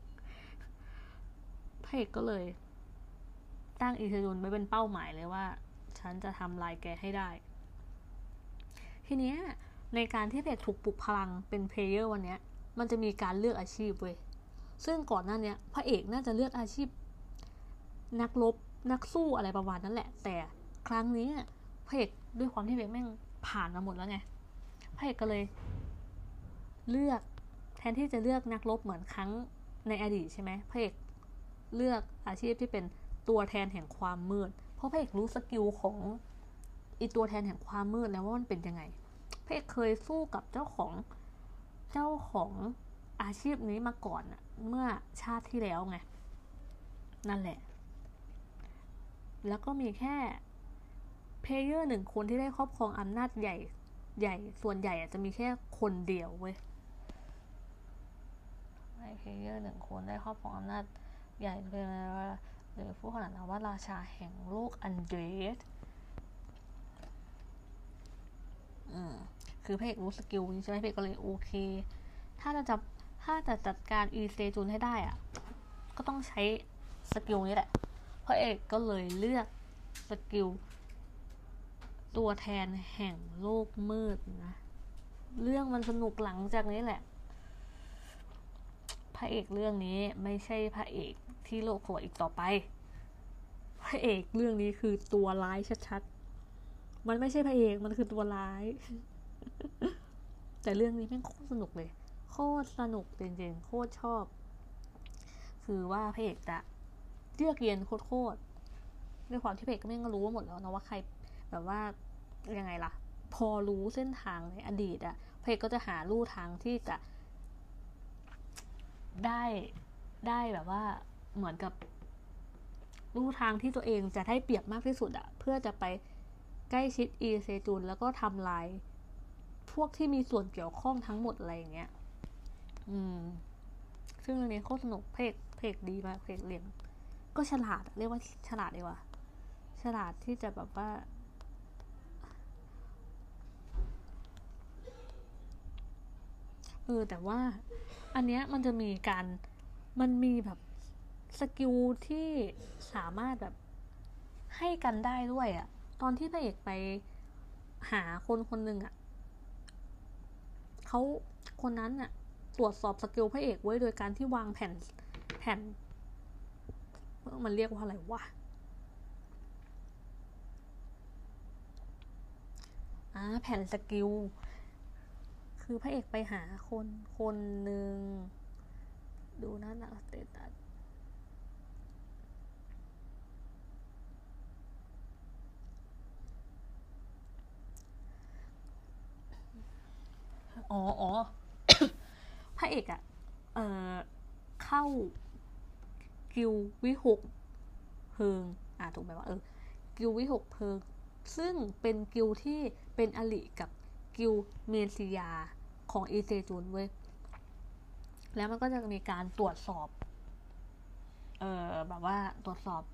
พระเอกก็เลยตั้งอีเซจุนไว้เป็นเป้าหมายเลยว่าฉันจะทำลายแกให้ได้ทีเนี้ยในการที่พระเอกถูกปลุกพลังเป็นเพลเยอร์วันเนี้ยมันจะมีการเลือกอาชีพเว้ยซึ่งก่อนหน้านี้พระเอกน่าจะเลือกอาชีพนักรบนักสู้อะไรประมาณนั้นแหละแต่ครั้งนี้พระเอกด้วยความที่พระเอกแม่งผ่านมาหมดแล้วไงพระเอกก็เลยเลือกแทนที่จะเลือกนักรบเหมือนครั้งในอดีตใช่ไหมพระเอกเลือกอาชีพที่เป็นตัวแทนแห่งความมืดเพราะพระเอกรู้สกิลของอีตัวแทนแห่งความมืดแล้วว่ามันเป็นยังไงพระเอกเคยสู้กับเจ้าของอาชีพนี้มาก่อนอะเมื่อชาติที่แล้วไงนั่นแหละแล้วก็มีแค่เพลเยอร์1 คนที่ได้ครอบครองอำนาจใหญ่ส่วนใหญ่จะมีแค่คนเดียวเว้ยเพลเยอร์1 คนได้ครอบครองอำนาจใหญ่เลยหรือผู้ขนานนามว่าราชาแห่งโลกอันเดรสคือพระเอกรู้สกิลนี้ใช่ไหมพระเอกก็เลยโอเคถ้าจะจัดการอีเซจุนให้ได้อะก็ต้องใช้สกิลนี้แหละพระเอกก็เลยเลือกสกิลตัวแทนแห่งโลกมืดนะเรื่องมันสนุกหลังจากนี้แหละพระเอกเรื่องนี้ไม่ใช่พระเอกที่โลกโกรธอีกต่อไปพระเอกเรื่องนี้คือตัวร้ายชัดๆมันไม่ใช่พระเอกมันคือตัวร้ายแต่เรื่องนี้แม่งโคตรสนุกเลยโคตรสนุกจริงๆโคตรชอบคือว่าพระเอกจะเยือกเย็นโคตรด้วยความที่พระเอกก็แม่งก็รู้หมดแล้วนะว่าใครแบบว่ายังไงล่ะพอรู้เส้นทางในอดีตอะพระเอกก็จะหาลู่ทางที่จะได้แบบว่าเหมือนกับลู่ทางที่ตัวเองจะได้เปรียบมากที่สุดอะเพื่อจะไปใกล้ชิดอีเซจุนแล้วก็ทำลายพวกที่มีส่วนเกี่ยวข้องทั้งหมดอะไรอย่างเงี้ยซึ่งเรื่องนี้โคตรสนุกเพกดีมากเพกเรียนก็ฉลาดเรียกว่าฉลาดดีกว่าฉลาดที่จะแบบว่าแต่ว่าอันเนี้ยมันมีแบบสกิลที่สามารถแบบให้กันได้ด้วยอะตอนที่พระเอกไปหาคนหนึ่งอะเขาคนนั้นอะตรวจสอบสกิลพระเอกไว้โดยการที่วางแผ่นมันเรียกว่าอะไรวะแผ่นสกิลคือพระเอกไปหาคนหนึ่งดูนะสเตตัสพระเอกอะเข้ากิลวิหกเพลิงถูกไหมว่ากิลวิหกเพลิงซึ่งเป็นกิลที่เป็นอลิกับกิลเมนซิยาของอีเซจุนเว้ยแล้วมันก็จะมีการตรวจสอบแบบว่าตรวจสอบ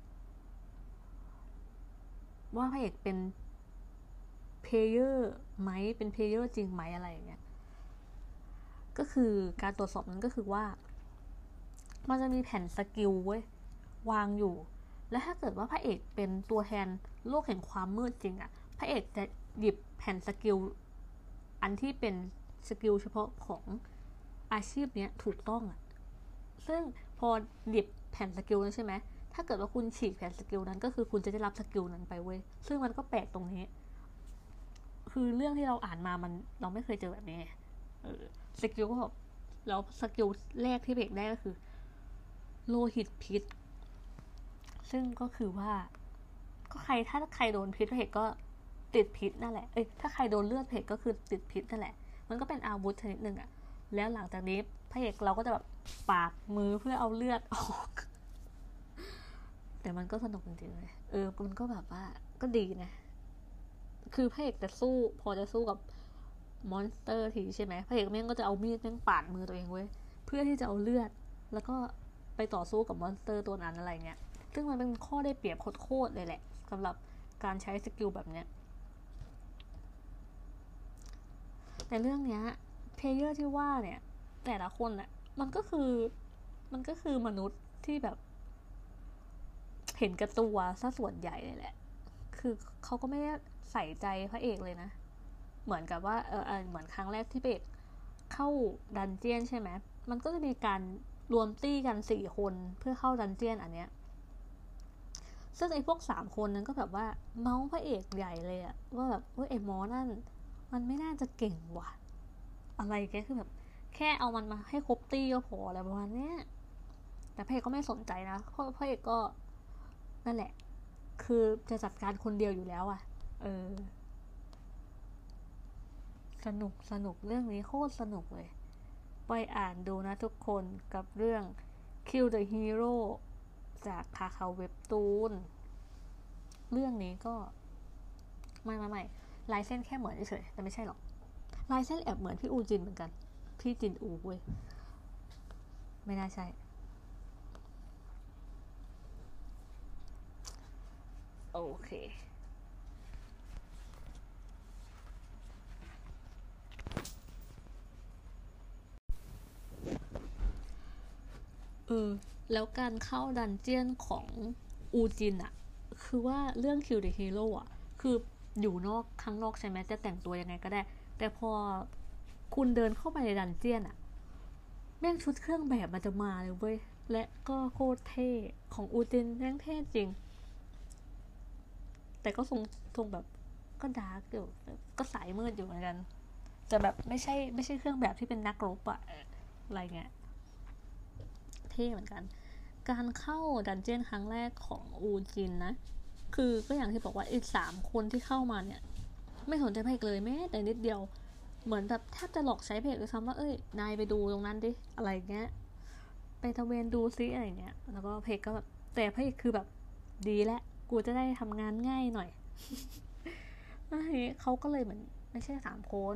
ว่าพระเอกเป็นเพลเยอร์ไหมเป็นเพลเยอร์จริงไหมอะไรอย่างเงี้ยก็คือการตรวจสอบนั้นก็คือว่ามันจะมีแผ่นสกิลเว้ยวางอยู่และถ้าเกิดว่าพระเอกเป็นตัวแทนโลกแห่งความมืดจริงอะพระเอกจะหยิบแผ่นสกิลอันที่เป็นสกิลเฉพาะของอาชีพเนี้ยถูกต้องอะซึ่งพอหยิบแผ่นสกิลนั้นใช่ไหมถ้าเกิดว่าคุณฉีกแผ่นสกิลนั้นก็คือคุณจะได้รับสกิลนั้นไปเว้ยซึ่งมันก็แปลกตรงนี้คือเรื่องที่เราอ่านมาเราไม่เคยเจอแบบนี้สกิลก็แบบแล้วสกิลแรกที่เบรกได้ก็คือโลหิตพิษซึ่งก็คือว่าก็ถ้าใครโดนพิษเพกก็ติดพิษนั่นแหละถ้าใครโดนเลือดเพกก็คือติดพิษนั่นแหละมันก็เป็นอาวุธชนิดหนึ่งอะแล้วหลังจากนี้พระเอกเราก็จะแบบปาดมือเพื่อเอาเลือดออกแต่มันก็สนุกจริงๆเลยมันก็แบบว่าก็ดีนะคือพระเอกจะสู้พอจะสู้กับมอนสเตอร์ทีใช่ไหมพระเอกแม่งก็จะเอามีดแม่งปาดมือตัวเองเว้ยเพื่อที่จะเอาเลือดแล้วก็ไปต่อสู้กับมอนสเตอร์ตัวนั้นอะไรเงี้ยซึ่งมันเป็นข้อได้เปรียบโคตรเลยแหละสำหรับการใช้สกิลแบบเนี้ยแต่เรื่องเนี้ยเพลเยอร์ที่ว่าเนี่ยแต่ละคนน่ะมันก็คือมนุษย์ที่แบบเห็นแก่ตัวซะส่วนใหญ่เลยแหละคือเขาก็ไม่ได้ใส่ใจพระเอกเลยนะเหมือนกับว่าเหมือนครั้งแรกที่พระเอกเข้าดันเจียนใช่ไหมมันก็จะมีการรวมตี้กัน4 คนเพื่อเข้าดันเจียนอันเนี้ยซึ่งไอ้พวก3 คนนั้นก็แบบว่าเมาส์พระเอกใหญ่เลยอะว่าแบบไอ้หมอนั่นมันไม่น่าจะเก่งว่ะอะไรแกคือแบบแค่เอามันมาให้ครบตี้ก็พออะไรประมาณเนี้ยแต่พระเอกก็ไม่สนใจนะเพราะพระเอกก็นั่นแหละคือจะจัดการคนเดียวอยู่แล้วอะสนุกเรื่องนี้โคตรสนุกเลยไปอ่านดูนะทุกคนกับเรื่อง Kill the Hero จากคาคาเว็บตูนเรื่องนี้ก็ไม่ลายเส้นแค่เหมือนเฉยแต่ไม่ใช่หรอกลายเส้นแอบเหมือนพี่อูจินเหมือนกันพี่จินอูเว้ยไม่น่าใช่โอเคแล้วการเข้าดันเจียนของอูจินอะคือว่าเรื่อง Kill the Hero อะคืออยู่ข้างนอกใช่ไหมจะแต่งตัวยังไงก็ได้แต่พอคุณเดินเข้าไปในดันเจียนอะแม่งชุดเครื่องแบบมันจะมาเลยเว้ยและก็โคตรเท่ของอูจินแม่งเท่จริงแต่ก็ทรงแบบก็ดาร์กอยู่ก็สายมืดอยู่เหมือนกันแต่แบบไม่ใช่เครื่องแบบที่เป็นนักรบอะอะไรเงี้ยเท่เหมือนกันการเข้าดันเจียนครั้งแรกของอูจินนะคือก็อย่างที่บอกว่าอีก3 คนที่เข้ามาเนี่ยไม่สนใจเพลงเลยแม้แต่นิดเดียวเหมือนแบบแทบจะหลอกใช้เพลงเลยซ้ำว่านายไปดูตรงนั้นดิอะไรเงี้ยไปตะเวนดูซิอะไรเงี้ยแล้วก็เพลงก็แบบแต่เพลงคือแบบดีแล้วกูจะได้ทำงานง่ายหน่อยแล้วทีนี้เขาก็เลยเหมือนไม่ใช่3 คน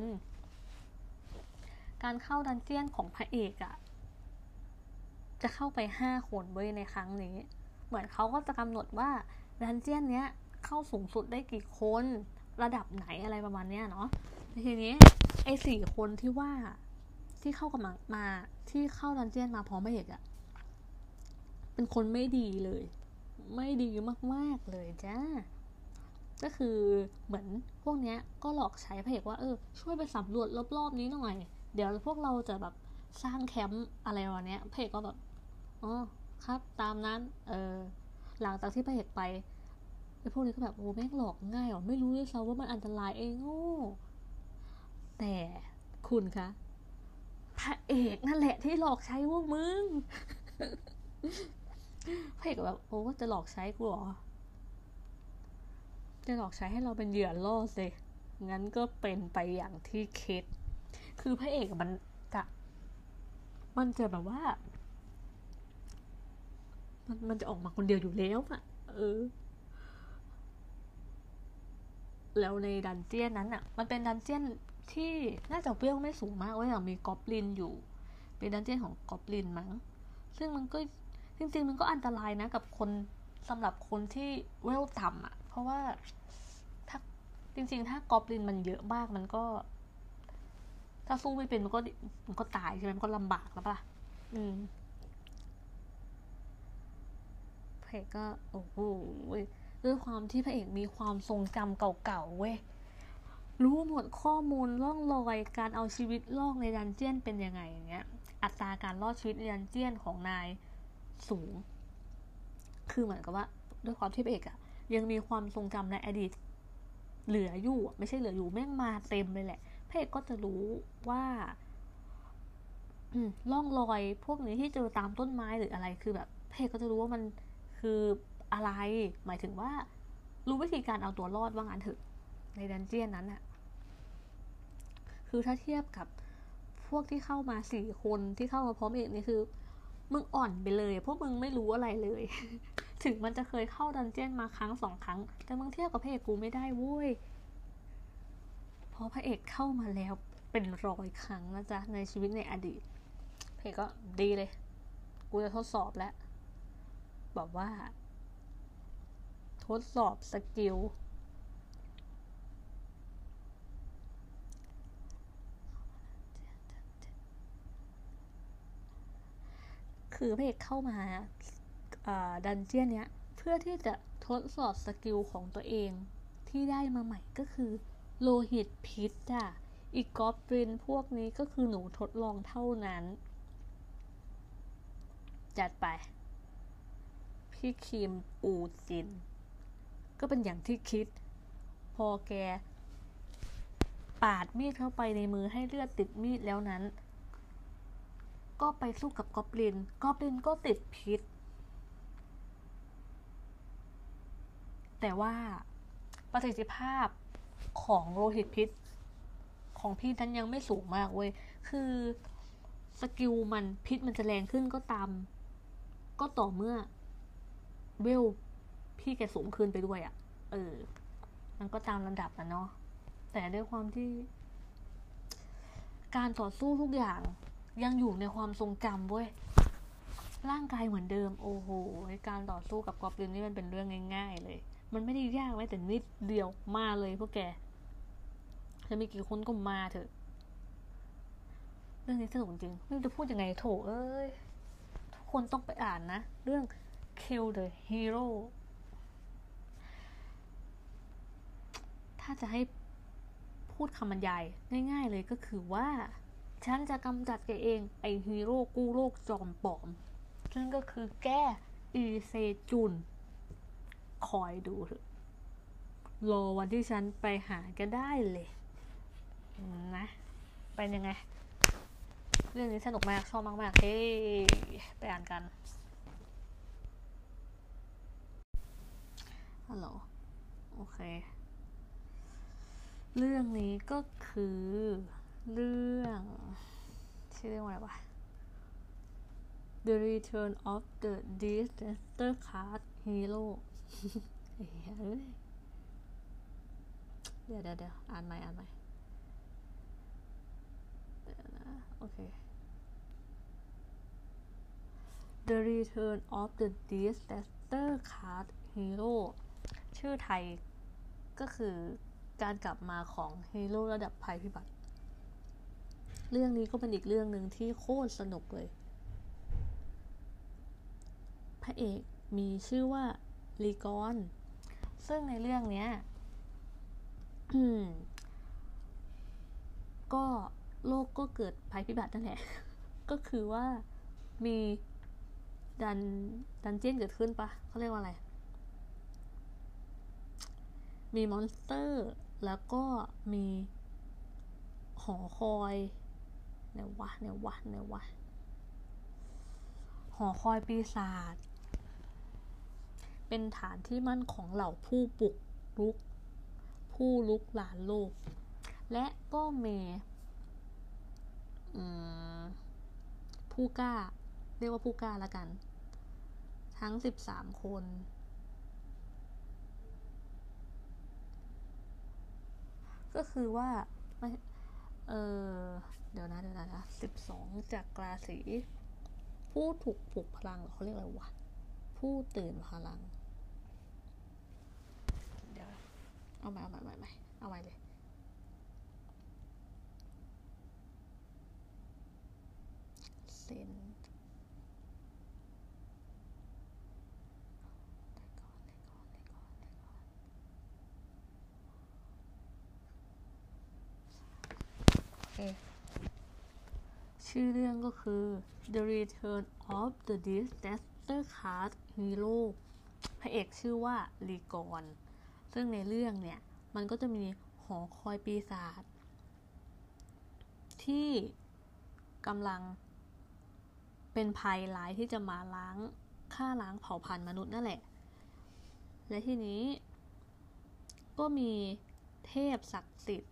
การเข้าดันเจียนของพระเอกอะจะเข้าไป5 คนเว้ยในครั้งนี้เหมือนเขาก็จะกำหนดว่าดันเจียนเนี้ยเข้าสูงสุดได้กี่คนระดับไหนอะไรประมาณเนี้ยเนาะทีนี้ไอ้4 คนที่ว่าที่เข้ากับมาที่เข้าดันเจียนมาพร้อมพระเอกอะเป็นคนไม่ดีเลยไม่ดีมากๆเลยจ้าก็คือเหมือนพวกเนี้ยก็หลอกใช้พระเอกว่าช่วยไปสำรวจรอบๆนี้หน่อยเดี๋ยวพวกเราจะแบบสร้างแคมป์อะไรวันเนี้ยพระเอกก็แบบอ๋อครับตามนั้นหลังจากที่พระเอกไปไอ้พวกนี้ก็แบบโอ้แม่งหลอกง่ายหรอไม่รู้ด้วยซ้ำว่ามันอันตรายเองโง่แต่คุณคะพระเอกนั่นแหละที่หลอกใช้พวกมึงพระเอกแบบโอ้จะหลอกใช้กูเหรอจะหลอกใช้ให้เราเป็นเหยื่อล่อสิงั้นก็เป็นไปอย่างที่คิดคือพระเอกมันจะแบบว่ามันจะออกมาคนเดียวอยู่แล้วอะแล้วในดันเจียนนั้นอ่ะมันเป็นดันเจียนที่น่าจะเวลไม่สูงมากเว้ยมีกอบลินอยู่เป็นดันเจียนของกอบลินมั้งซึ่งมันก็จริงๆมันก็อันตรายนะกับคนสำหรับคนที่เวลต่ำอ่ะเพราะว่าถ้าจริงๆถ้ากอบลินมันเยอะมากมันก็ถ้าสู้ไม่เป็นมันก็ตายใช่ไหมมันก็ลำบากแล้วป่ะพระเอกก็โอ้โหด้วยความที่พระเอกมีความทรงจำเก่าๆเว้ยรู้หมดข้อมูลร่องรอยการเอาชีวิตรอดในดันเจียนเป็นยังไงอย่างเงี้ยอัตราการรอดชีวิตในดันเจียนของนายสูงคือเหมือนกับว่าด้วยความที่พระเอกอะยังมีความทรงจำในอดีตเหลืออยู่ไม่ใช่เหลืออยู่แม่งมาเต็มเลยแหละพระเอกก็จะรู้ว่าร่องรอยพวกนี้ที่เจอตามต้นไม้หรืออะไรคือแบบพระเอกก็จะรู้ว่ามันคืออะไรหมายถึงว่ารู้วิธีการเอาตัวรอดว่างั้นเถอะในดันเจียนนั้นอะคือถ้าเทียบกับพวกที่เข้ามา4 คนที่เข้ามาพร้อมเอกนี่คือมึงอ่อนไปเลยพวกมึงไม่รู้อะไรเลยถึงมันจะเคยเข้าดันเจียนมาครั้ง2 ครั้งแต่มึงเทียบกับพระเอกกูไม่ได้เว้ยเพราะพระเอกเข้ามาแล้วเป็น100 ครั้งนะจ๊ะในชีวิตในอดีตพระเอกก็ดีเลยกูจะทดสอบแล้วบอกว่าทดสอบสกิลคือพระเอกเข้ามาดันเจียนเนี้ยเพื่อที่จะทดสอบสกิลของตัวเองที่ได้มาใหม่ก็คือโลหิตพิษอ่ะอีกกอบลินพวกนี้ก็คือหนูทดลองเท่านั้นจัดไปพี่คิมอูจินก็เป็นอย่างที่คิดพอแกปาดมีดเข้าไปในมือให้เลือดติดมีดแล้วนั้นก็ไปสู้กับกอบลินก็ติดพิษแต่ว่าประสิทธิภาพของโลหิตพิษของพี่นั้นยังไม่สูงมากเว้ยคือสกิลมันพิษมันจะแรงขึ้นก็ตามก็ต่อเมื่อเวลพี่แกสูงขึ้นไปด้วยอะมันก็ตามลำดับนะเนาะแต่ด้วยความที่การต่อสู้ทุกอย่างยังอยู่ในความทรงจำเว้ยร่างกายเหมือนเดิมโอ้โหการต่อสู้กับกอบลินนี่มันเป็นเรื่องง่ายๆเลยมันไม่ได้ยากแม้แต่นิดเดียวมาเลยพวกแกจะมีกี่คนก็มาเถอะเรื่องนี้สนุกจริงไม่รู้จะพูดยังไงโถเอ้ยทุกคนต้องไปอ่านนะเรื่อง Kill the Hero ถ้าจะให้พูดคำบรรยายง่ายๆเลยก็คือว่าฉันจะกำจัดแกเองไอฮีโร่กู้โลกจอมปลอมซึ่งก็คือแกอีเซจุนคอยดูเถอะรอวันที่ฉันไปหาแกได้เลยนะเป็นยังไงเรื่องนี้สนุกมากชอบมากๆเฮ้ไปอ่านกันฮัลโหลโอเคเรื่องนี้ก็คือเรื่องชื่อเรื่องอะไรวะ The Return of the Disaster Card Hero เดี๋ยวอ่านใหม่เดี๋ยวนะโอเค The Return of the Disaster Card Hero ชื่อไทยก็คือการกลับมาของฮีโร่ระดับภัยพิบัติเรื่องนี้ก็เป็นอีกเรื่องหนึ่งที่โคตรสนุกเลยพระเอกมีชื่อว่าลีกอนซึ่งในเรื่องเนี้ยก็โลกก็เกิดภัยพิบัตินั่นแหละก็คือว่ามีดันเจี้ยนเกิดขึ้นปะเขาเรียกว่าอะไรมีมอนสเตอร์แล้วก็มีหอคอยไหนวะหอคอยปีศาจเป็นฐานที่มั่นของเหล่าผู้บุกรุกผู้ลุกลานโลกและก็มีผู้กล้าเรียกว่าผู้กล้าละกันทั้ง13คนก็คือว่าเดี๋ยวนะ12จากราศีผู้ถูกปลุกพลังเขาเรียกอะไรวะผู้ตื่นพลังเดี๋ยวเอาใหม่เลยเซนชื่อเรื่องก็คือ The Return of the Disaster Card Hero พระเอกชื่อว่าลีกอนซึ่งในเรื่องเนี่ยมันก็จะมีหอคอยปีศาจที่กำลังเป็นภัยร้ายที่จะมาฆ่าล้างเผ่าพันธุ์มนุษย์นั่นแหละและทีนี้ก็มีเทพศักดิ์สิทธิ์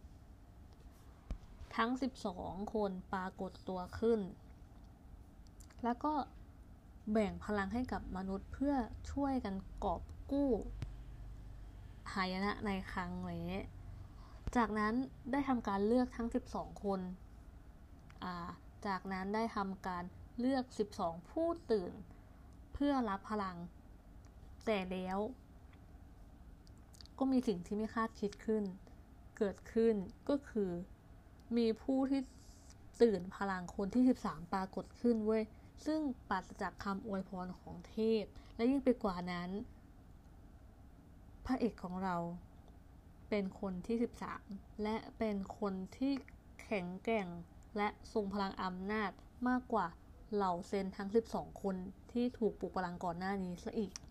ทั้ง12คนปรากฏตัวขึ้นแล้วก็แบ่งพลังให้กับมนุษย์เพื่อช่วยกันกอบกู้หายนะในครั้งนี้จากนั้นได้ทำการเลือกทั้ง12คนจากนั้นได้ทำการเลือก12ผู้ตื่นเพื่อรับพลังแต่แล้วก็มีสิ่งที่ไม่คาดคิดเกิดขึ้นก็คือมีผู้ที่ตื่นพลังคนที่13ปรากฏขึ้นเว้ยซึ่งปราศจากคำอวยพรของเทพและยิ่งไปกว่านั้นพระเอกของเราเป็นคนที่13และเป็นคนที่แข็งแกร่งและทรงพลังอำนาจมากกว่าเหล่าเซนทั้ง12คนที่ถูกปลุกพลังก่อนหน้านี้ซะอีก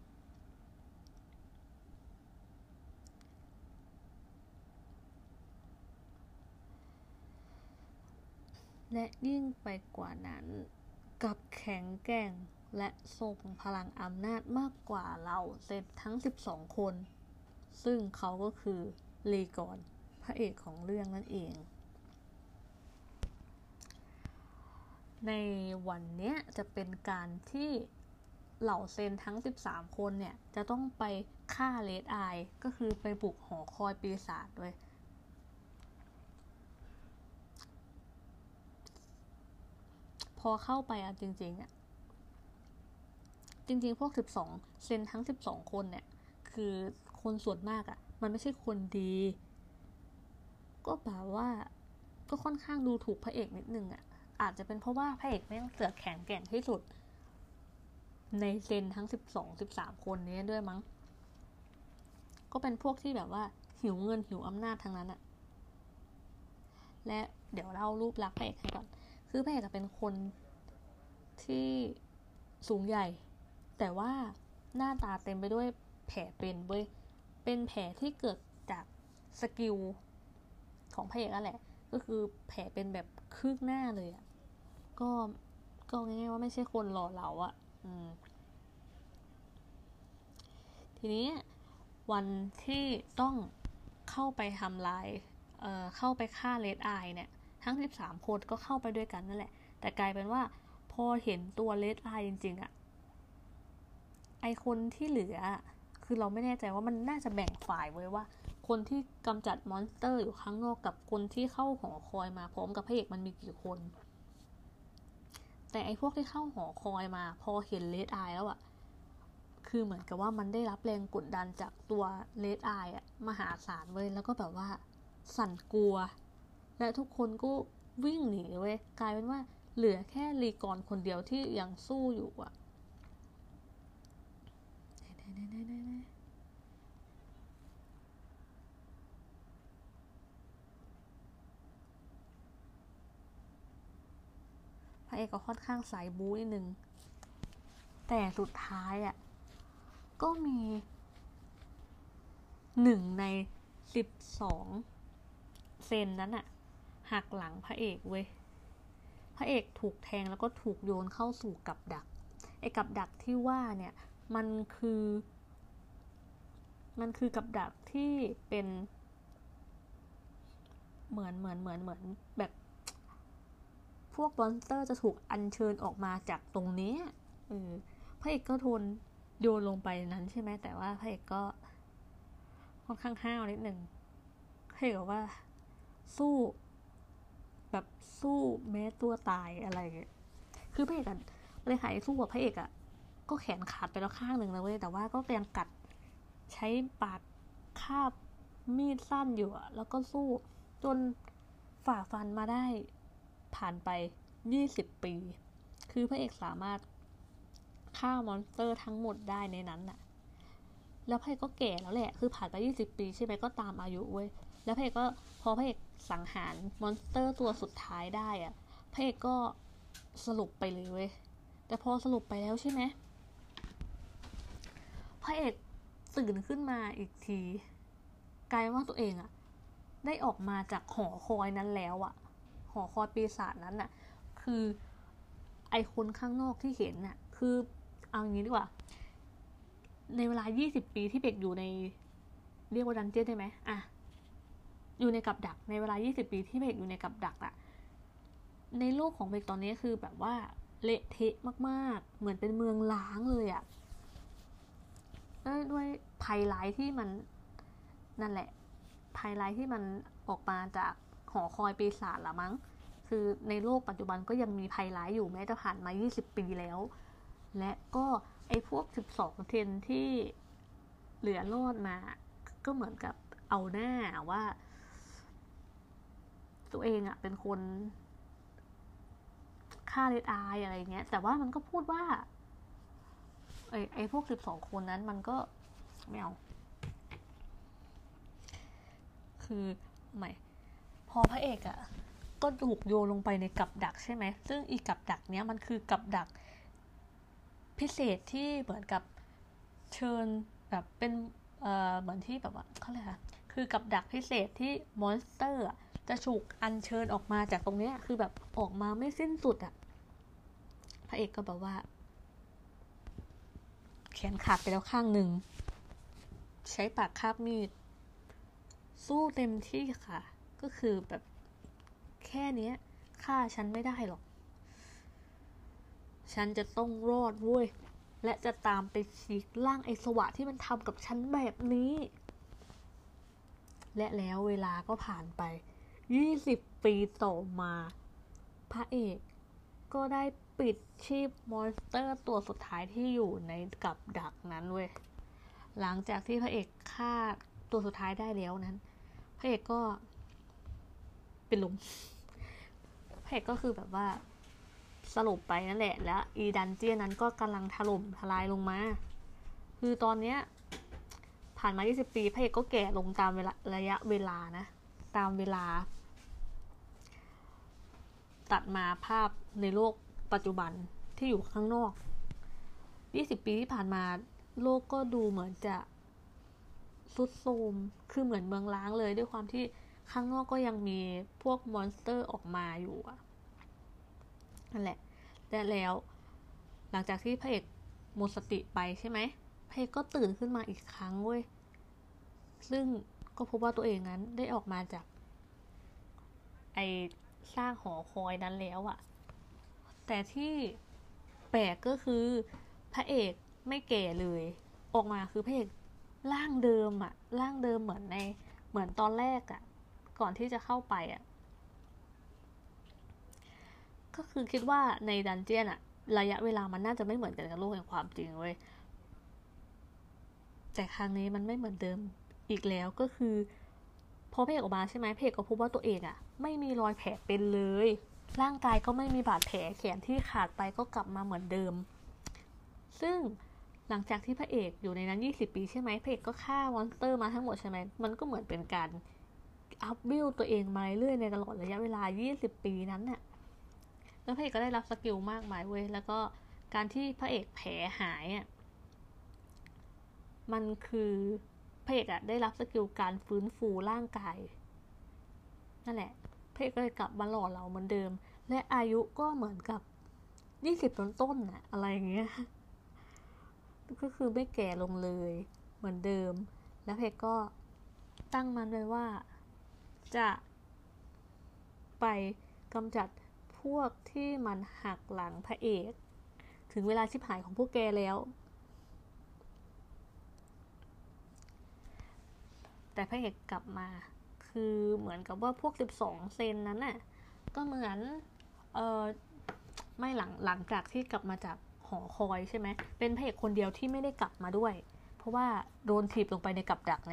และยิ่งไปกว่านั้นกับแข็งแกร่งและทรงพลังอำนาจมากกว่าเหล่าเซนทั้ง12คนซึ่งเขาก็คือลีกอนพระเอกของเรื่องนั่นเองในวันนี้จะเป็นการที่เหล่าเซนทั้ง13คนเนี่ยจะต้องไปฆ่าเรดไอย์ก็คือไปบุกหอคอยปีศาจด้วยพอเข้าไปจริงๆจริงๆพวก12เซนทั้ง12คนเนี่ยคือคนส่วนมากมันไม่ใช่คนดีก็แบบว่าก็ค่อนข้างดูถูกพระเอกนิดนึงอาจจะเป็นเพราะว่าพระเอกแม่งเสือกแข็งแกร่งที่สุดในเซนทั้ง12-13คนนี้ด้วยมั้งก็เป็นพวกที่แบบว่าหิวเงินหิวอำนาจทั้งนั้นและเดี๋ยวเล่ารูปลักษณ์พระเอกให้ก่อนคือพระเอกเป็นคนที่สูงใหญ่แต่ว่าหน้าตาเต็มไปด้วยแผลเป็นแผลที่เกิดจากสกิลของพระเอกนั่นแหละก็คือแผลเป็นแบบครึ่งหน้าเลยก็ง่ายๆว่าไม่ใช่คนหล่อเหลาทีนี้วันที่ต้องเข้าไปทำลายเข้าไปฆ่าเรดไอย์เนี่ยทั้ง13คนก็เข้าไปด้วยกันนั่นแหละแต่กลายเป็นว่าพอเห็นตัวเรดไอย์จริงๆไอคนที่เหลือคือเราไม่แน่ใจว่ามันน่าจะแบ่งฝ่ายไว้ว่าคนที่กำจัดมอนสเตอร์อยู่ข้างนอกกับคนที่เข้าหอคอยมาพร้อมกับพระเอกมันมีกี่คนแต่ไอพวกที่เข้าหอคอยมาพอเห็นเรดไอย์แล้วคือเหมือนกับว่ามันได้รับแรงกดดันจากตัวเรดไอย์มหาศาลเว้ยแล้วก็แบบว่าสั่นกลัวและทุกคนก็วิ่งหนีเว้ยกลายเป็นว่าเหลือแค่ลีกอนคนเดียวที่ยังสู้อยู่พระเอกก็ค่อนข้างสายบู๊นิดนึงแต่สุดท้ายก็มี1 ใน 12เซนนั้นหักหลังพระเอกเว้ยพระเอกถูกแทงแล้วก็ถูกโยนเข้าสู่กับดักไอ้กับดักที่ว่าเนี่ยมันคือกับดักที่เป็นเหมือนแบบพวกมอนสเตอร์จะถูกอัญเชิญออกมาจากตรงนี้พระเอกก็โดนโยนลงไปนั้นใช่ไหมแต่ว่าพระเอกก็ค่อนข้างห้าวนิดหนึ่งพระเอกบอกว่าสู้แบบสู้แม้ตัวตายอะไรคือพระเอกเลยหายสู้กับพระเอกก็แขนขาดไปแล้วข้างหนึ่งแล้วเว้ยแต่ว่าก็ยังกัดใช้ปาดคาบมีดสั้นอยู่แล้วก็สู้จนฝ่าฟันมาได้ผ่านไป20 ปีคือพระเอกสามารถฆ่ามอนสเตอร์ทั้งหมดได้ในนั้นแล้วพระเอกก็แก่แล้วแหละคือผ่านไป20 ปีใช่ไหมก็ตามอายุเว้ยแล้วพระเอกก็พอพระเอกสังหารมอนสเตอร์ตัวสุดท้ายได้พระเอกก็สลบไปเลยเว้ยแต่พอสลบไปแล้วใช่ไหมพระเอกตื่นขึ้นมาอีกทีกลายว่าตัวเองได้ออกมาจากหอคอยนั้นแล้วหอคอยปีศาจนั้นคือไอคนข้างนอกที่เห็นคือเอาอย่างนี้ดีกว่าในเวลา20 ปีที่เบกอยู่ในเรียกว่าดันเจี้ยนได้ไหมอยู่ในกับดักในเวลา20 ปีที่เบกอยู่ในกับดักในโลกของเบกตอนนี้คือแบบว่าเละเทะมากๆเหมือนเป็นเมืองล้างเลยด้วยภัยร้ายที่มันนั่นแหละภัยร้ายที่มันออกมาจากหอคอยปีศาจละมั้งคือในโลกปัจจุบันก็ยังมีภัยร้ายอยู่แม้จะผ่านมา20 ปีแล้วและก็ไอ้พวก12เทนที่เหลือรอดมาก็เหมือนกับเอาหน้าว่าตัวเองเป็นคนฆ่าเรดอายอะไรเงี้ยแต่ว่ามันก็พูดว่าไอ้พวก12คนนั้นมันก็ไม่เอาคือไม่พอพระเอกอะก็ถูกโยนลงไปในกับดักใช่ไหมซึ่งอีกับดักเนี้ยมันคือกับดักพิเศษที่เหมือนกับเชิญแบบเป็นเหมือนที่แบบว่าเขาเรียกอะไรคือกับดักพิเศษที่มอนสเตอร์จะถูกอัญเชิญออกมาจากตรงเนี้ยคือแบบออกมาไม่สิ้นสุดอะพระเอกก็แบบว่าแขนขาดไปแล้วข้างหนึ่งใช้ปากคาบมีดสู้เต็มที่ค่ะก็คือแบบแค่นี้ฆ่าฉันไม่ได้หรอกฉันจะต้องรอดเว้ยและจะตามไปฉีกร่างไอ้สวะที่มันทำกับฉันแบบนี้และแล้วเวลาก็ผ่านไป20 ปีต่อมาพระเอกก็ได้ปิดชีพมอนสเตอร์ตัวสุดท้ายที่อยู่ในกับดักนั้นเว้ยหลังจากที่พระเอกฆ่าตัวสุดท้ายได้แล้วนั้นพระเอกก็เป็นลมพระเอกก็คือแบบว่าสลบไปนั่นแหละแล้วอีดันเจี้ยนนั้นก็กำลังถล่มทลายลงมาคือตอนเนี้ยผ่านมา20 ปีพระเอกก็แก่ลงตามระยะเวลานะตามเวลาตัดมาภาพในโลกปัจจุบันที่อยู่ข้างนอก20 ปีที่ผ่านมาโลกก็ดูเหมือนจะทรุดโทรมคือเหมือนเมืองร้างเลยด้วยความที่ข้างนอกก็ยังมีพวกมอนสเตอร์ออกมาอยู่นั่นแหละแต่แล้วหลังจากที่พระเอกหมดสติไปใช่ไหมพระเอกก็ตื่นขึ้นมาอีกครั้งเว้ยซึ่งก็พบว่าตัวเองนั้นได้ออกมาจากไอสร้างหอคอยนั้นแล้วอะแต่ที่แปลกก็คือพระเอกไม่แก่เลยออกมาคือพระเอกร่างเดิมอะร่างเดิมเหมือนตอนแรกอะก่อนที่จะเข้าไปอะก็คือคิดว่าในดันเจียนอะระยะเวลามันน่าจะไม่เหมือนกันกับโลกแห่งความจริงเว้ยแต่ครั้งนี้มันไม่เหมือนเดิมอีกแล้วก็คือพอพระเอกออกมาใช่ไหมพระเอกก็พบว่าตัวเองอะไม่มีรอยแผลเป็นเลยร่างกายก็ไม่มีบาดแผลแขนที่ขาดไปก็กลับมาเหมือนเดิมซึ่งหลังจากที่พระเอกอยู่ในนั้น20 ปีใช่ไหมพระเอกก็ฆ่ามอนสเตอร์มาทั้งหมดใช่ไหมมันก็เหมือนเป็นการอัพบิลตัวเองมาเรื่อยในตลอดระยะเวลา20 ปีนั้นน่ะแล้วพระเอกก็ได้รับสกิลมากมายเว้ยแล้วก็การที่พระเอกแผลหายอ่ะมันคือพระเอกอะได้รับสกิลการฟื้นฟูร่างกายนั่นแหละพระเอกก็เลยกลับมาหล่อเหลาเหมือนเดิมและอายุก็เหมือนกับ20ต้นๆน่ะอะไรอย่างเงี้ยก็คือไม่แก่ลงเลยเหมือนเดิมแล้วพระเอกก็ตั้งมันไว้ว่าจะไปกำจัดพวกที่มันหักหลังพระเอกถึงเวลาชิบหายของพวกแกแล้วแต่พระเอกกลับมาคือเหมือนกับว่าพวก12เซนนั้นน่ะก็เหมือนไม่หลังจากที่กลับมาจากหอคอยใช่ไหมเป็นพระเอกคนเดียวที่ไม่ได้กลับมาด้วยเพราะว่าโดนถีบลงไปในกับดักไง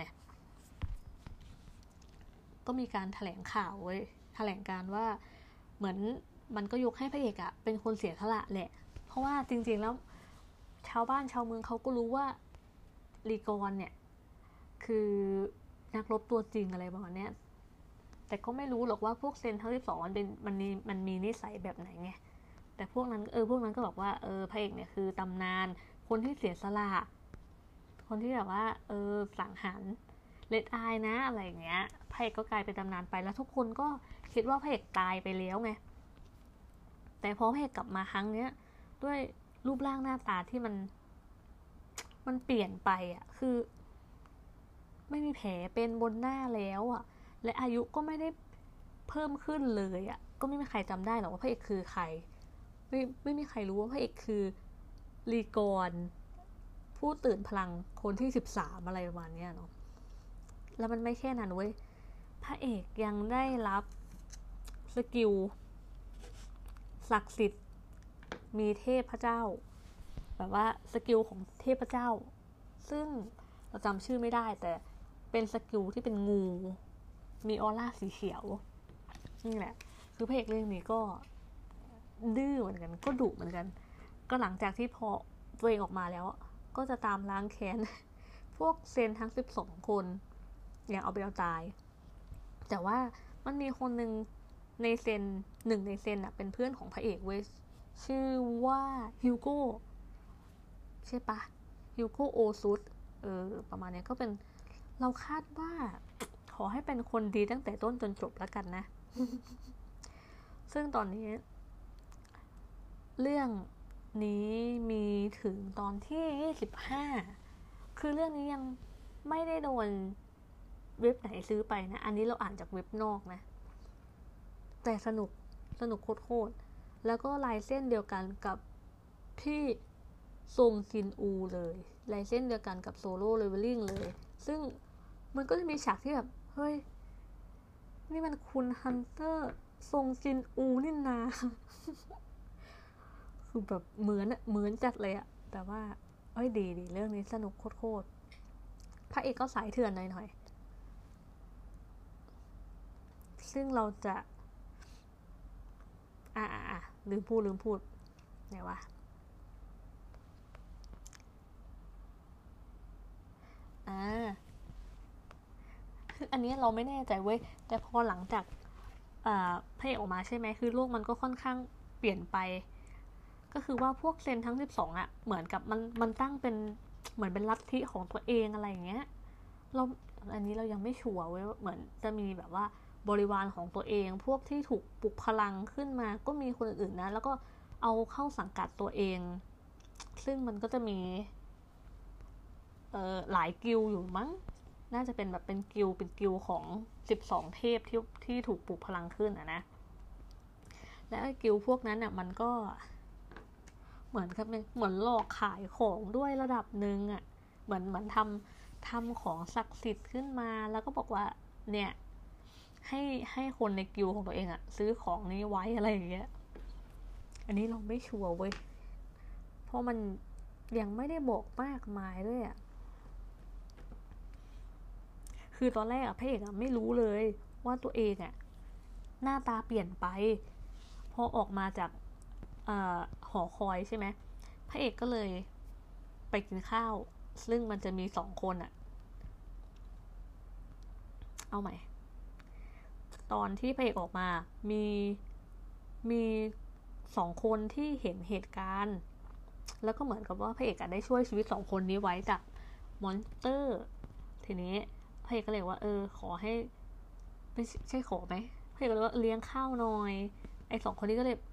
ก็มีการแถลงข่าวไว้แถลงการว่าเหมือนมันก็ยกให้พระเอกอะเป็นคนเสียสละแหละเพราะว่าจริงๆแล้วชาวบ้านชาวเมืองเขาก็รู้ว่าลีกอนเนี่ยคือนักรบตัวจริงอะไรประมาณนี้แต่ก็ไม่รู้หรอกว่าพวกเซนทั้ง12มันมีนิสัยแบบไหนไงแต่พวกนั้นก็บอกว่าพระเอกเนี่ยคือตำนานคนที่เสียสละคนที่แบบว่าสังหารเลดอายนะอะไรอย่างเงี้ยพระเอกก็กลายเป็นตำนานไปแล้วทุกคนก็คิดว่าพระเอกตายไปแล้วไงแต่พอพระเอกกลับมาครั้งเนี้ยด้วยรูปร่างหน้าตาที่มันเปลี่ยนไปอ่ะคือไม่มีแผลเป็นบนหน้าแล้วอ่ะและอายุก็ไม่ได้เพิ่มขึ้นเลยอ่ะก็ไม่มีใครจำได้หรอกว่าพระเอกคือใครไม่มีใครรู้ว่าพระเอกคือลีกอนผู้ตื่นพลังคนที่13อะไรประมาณนี้เนาะแล้วมันไม่แค่นั้นเว้ยพระเอกยังได้รับสกิลศักดิ์สิทธิ์มีเทพเจ้าแบบว่าสกิลของเทพเจ้าซึ่งเราจำชื่อไม่ได้แต่เป็นสกิลที่เป็นงูมีออร่าสีเขียวนี่แหละคือพระเอกเรื่องนี้ก็ดื้อเหมือนกันก็ดุเหมือนกันก็หลังจากที่พอตัวเองออกมาแล้วก็จะตามล้างแค้นพวกเซนทั้ง12คนอย่างเอาไปเอาตายแต่ว่ามันมีคนหนึ่งในเซนหนึ่งในเซนเป็นเพื่อนของพระเอกเว้ยชื่อว่าฮิวโก้ใช่ปะฮิวโก้โอซุสประมาณนี้ก็เป็นเราคาดว่าขอให้เป็นคนดีตั้งแต่ต้นจนจบแล้วกันนะ ซึ่งตอนนี้เรื่องนี้มีถึงตอนที่25คือเรื่องนี้ยังไม่ได้โดนเว็บไหนซื้อไปนะอันนี้เราอ่านจากเว็บนอกนะแต่สนุกโคตรแล้วก็ลายเส้นเดียวกันกับพี่ซงซินอูเลยลายเส้นเดียวกันกับโซโล่เลเวลลิ่งเลยซึ่งมันก็จะมีฉากที่แบบเฮ้ยนี่มันคุณฮันเตอร์ซงซินอูนี่นา คือแบบเหมือนจัดเลยอะแต่ว่าดีเรื่องนี้สนุกโคตรพระเอกก็สายเถื่อนหน่อยซึ่งเราจะลืมพูดไหนวะคืออันนี้เราไม่แน่ใจเว้ยแต่พอหลังจากพระเอกออกมาใช่ไหมคือโลกมันก็ค่อนข้างเปลี่ยนไปก็คือว่าพวกเซนทั้ง12เหมือนกับมันตั้งเป็นเหมือนเป็นลัทธิของตัวเองอะไรอย่างเงี้ยอันนี้เรายังไม่ชัวร์เว้ยเหมือนจะมีแบบว่าบริวารของตัวเองพวกที่ถูกปลุกพลังขึ้นมาก็มีคนอื่นๆนะแล้วก็เอาเข้าสังกัดตัวเองซึ่งมันก็จะมีหลายกิลอยู่มั้งน่าจะเป็นแบบเป็นกิลของ12เทพที่ถูกปลุกพลังขึ้นนะและกิลพวกนั้นมันก็เหมือนกับเหมือนหลอกขายของด้วยระดับหนึ่งเหมือนทำของศักดิ์สิทธิ์ขึ้นมาแล้วก็บอกว่าเนี่ยให้คนในกิลของตัวเองซื้อของนี้ไว้อะไรอย่างเงี้ยอันนี้เราไม่ชัวร์เว้ยเพราะมันยังไม่ได้บอกมากมายด้วยคือตอนแรกพระเอกไม่รู้เลยว่าตัวเองหน้าตาเปลี่ยนไปพอออกมาจากหอคอยใช่ไหมพระเอกก็เลยไปกินข้าวซึ่งมันจะมี2คนเอาใหม่ตอนที่พระเอกออกมามี2คนที่เห็นเหตุการณ์แล้วก็เหมือนกับว่าพระเอกได้ช่วยชีวิต2คนนี้ไว้จากมอนสเตอร์ทีนี้พระเอกก็เลยว่าขอให้ไม่ใช่ขอไหมพระเอกก็เลยว่าเลี้ยงข้าวหน่อยไอ้2คนนี้ก็เลย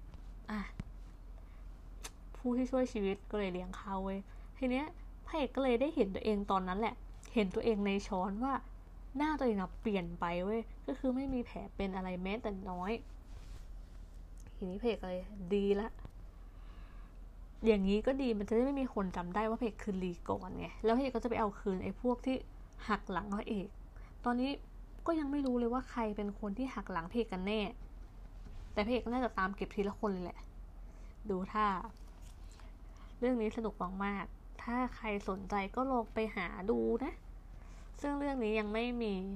ผู้ที่ช่วยชีวิตก็เลยเลี้ยงข้าวเว้ยทีเนี้ยพระเอกก็เลยได้เห็นตัวเองตอนนั้นแหละเห็นตัวเองในช้อนว่าหน้าตัวเองเปลี่ยนไปเว้ยก็คือไม่มีแผลเป็นอะไรแม้แต่น้อยทีนี้พระเอกเลยดีละอย่างนี้ก็ดีมันจะได้ไม่มีคนจำได้ว่าพระเอกคือลีกอนไงแล้วพระเอกก็จะไปเอาคืนไอ้พวกที่หักหลังพระเอกตอนนี้ก็ยังไม่รู้เลยว่าใครเป็นคนที่หักหลังพระเอกกันแน่แต่พระเอกน่าจะตามเก็บทีละคนเลยแหละดูท่าเรื่องนี้สนุกมากๆถ้าใครสนใจก็ลองไปหาดูนะซึ่งเรื่องนี้ยังไม่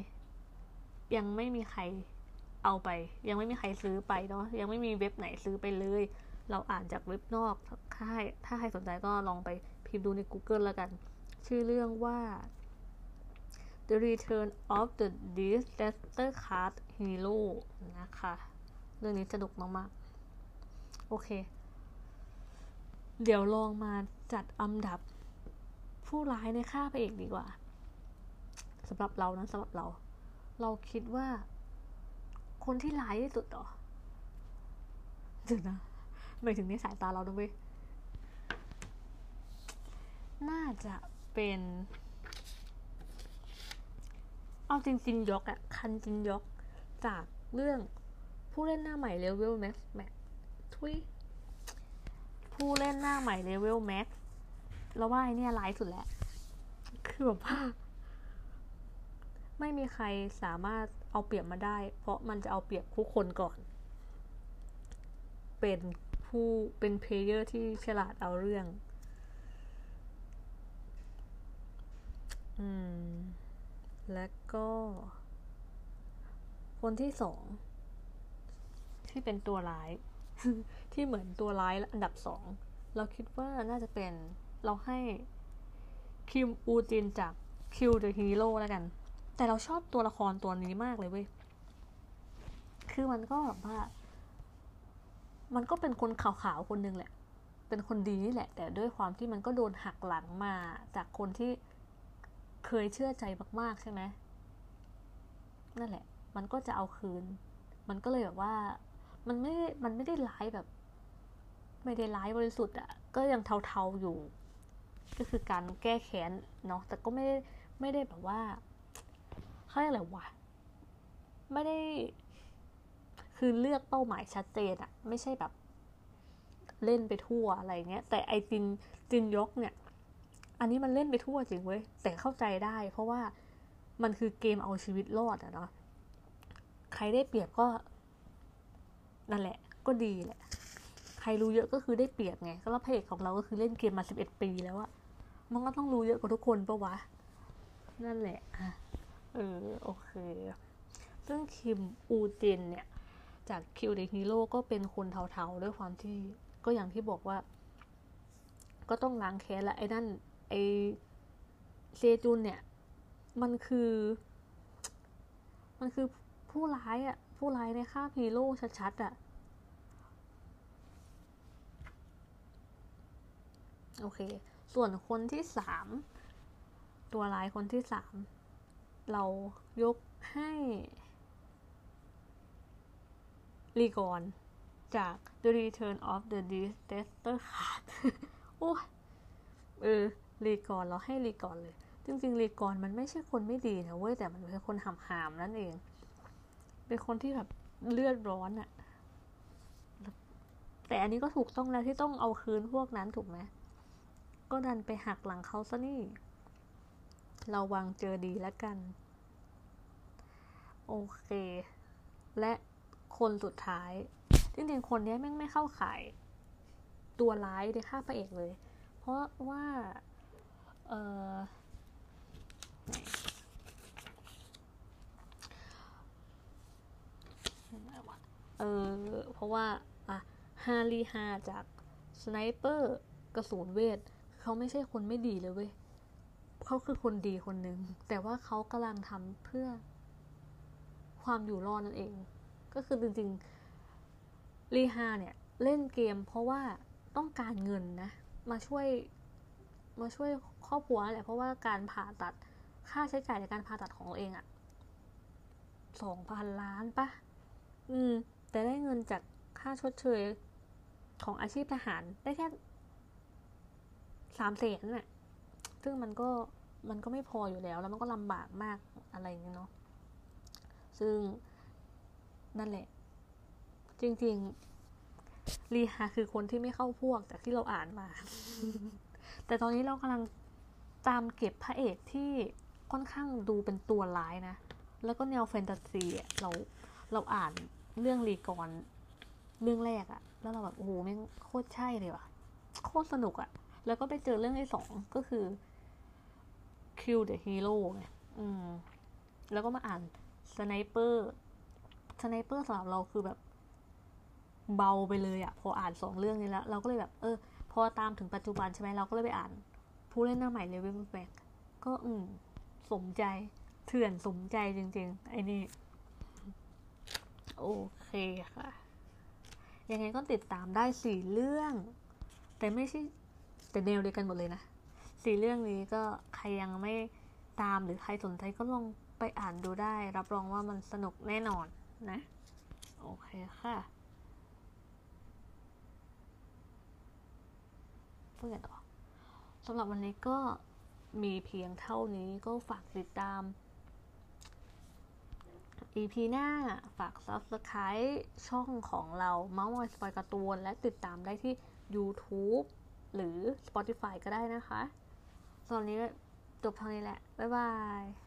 มีใครเอาไปยังไม่มีใครซื้อไปเนาะยังไม่มีเว็บไหนซื้อไปเลยเราอ่านจากเว็บนอกถ้าใครสนใจก็ลองไปพิมพ์ดูใน Google แล้วกันชื่อเรื่องว่า The Return of the Disaster Card Hero นะคะเรื่องนี้สนุกมากๆโอเคเดี๋ยวลองมาจัดอันดับผู้ร้ายในฆ่าพระเอกดีกว่าสำหรับเรานะเราคิดว่าคนที่ร้ายที่สุดหรอเดี๋ยวนะไม่ถึงในสายตาเราด้วยน่าจะเป็นเอาจริงๆยกคันจินยกจากเรื่องผู้เล่นหน้าใหม่เลเวลแม็กผู้เล่นหน้าใหม่เลเวลแม็กแล้วว่าไอ้นี่ร้ายสุดแหละคือแบบว่าไม่มีใครสามารถเอาเปรียบมาได้เพราะมันจะเอาเปรียบทุกคนก่อนเป็นเพลเยอร์ที่ฉลาดเอาเรื่องและก็คนที่2ที่เป็นตัวร้ายที่เหมือนตัวร้ายอันดับ2เราคิดว่าน่าจะเป็นเราให้คิมอูจินจาก Kill the Hero แล้วกันแต่เราชอบตัวละครตัวนี้มากเลยเว้ยคือมันก็แบบว่ามันก็เป็นคนขาวๆคนนึงแหละเป็นคนดีนี่แหละแต่ด้วยความที่มันก็โดนหักหลังมาจากคนที่เคยเชื่อใจมากๆใช่ไหมนั่นแหละมันก็จะเอาคืนมันก็เลยแบบว่ามันไม่ได้ร้ายแบบไม่ได้ร้ายบริสุทธิ์อ่ะก็ยังเทาๆอยู่ก็คือการแก้แค้นเนาะแต่ก็ไม่ได้แบบว่าเขาเรียกอะไรวะไม่ได้คือเลือกเป้าหมายชัดเจนอะไม่ใช่แบบเล่นไปทั่วอะไรเงี้ยแต่ไอจินยกเนี่ยอันนี้มันเล่นไปทั่วจริงเว้ยแต่เข้าใจได้เพราะว่ามันคือเกมเอาชีวิตรอดอะเนาะใครได้เปรียบก็นั่นแหละก็ดีแหละใครรู้เยอะก็คือได้เปรียบไงก็แล้วพระเอกของเราก็คือเล่นเกมมา11 ปีแล้วอะมันก็ต้องรู้เยอะกว่าทุกคนปะวะนั่นแหละโอเคซึ่งคิมอูจินเนี่ยจากคิวเดอะฮีโร่ก็เป็นคนเทาๆด้วยความที่ก็อย่างที่บอกว่าก็ต้องล้างแค้นและไอ้นั่นไอ้เซจุนเนี่ยมันคือผู้ร้ายอะผู้ร้ายในฆ่าฮีโร่ชัดๆอะโอเคส่วนคนที่3ตัวร้ายคนที่3เรายกให้ลีกอนจาก The Return of the Death Card โอ้ลีกอนเราให้ลีกอนเลยจริงๆลีกอนมันไม่ใช่คนไม่ดีนะเว้ยแต่มันเป็นคนหามๆนั่นเองเป็นคนที่แบบเลือดร้อนอะแต่อันนี้ก็ถูกต้องแล้วที่ต้องเอาคืนพวกนั้นถูกไหมก็ดันไปหักหลังเขาซะนี่เราวางเจอดีแล้วกันโอเคและคนสุดท้ายจริงๆคนนี้แม่งไม่เข้าข่ายตัวร้ายในฆ่าพระเอกเลยเพราะว่าเพราะว่าฮารีฮาจากสไนเปอร์กระสุนเวทเขาไม่ใช่คนไม่ดีเลยเว้ยเขาคือคนดีคนหนึ่งแต่ว่าเขากำลังทำเพื่อความอยู่รอดนั่นเองก็คือจริงๆลีฮาเนี่ยเล่นเกมเพราะว่าต้องการเงินนะมาช่วยครอบครัวแหละเพราะว่าการผ่าตัดค่าใช้จ่ายในการผ่าตัดของตัวเองอะ2,000 ล้านปะแต่ได้เงินจากค่าชดเชยของอาชีพทหารได้แค่300,000น่ะซึ่งมันก็ไม่พออยู่แล้วมันก็ลำบากมากอะไรอย่างเงี้ยเนาะซึ่งนั่นแหละจริงๆลีฮาคือคนที่ไม่เข้าพวกจากที่เราอ่านมา แต่ตอนนี้เรากำลังตามเก็บพระเอกที่ค่อนข้างดูเป็นตัวร้ายนะแล้วก็แนวแฟนตาซีเราอ่านเรื่องลีกอนเรื่องแรกอะแล้วเราแบบโอ้โหแม่งโคตรใช่เลยว่ะโคตรสนุกอะแล้วก็ไปเจอเรื่องที่2ก็คือ Kill the Hero ไงแล้วก็มาอ่านสไนเปอร์สำหรับเราคือแบบเบาไปเลยอะพออ่าน2 เรื่องนี้แล้วเราก็เลยแบบพอตามถึงปัจจุบันใช่ไหมเราก็เลยไปอ่านผู้เล่นหน้าใหม่เลเวลแบ็กก็สมใจเถื่อนสมใจจริงๆไอ้นี่โอเคค่ะยังไงก็ติดตามได้4 เรื่องแต่ไม่ใช่แต่แนวเดียวกันหมดเลยนะ4 เรื่องนี้ก็ใครยังไม่ตามหรือใครสนใจก็ลองไปอ่านดูได้รับรองว่ามันสนุกแน่นอนนะโอเคค่ะพูดกันต่อสำหรับวันนี้ก็มีเพียงเท่านี้ก็ฝากติดตาม EP หน้าฝาก Subscribe ช่องของเราเมาส์มอยสปอยการ์ตูนและติดตามได้ที่ YouTube หรือ Spotify ก็ได้นะคะตอนนี้จบเท่านี้แหละบ๊ายบาย